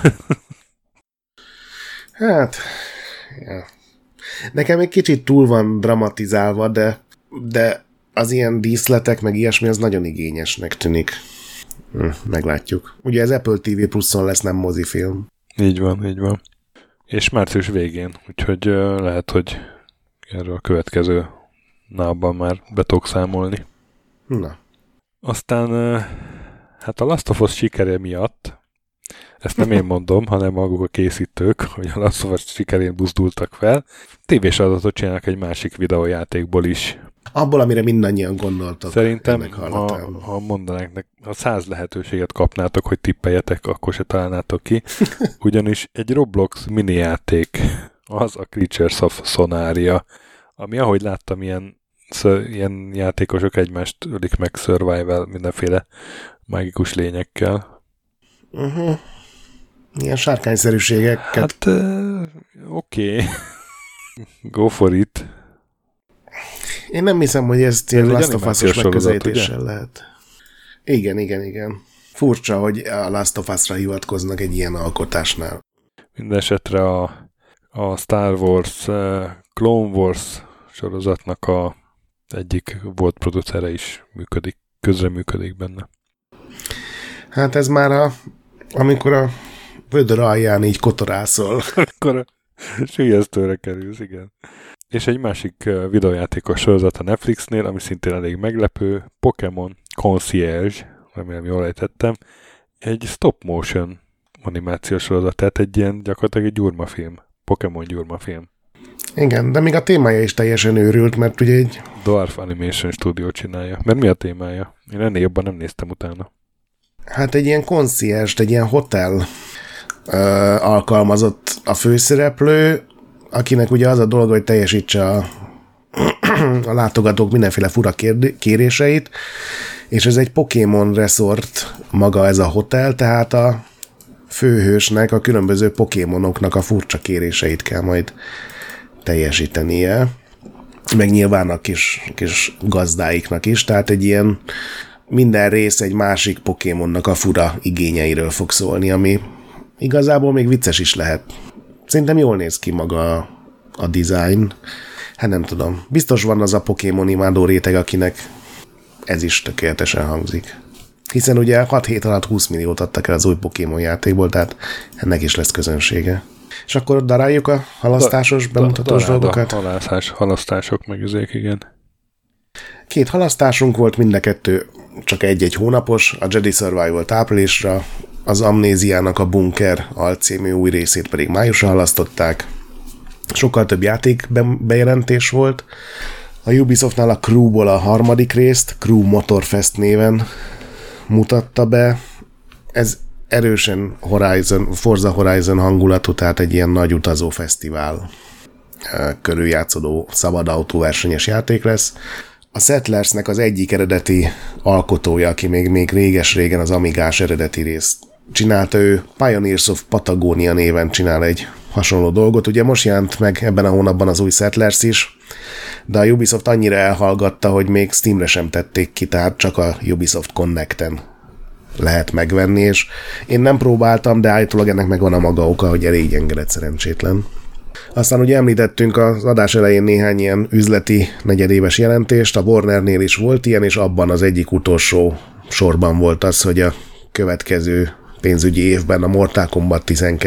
Hát, ja. Nekem egy kicsit túl van dramatizálva, de az ilyen díszletek, meg ilyesmi, az nagyon igényesnek tűnik. Meglátjuk. Ugye ez Apple TV Pluson lesz, nem mozifilm. Így van. És március végén, úgyhogy lehet, hogy erről a következő napban már be tudok számolni. Na. Aztán hát a Last of Us sikere miatt, ezt nem én mondom, hanem maguk a készítők, hogy a Last of Us sikerén buzdultak fel, tévés adatot csinálnak egy másik videójátékból is. Abból, amire mindannyian gondoltak. Szerintem, ha mondanánk, ha 100 lehetőséget kapnátok, hogy tippeljetek, akkor se találnátok ki. Ugyanis egy Roblox minijáték, az a Creatures of Sonaria, ami ahogy láttam, ilyen játékosok egymást ölik meg survival mindenféle mágikus lényekkel. Ilyen sárkányszerűségeket. Hát, oké. Go for it. Én nem hiszem, hogy ezt ilyen Last of Us-os megközelítéssel lehet. Igen. Furcsa, hogy a Last of Us-ra hivatkoznak egy ilyen alkotásnál. Mindenesetre a Star Wars, Clone Wars sorozatnak egyik volt producere is közreműködik benne. Hát ez már amikor a vödör alján így kotorászol. Akkor a sülyeztőre kerülsz, igen. És egy másik videójátékos sorozat a Netflixnél, ami szintén elég meglepő, Pokémon Concierge, remélem jól ejtettem, egy stop motion animációs sorozat, tehát egy ilyen gyakorlatilag egy gyurmafilm, Pokémon gyurmafilm. Igen, de még a témája is teljesen őrült, mert ugye egy... Dwarf Animation Studio csinálja. Mert mi a témája? Én ennél jobban nem néztem utána. Hát egy ilyen concierge, egy ilyen hotel alkalmazott a főszereplő, akinek ugye az a dolga, hogy teljesítse a látogatók mindenféle fura kéréseit, és ez egy Pokémon resort maga ez a hotel, tehát a főhősnek a különböző Pokémonoknak a furcsa kéréseit kell majd teljesítenie, meg nyilván a kis gazdáiknak is, tehát egy ilyen minden rész egy másik Pokémonnak a fura igényeiről fog szólni, ami igazából még vicces is lehet. Szerintem jól néz ki maga a design. Hát nem tudom. Biztos van az a Pokémon imádó réteg, akinek ez is tökéletesen hangzik. Hiszen ugye 6 hét alatt 20 milliót adtak el az új Pokémon játékból, tehát ennek is lesz közönsége. És akkor daráljuk a halasztásos, bemutatós dolgokat? Halasztások meg üzék, igen. 2 halasztásunk volt, mind a 2 csak egy hónapos, a Jedi Survival-t áprilisra, az Amnéziának a Bunker alcímű új részét pedig májusra halasztották. Sokkal több játék bejelentés volt. A Ubisoftnál a Crew-ból a 3. részt, Crew Motorfest néven mutatta be. Ez erősen Forza Horizon hangulatú, tehát egy ilyen nagy utazó fesztivál. körül játszódó szabad autóversenyes játék lesz. A Settlersnek az egyik eredeti alkotója, aki még réges-régen az Amigás eredeti részt csinálta, ő Pioneers of Patagonia néven csinál egy hasonló dolgot. Ugye most jelent meg ebben a hónapban az új Settlers is, de a Ubisoft annyira elhallgatta, hogy még Steamre sem tették ki, tehát csak a Ubisoft Connect-en lehet megvenni, és én nem próbáltam, de állítólag ennek megvan a maga oka, hogy elég gyengedett szerencsétlen. Aztán ugye említettünk az adás elején néhány ilyen üzleti negyedéves jelentést, a Warnernél is volt ilyen, és abban az egyik utolsó sorban volt az, hogy a következő pénzügyi évben a Mortal Kombat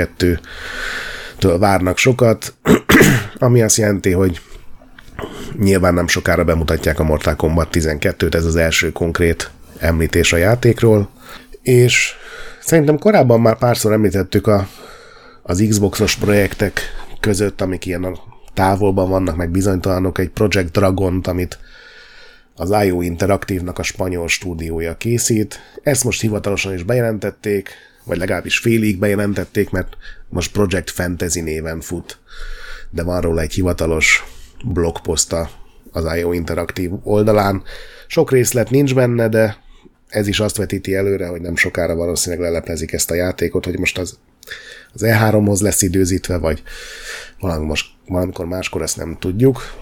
12-től várnak sokat, ami azt jelenti, hogy nyilván nem sokára bemutatják a Mortal Kombat 12-t, ez az első konkrét említés a játékról, és szerintem korábban már párszor említettük az Xboxos projektek között, amik ilyen a távolban vannak, meg bizonytalanok, egy Project Dragont, amit az IO Interactive-nak a spanyol stúdiója készít. Ezt most hivatalosan is bejelentették, vagy legalábbis félig bejelentették, mert most Project Fantasy néven fut, de van róla egy hivatalos blogposzta az IO Interactive oldalán. Sok részlet nincs benne, de ez is azt vetíti előre, hogy nem sokára valószínűleg leleplezik ezt a játékot, hogy most az E3-hoz lesz időzítve, vagy valamikor máskor, ezt nem tudjuk.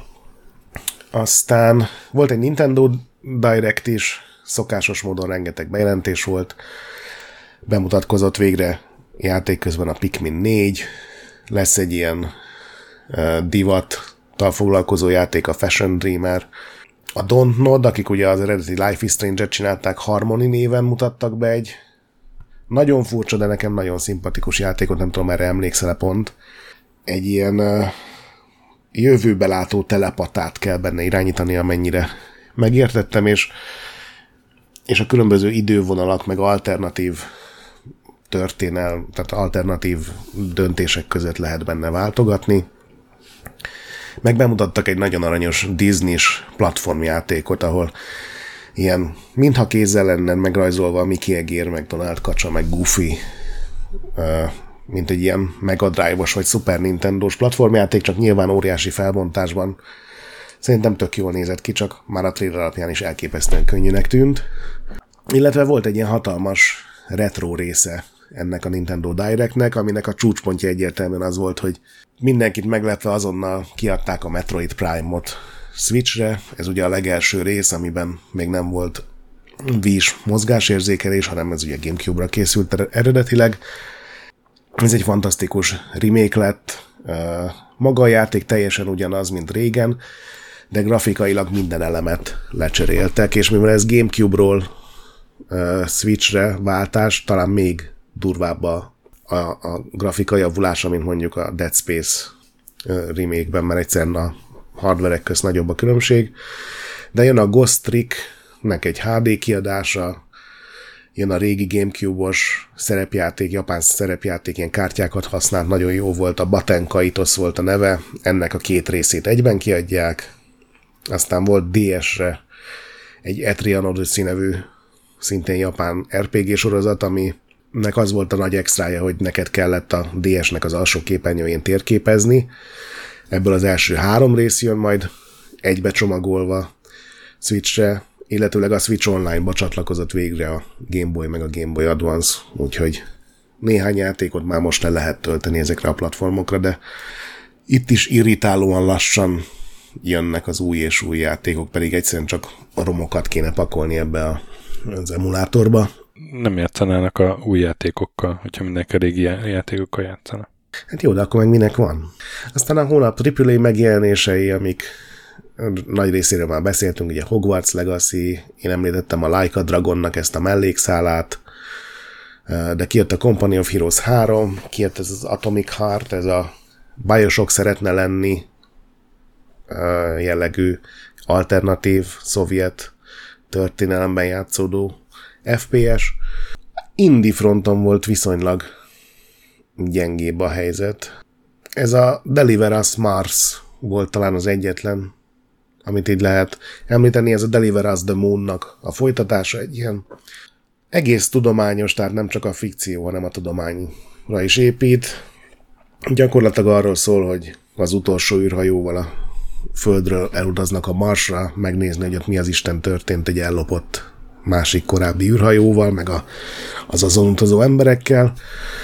Aztán volt egy Nintendo Direct is, szokásos módon rengeteg bejelentés volt, bemutatkozott végre játék közben a Pikmin 4, lesz egy ilyen divattal foglalkozó játék, a Fashion Dreamer, a Dontnod, akik ugye az eredeti Life is Strange-et csinálták, Harmony néven mutattak be egy nagyon furcsa, de nekem nagyon szimpatikus játékot, nem tudom, erre emlékszel-e pont. Egy ilyen jövőbe látó telepatát kell benne irányítani, amennyire megértettem, és a különböző idővonalak, meg alternatív tehát alternatív döntések között lehet benne váltogatni. Meg bemutattak egy nagyon aranyos Disney-s platformjátékot, ahol ilyen, mintha kézzel lenne megrajzolva a Mickey egér, meg Donald kacsa, meg Goofy, mint egy ilyen Mega Drive-os vagy Super Nintendo-s platformjáték, csak nyilván óriási felbontásban. Szerintem tök jól nézett ki, csak már a trailer alapján is elképesztően könnyűnek tűnt. Illetve volt egy ilyen hatalmas retro része ennek a Nintendo Directnek, aminek a csúcspontja egyértelműen az volt, hogy mindenkit meglepve azonnal kiadták a Metroid Prime-ot Switchre. Ez ugye a legelső rész, amiben még nem volt Wii-s mozgásérzékelés, hanem ez ugye GameCube-ra készült eredetileg. Ez egy fantasztikus remake lett. Maga a játék teljesen ugyanaz, mint régen, de grafikailag minden elemet lecseréltek, és mivel ez GameCube-ról Switchre váltás, talán még durvább a grafika javulása, mint mondjuk a Dead Space remake-ben, mert egyszerűen a hardverek közt nagyobb a különbség. De jön a Ghost Trick-nek egy HD kiadása, jön a régi GameCube-os szerepjáték, japán szerepjáték, ilyen kártyákat használt, nagyon jó volt, a Baten Kaitos volt a neve, ennek a két részét egyben kiadják. Aztán volt DS-re egy Etrian Odyssey nevű, szintén japán RPG sorozat, aminek az volt a nagy extrája, hogy neked kellett a DS-nek az alsó képernyőjén térképezni. Ebből az első 3 rész jön majd egybe csomagolva Switchre, illetőleg a Switch Online-ba csatlakozott végre a Game Boy meg a Game Boy Advance, úgyhogy néhány játékot már most le lehet tölteni ezekre a platformokra, de itt is irritálóan lassan jönnek az új és új játékok, pedig egyszerűen csak a romokat kéne pakolni ebbe az emulátorba. Nem játszanának a új játékokkal, hogyha mindenki régi játékokkal játszana. Hát jó, de akkor meg minek van? Aztán a hónap AAA megjelenései, amik nagy részéről már beszéltünk, ugye Hogwarts Legacy, én említettem a Like a Dragonnak ezt a mellékszálát, de kijött a Company of Heroes 3, kijött ez az Atomic Heart, ez a Bioshock szeretne lenni jellegű alternatív szovjet történelemben játszódó FPS. Indie fronton volt viszonylag gyengébb a helyzet. Ez a Deliver Us Mars volt talán az egyetlen, amit így lehet említeni, ez a Deliver Us the Moon-nak a folytatása, egy ilyen egész tudományos, tehát nem csak a fikció, hanem a tudományra is épít. Gyakorlatilag arról szól, hogy az utolsó űrhajóval a Földről elutaznak a Marsra, megnézni, hogy ott mi az Isten történt egy ellopott másik korábbi űrhajóval, meg az azon utazó emberekkel.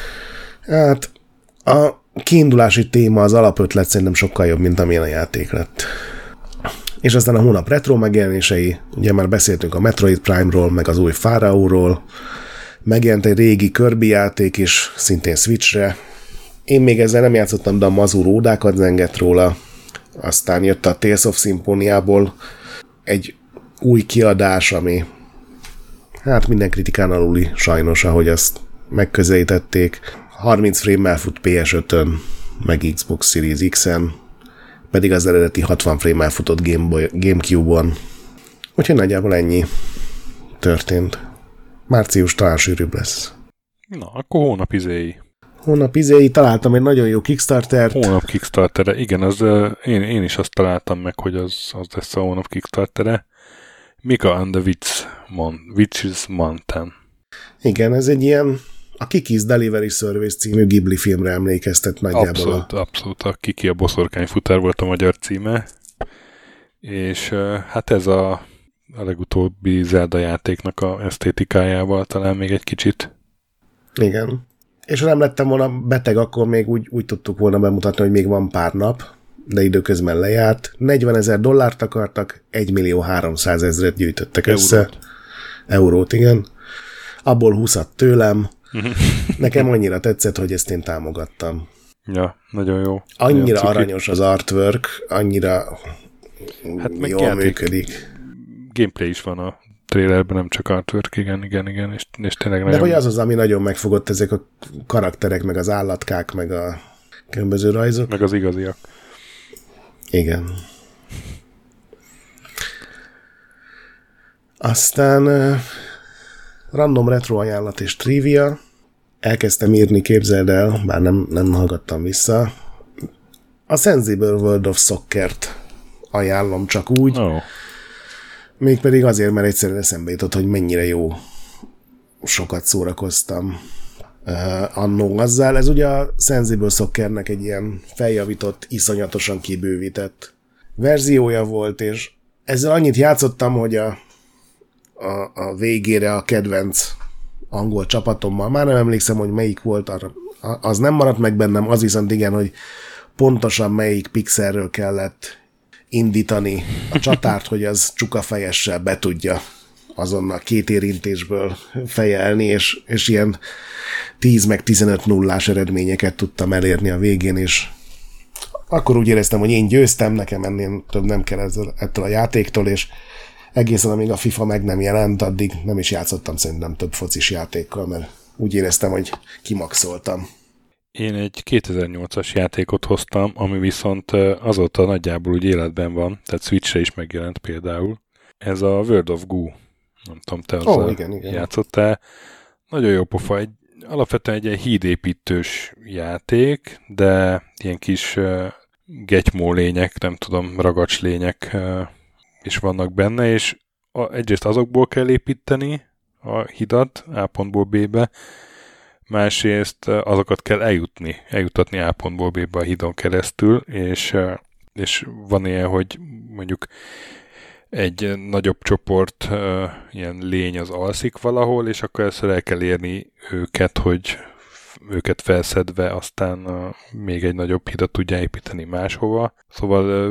Hát a kiindulási téma, az alapötlet szerintem sokkal jobb, mint amilyen a játék lett. És aztán a hónap retro megjelenései, ugye már beszéltünk a Metroid Prime-ról, meg az új Pharaoh-ról, megjelent egy régi Kirby játék is, szintén Switchre. Én még ezzel nem játszottam, de a Mazur ódákat zengett róla. Aztán jött a Tales of Symphonia-ból egy új kiadás, ami hát minden kritikán aluli sajnos, ahogy azt megközelítették. 30 frame-mel fut PS5-ön, meg Xbox Series X-en, pedig az eredeti 60 frame-mel futott Gamecube-on. Úgyhogy nagyjából ennyi történt. Március talán sűrűbb lesz. Na, akkor hónap izéi. Találtam egy nagyon jó Kickstartert. Hónap Kickstartere, igen, én is azt találtam meg, hogy az lesz a hónap Kickstartere. Mika and the Witch's Mountain. Igen, ez egy ilyen a Kiki's Delivery Service című Ghibli filmre emlékeztet nagyjából. Abszolút. A Kiki a boszorkányfutár volt a magyar címe. És hát ez a legutóbbi Zelda játéknak a esztétikájával talán még egy kicsit. Igen. És ha nem lettem volna beteg, akkor még úgy tudtuk volna bemutatni, hogy még van pár nap, de időközben lejárt. $40,000 akartak, 1.300.000 gyűjtöttek össze. Eurót, igen. Abból 20-at tőlem. Nekem annyira tetszett, hogy ezt én támogattam. Ja, nagyon jó. Annyira aranyos az artwork, annyira jól működik. Gameplay is van a trailerben, nem csak artwork, igen, és tényleg nagyon... De hogy az, ami nagyon megfogott, ezek a karakterek, meg az állatkák, meg a különböző rajzok. Meg az igaziak. Igen. Aztán random retro ajánlat és trivia. Elkezdtem írni, képzeld el, bár nem hallgattam vissza. A Sensible World of Soccer-t ajánlom csak úgy. Oh. Mégpedig azért, mert egyszerűen eszembe jutott, hogy mennyire jó, sokat szórakoztam annó azzal. Ez ugye a Sensible Soccernek egy ilyen feljavított, iszonyatosan kibővített verziója volt, és ezzel annyit játszottam, hogy a végére a kedvenc angol csapatommal, már nem emlékszem, hogy melyik volt, az nem maradt meg bennem, az viszont igen, hogy pontosan melyik pixelről kellett indítani a csatárt, hogy az csukafejessel be tudja azonnal 2 érintésből fejelni, és ilyen 10 meg 15 nullás eredményeket tudtam elérni a végén, és akkor úgy éreztem, hogy én győztem, nekem ennél több nem kell ettől a játéktól, és egészen amíg a FIFA meg nem jelent, addig nem is játszottam szerintem több focis játékkal, mert úgy éreztem, hogy kimaxoltam. Én egy 2008-as játékot hoztam, ami viszont azóta nagyjából úgy életben van, tehát Switchre is megjelent például. Ez a World of Goo. Nem tudom, te azzal igen. játszottál. Nagyon jó pofa. Alapvetően egy ilyen hídépítős játék, de ilyen kis getymó lények, nem tudom, ragacs lények is vannak benne, és egyrészt azokból kell építeni a hidat A pontból B-be, másrészt azokat kell eljutatni A pontból B-be a hídon keresztül, és van ilyen, hogy mondjuk egy nagyobb csoport ilyen lény az alszik valahol, és akkor először el kell érni őket, hogy őket felszedve aztán még egy nagyobb hidat tudja építeni máshova. Szóval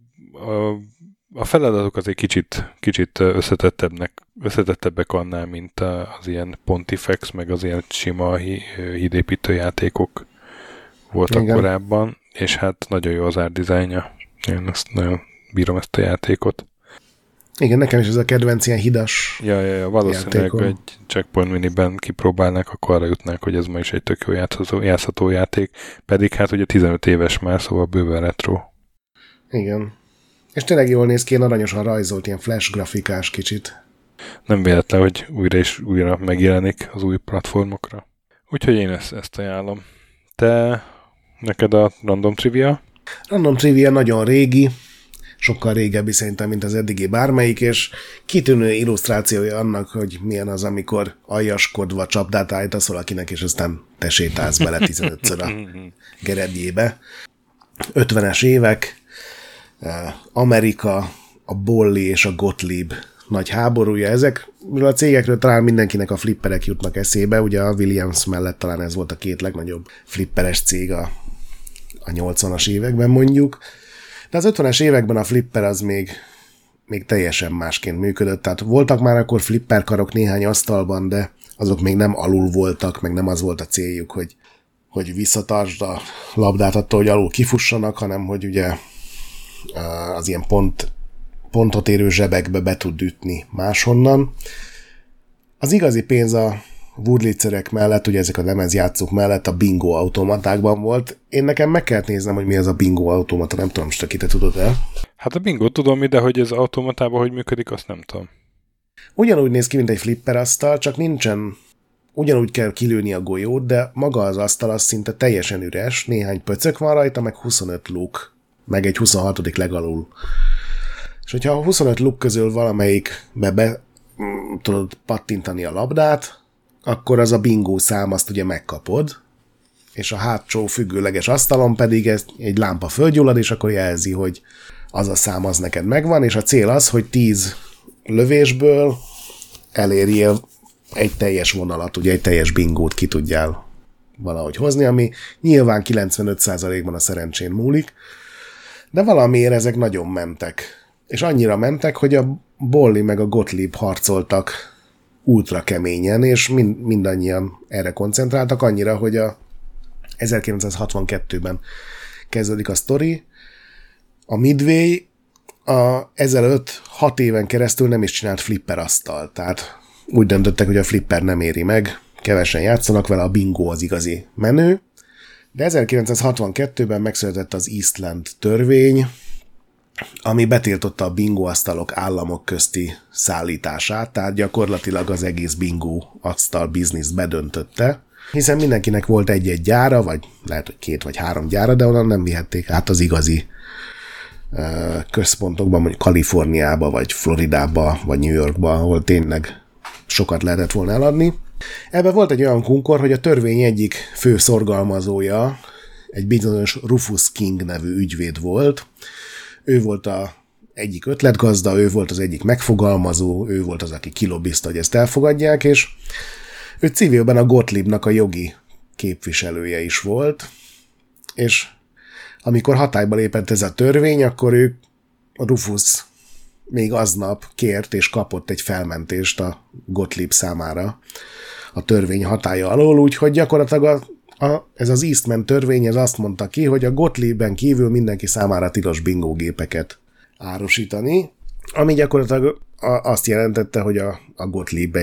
a feladatok azért kicsit összetettebbek annál, mint az ilyen Pontifex, meg az ilyen sima hídépítő játékok voltak korábban, és hát nagyon jó az art dizájnja. Én nagyon bírom ezt a játékot. Igen, nekem is ez a kedvenc ilyen hidas Ja, valószínűleg egy Checkpoint Miniben kipróbálnák, akkor arra jutnák, hogy ez ma is egy tök jó játszható játék, pedig hát ugye 15 éves már, szóval bőven retro. Igen. És tényleg jól néz ki, aranyosan rajzolt, ilyen flash grafikás kicsit. Nem véletlen, hogy újra és újra megjelenik az új platformokra. Úgyhogy én ezt ajánlom. Te, neked a random trivia? Random trivia nagyon régi, sokkal régebbi szerintem, mint az eddigi bármelyik, és kitűnő illusztrációja annak, hogy milyen az, amikor aljaskodva csapdát állítasz valakinek, és aztán te sétálsz bele 15-ször a gerebjébe. 50-es évek, Amerika, a Bolli és a Gottlieb nagy háborúja. Ezekről a cégekről talán mindenkinek a flipperek jutnak eszébe, ugye a Williams mellett talán ez volt a két legnagyobb flipperes cég a 80-as években mondjuk. De az 50-es években a flipper az még teljesen másként működött, tehát voltak már akkor flipperkarok néhány asztalban, de azok még nem alul voltak, meg nem az volt a céljuk, hogy visszatartsd a labdát attól, hogy alul kifussanak, hanem hogy ugye az ilyen pontot érő zsebekbe be tud ütni máshonnan. Az igazi pénz a Wurlitzerek mellett, ugye ezek a lemezjátszók mellett a bingo automatákban volt. Én nekem meg kellett néznem, hogy mi az a bingo automata, nem tudom, most te tudod el? Hát a bingo tudom, de hogy ez automatában hogy működik, azt nem tudom. Ugyanúgy néz ki, mint egy flipper asztal, csak nincsen, ugyanúgy kell kilőni a golyót, de maga az asztal az szinte teljesen üres, néhány pöcök van rajta, meg 25 luk, meg egy 26. legalul. És hogyha a 25 luk közül valamelyikbe tudod pattintani a labdát, akkor az a bingo szám azt ugye megkapod, és a hátsó függőleges asztalon pedig egy lámpa fölgyullad, és akkor jelzi, hogy az a szám az neked megvan, és a cél az, hogy 10 lövésből elérjél egy teljes vonalat, ugye egy teljes bingót ki tudjál valahogy hozni, ami nyilván 95%-ban a szerencsén múlik, de valamiért ezek nagyon mentek. És annyira mentek, hogy a Bolli meg a Gottlieb harcoltak ultra keményen, és mindannyian erre koncentráltak, annyira, hogy a 1962-ben kezdődik a sztori. A Midway ezelőtt 6 éven keresztül nem is csinált flipper asztalt, tehát úgy döntöttek, hogy a flipper nem éri meg, kevesen játszanak vele, a bingo az igazi menő, de 1962-ben megszületett az Eastland törvény, ami betiltotta a bingo asztalok államok közti szállítását, tehát gyakorlatilag az egész bingo asztal bizniszt bedöntötte, hiszen mindenkinek volt egy-egy gyára, vagy lehet, hogy 2 vagy 3 gyára, de onnan nem vihették át az igazi központokban, mondjuk Kaliforniába, vagy Floridába, vagy New Yorkba, ahol tényleg sokat lehetett volna eladni. Ebben volt egy olyan kunkor, hogy a törvény egyik fő szorgalmazója egy bizonyos Rufus King nevű ügyvéd volt. Ő volt egyik ötletgazda, ő volt az egyik megfogalmazó, ő volt az, aki kilobizta, hogy ezt elfogadják, és ő civilben a Gottliebnak a jogi képviselője is volt, és amikor hatályba lépett ez a törvény, akkor a Rufus még aznap kért és kapott egy felmentést a Gottlieb számára a törvény hatálya alól, úgyhogy gyakorlatilag ez az Eastman törvény ez azt mondta ki, hogy a Gottliebben kívül mindenki számára tilos bingógépeket árusítani, ami gyakorlatilag azt jelentette, hogy a Gottlieb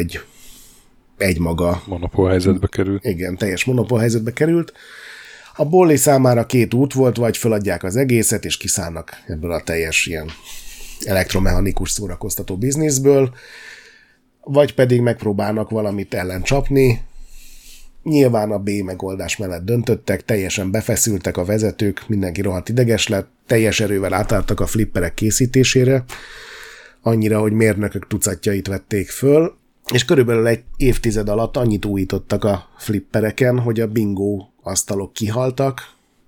egymaga monopólhelyzetbe került. Igen, teljes monopólhelyzetbe került. A Bolli számára 2 út volt, vagy feladják az egészet, és kiszállnak ebből a teljes ilyen elektromechanikus szórakoztató bizniszből, vagy pedig megpróbálnak valamit ellencsapni. Nyilván a B megoldás mellett döntöttek, teljesen befeszültek a vezetők, mindenki rohadt ideges lett, teljes erővel átálltak a flipperek készítésére, annyira, hogy mérnökök tucatjait vették föl, és körülbelül egy évtized alatt annyit újítottak a flippereken, hogy a bingo asztalok kihaltak,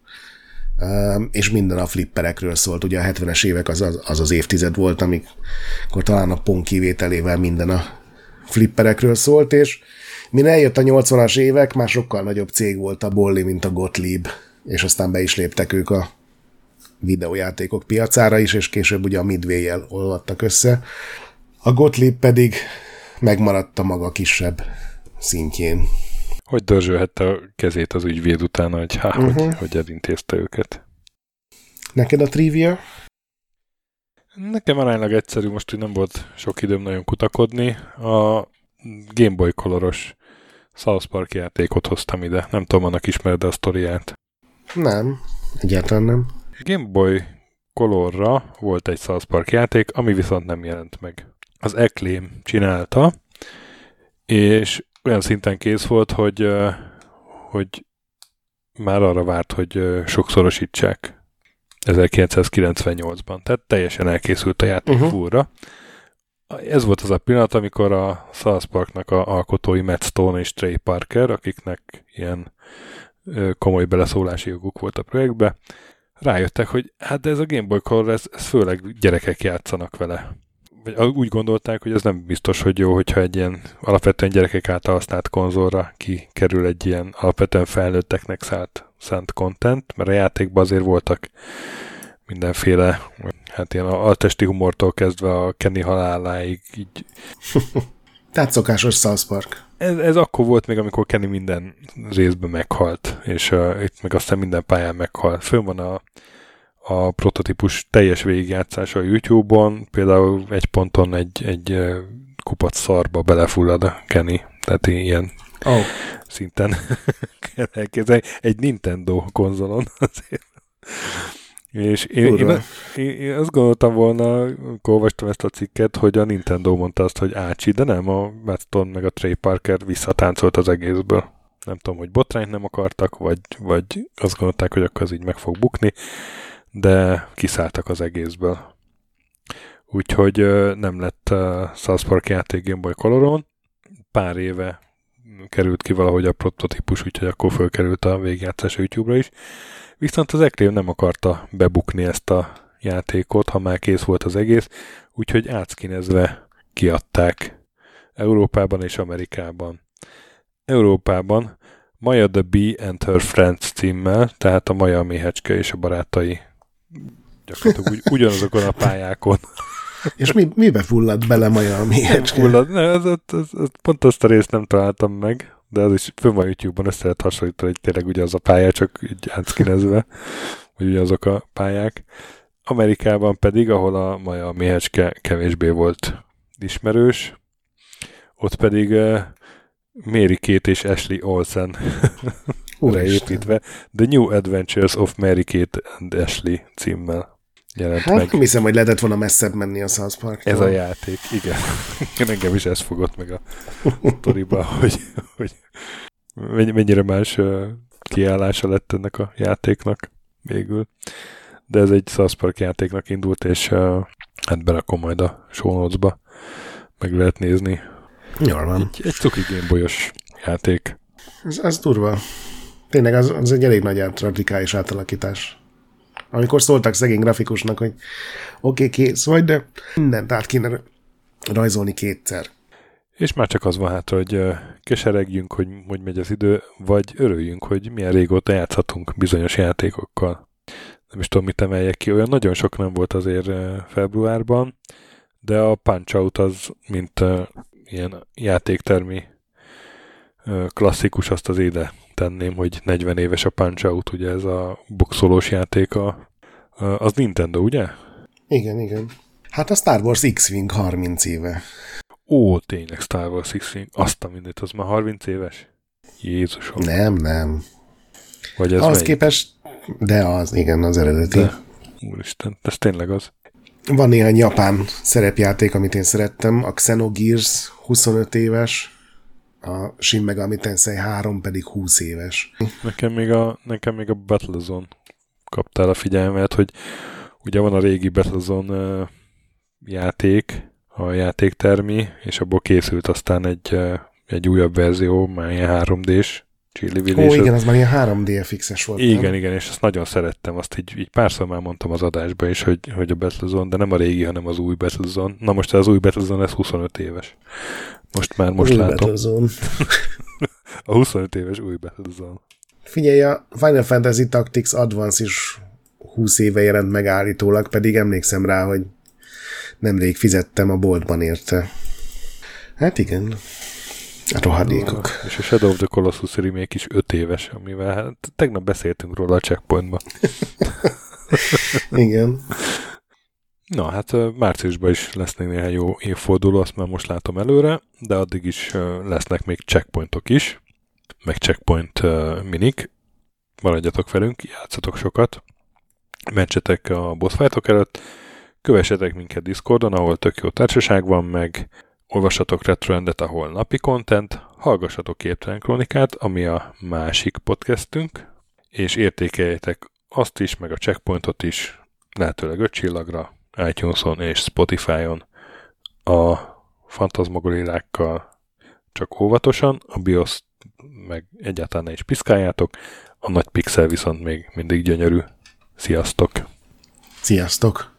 és minden a flipperekről szólt. Ugye a 70-es évek az évtized volt, amikor talán a Pong kivételével minden a flipperekről szólt, és mire eljött a 80-as évek, már sokkal nagyobb cég volt a Bolli, mint a Gottlieb, és aztán be is léptek ők a videójátékok piacára is, és később ugye a Midway-jel olvadtak össze. A Gottlieb pedig megmaradt a maga kisebb szintjén. Hogy dörzsölhette a kezét az ügyvéd utána, hogy elintézte őket? Neked a trivia? Nekem aránylag egyszerű, most úgy nem volt sok időm nagyon kutakodni. A Game Boy Color-os South Park játékot hoztam ide. Nem tudom, annak ismered a sztoriát. Nem, egyáltalán nem. Game Boy Colorra volt egy South Park játék, ami viszont nem jelent meg. Az Acclaim csinálta, és olyan szinten kész volt, hogy már arra várt, hogy sokszorosítsák 1998-ban. Tehát teljesen elkészült a játék fullra. Ez volt az a pillanat, amikor a South Parknak a alkotói Matt Stone és Trey Parker, akiknek ilyen komoly beleszólási joguk volt a projektbe, rájöttek, hogy hát de ez a Game Boy Color, ez főleg gyerekek játszanak vele. Vagy úgy gondolták, hogy ez nem biztos, hogy jó, hogyha egy ilyen alapvetően gyerekek által használt konzolra kikerül egy ilyen alapvetően felnőtteknek szánt content, mert a játékban azért voltak mindenféle, hát ilyen altesti humortól kezdve a Kenny haláláig így. Tehát szokásos South Park. Ez akkor volt még, amikor Kenny minden részben meghalt, és itt meg aztán minden pályán meghalt. Fönn van a prototípus teljes végigjátszása a YouTube-on, például egy ponton egy kupac szarba belefullad a Kenny, tehát ilyen szinten kell elképzelni. Egy Nintendo konzolon azért. És én azt gondoltam volna, amikor olvastam ezt a cikket, hogy a Nintendo mondta azt, hogy ácsi, de nem, a Weston meg a Trey Parker visszatáncolt az egészből. Nem tudom, hogy botrányt nem akartak, vagy azt gondolták, hogy akkor az így meg fog bukni, de kiszálltak az egészből. Úgyhogy nem lett South Park játék Game Boy Coloron. Pár éve került ki valahogy a prototípus, úgyhogy akkor fölkerült a végigjátszás a YouTube-ra is. Viszont az Acclaim nem akarta bebukni ezt a játékot, ha már kész volt az egész, úgyhogy átszkinezve kiadták Európában és Amerikában. Európában Maya the Bee and Her Friends címmel, tehát a Maja a méhecske és a barátai gyakorlatilag ugyanazokon a pályákon. És mibe fulladt bele Maja a méhecske? Pont azt a részt nem találtam meg, de az is fönn van YouTube-on, össze lehet hasonlítani, hogy tényleg ugyanaz a pálya, csak így átszkinezve, vagy ugyanazok a pályák. Amerikában pedig, ahol a Maja a méhecske kevésbé volt ismerős, ott pedig Mary Kate és Ashley Olsen építve The New Adventures of Mary Kate and Ashley címmel jelent meg. Nem hiszem, hogy lehetett volna messzebb menni a South Park-tól. Ez a játék, igen. Engem is ez fogott meg a sztoriba, hogy mennyire más kiállása lett ennek a játéknak végül. De ez egy South Park játéknak indult, és hát berakom majd a show notes-ba. Meg lehet nézni. Jól van. Egy cuki Game Boy-os játék. Ez durva. Tényleg az egy elég nagy radikális átalakítás. Amikor szóltak szegény grafikusnak, hogy oké, kész vagy, de mindent át kéne rajzolni kétszer. És már csak az van hátra, hogy keseregjünk, hogy megy az idő, vagy örüljünk, hogy milyen régóta játszhatunk bizonyos játékokkal. Nem is tudom, mit emeljek ki. Olyan nagyon sok nem volt azért februárban, de a Punch-Out az, mint ilyen játéktermi klasszikus, azt az ide tenném, hogy 40 éves a Punch-Out, ugye ez a boxolós játék, az Nintendo, ugye? Igen. Hát a Star Wars X-Wing 30 éve. Ó, tényleg Star Wars X-Wing, azt a mindent, az már 30 éves? Jézusom. Nem. Vagy ez az melyik? képest, de az, igen, az eredeti. De, úristen, ez tényleg az. Van néhány japán szerepjáték, amit én szerettem, a Xenogears 25 éves, a Shin Megami Tensei 3 pedig 20 éves. Nekem még a Battlezone kaptál a figyelmet, hogy ugye van a régi Battlezone játék, a játéktermi, és abból készült aztán egy újabb verzió, már ilyen 3D-s, Chili Village. Ó, igen, az már ilyen 3D FX-es volt. Igen, és azt nagyon szerettem, azt így párszor már mondtam az adásba is, hogy a Battlezone, de nem a régi, hanem az új Battlezone. Na most az új Battlezone, ez 25 éves. Most látom. Battlezone. A 25 éves új Battlezone. Figyelj, a Final Fantasy Tactics Advance is 20 éve jelent meg állítólag, pedig emlékszem rá, hogy nemrég fizettem a boltban érte. Hát igen. A rohadékok. És a Shadow of the Colossus remake is 5 éves, amivel hát tegnap beszéltünk róla a Checkpointban. Igen. Na, hát márciusban is lesznek néhány jó évforduló, azt már most látom előre, de addig is lesznek még checkpointok is, meg checkpoint minik. Maradjatok velünk, játszatok sokat, mentsetek a boss fightok előtt, kövessetek minket Discordon, ahol tök jó társaság van, meg olvassatok Retroendet, ahol napi content, hallgassatok Képtelen Krónikát, ami a másik podcastünk, és értékeljetek azt is, meg a checkpointot is, lehetőleg 5 csillagra, iTunes-on és Spotify-on. A fantazmagorilákkal csak óvatosan, a BIOS meg egyáltalán ne is piszkáljátok, a nagy pixel viszont még mindig gyönyörű. Sziasztok! Sziasztok!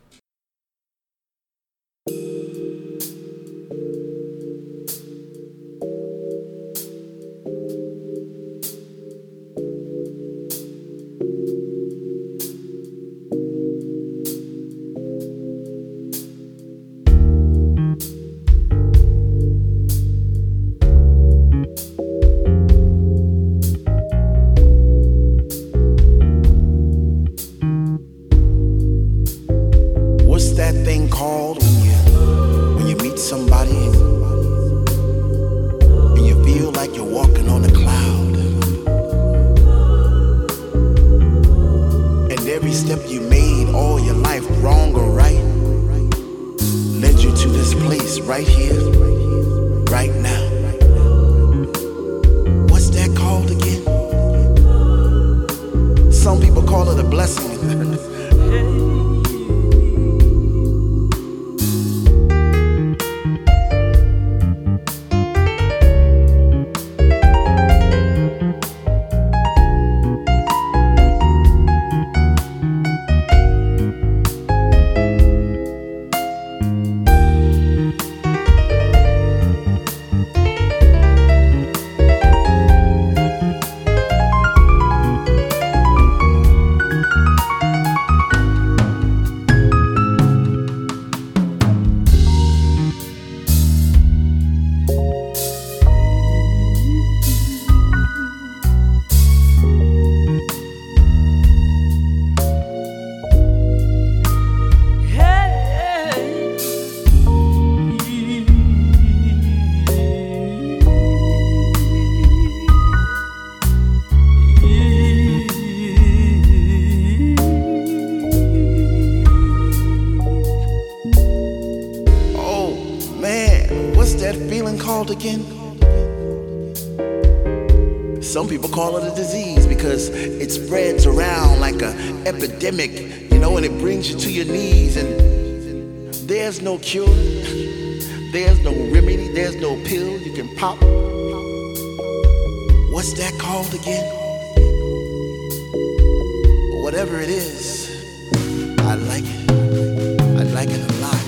Some people call it a disease because it spreads around like an epidemic, you know, and it brings you to your knees. And there's no cure, there's no remedy, there's no pill you can pop. What's that called again? Whatever it is, I like it. I like it a lot.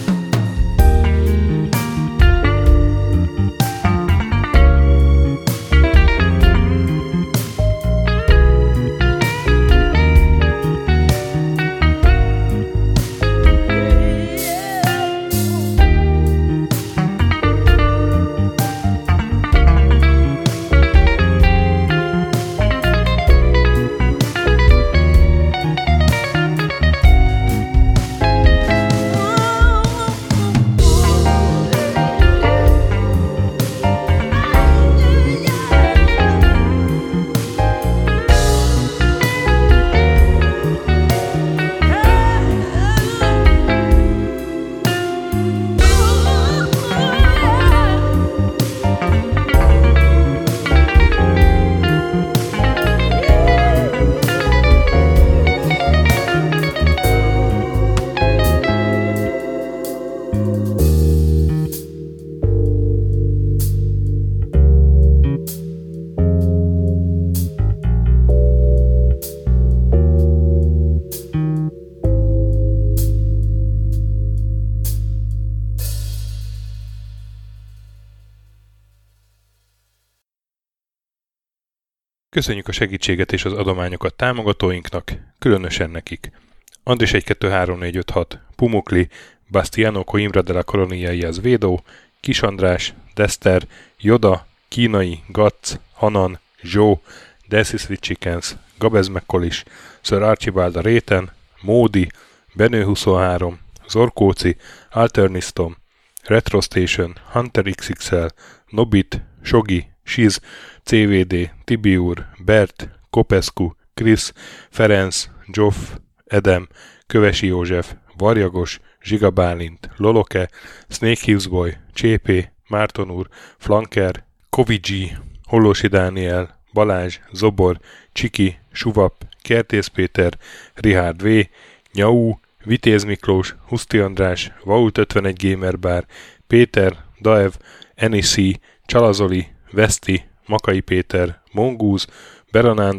Köszönjük a segítséget és az adományokat támogatóinknak, különösen nekik. Andris 1-2-3-4-5-6, Pumukli, Bastiano Coimbra de la Colonia y Azvedo, Kis András, Dester, Joda, Kínai, Gatz, Hanan, Zsó, Delcy Sweet Chickens, Gabez McCollis, Sir Archibald a Réten, Módi, Benő 23, Zorkóci, Alternistom, Retro Station, Hunter XXL, Nobit, Sogi, Siz, CVD, Tibiur, Bert, Kopescu, Krisz, Ferenc, Zsoff, Edem, Kövesi József, Varjagos, Zsiga Bálint, Loloke, Snake Hills Boy, Csépé, Márton úr, Flanker, Kovicsi, Hollósi Dániel, Balázs, Zobor, Csiki, Suvap, Kertész Péter, Richard V, Nyau, Vitéz Miklós, Huszti András, Vault 51 Gamer Bar, Péter, Daev, Eniszi, Csalazoli, Veszti, Makai Péter, Mongúz, Beranándor,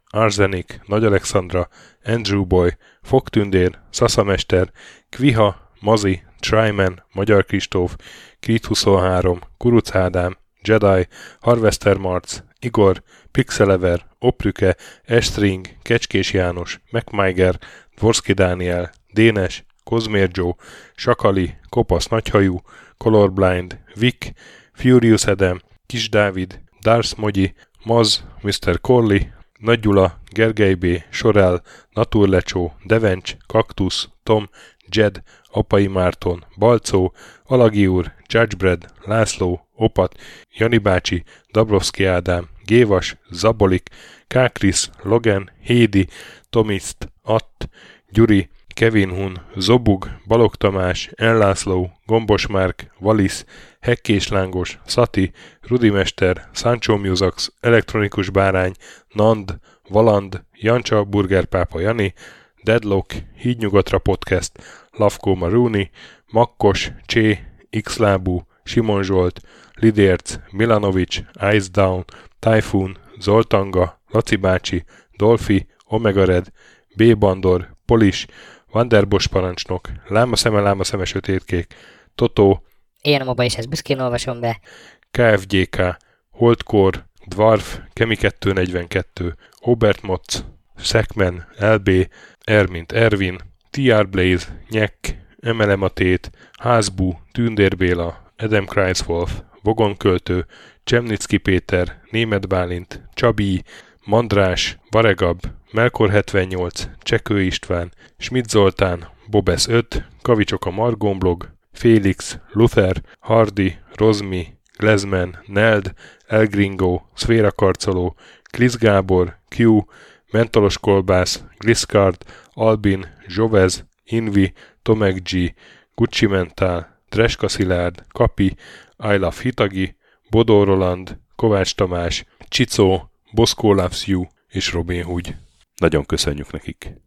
Arzenik, Nagy Alexandra, Andrew Boy, Fogtündér, Szaszamester, Kviha, Mazi, Tryman, Magyar Kristóf, Creed 23, Kuruc Ádám, Jedi, Harvester Marc, Igor, Pixelever, Oprüke, Estring, Kecskés János, MacMiger, Dvorski Dániel, Dénes, Kozmér Joe, Sakali, Kopasz Nagyhajú, Colorblind, Vic, Furious Adam, Kis Dávid, Darth Mogyi, Maz, Mr. Corley, Nagy Gyula, Gergely B., Sorel, Naturlecsó, Devencs, Kaktusz, Tom, Jed, Apai Márton, Balcó, Alagi úr, Judgebred, László, Opat, Jani bácsi, Dabrowski Ádám, Gévas, Zabolik, Kákris, Logan, Hédi, Tomiszt, Att, Gyuri, Kevin Hun, Zobug, Balog Tamás, Enlászló, Gombos Márk, Valisz, Hekkés Lángos, Szati, Rudimester, Sancho Musax, Elektronikus Bárány, Nand, Valand, Jancsa, Burgerpápa Jani, Deadlock, Hídnyugatra Podcast, Lavkó Maruni, Makkos, Csé, Xlábú, Simon Zsolt, Lidérc, Milanovic, Ice Down, Typhoon, Zoltanga, Laci bácsi, Dolfi, Omega Red, B. Bandor, Polis, Vanderbos parancsnok, Lámaszeme sötétkék, Totó, Ilyen a moba is ezt büszkén olvasom be. KFGK, Holdkor, Dwarf, Kemi242, Obert Motz, Szekmen, LB, Ermint Ervin, TR Blaze, Nyek, MLM a Tét, Házbú, Tündér Béla, Adam Kreiswolf, Vogonköltő, Csemnicki Péter, Németh Bálint, Csabi, Mandrás, Varegab, Melkor 78, Csekő István, Schmidt Zoltán, Bobesz 5, Kavicsok a Margomblog, Félix, Luther, Hardy, Rozmi, Glezman, Neld, Elgringo, Szféra Karcoló, Klisz Gábor, Q, Mentolos Kolbász, Gliscard, Albin, Zsovez, Invi, Tomek G, Gucci Mentál, Dreska Szilárd, Kapi, I Love Hitagi, Bodó Roland, Kovács Tamás, Csicó, Boszkó Loves You és Robin Hood. Nagyon köszönjük nekik!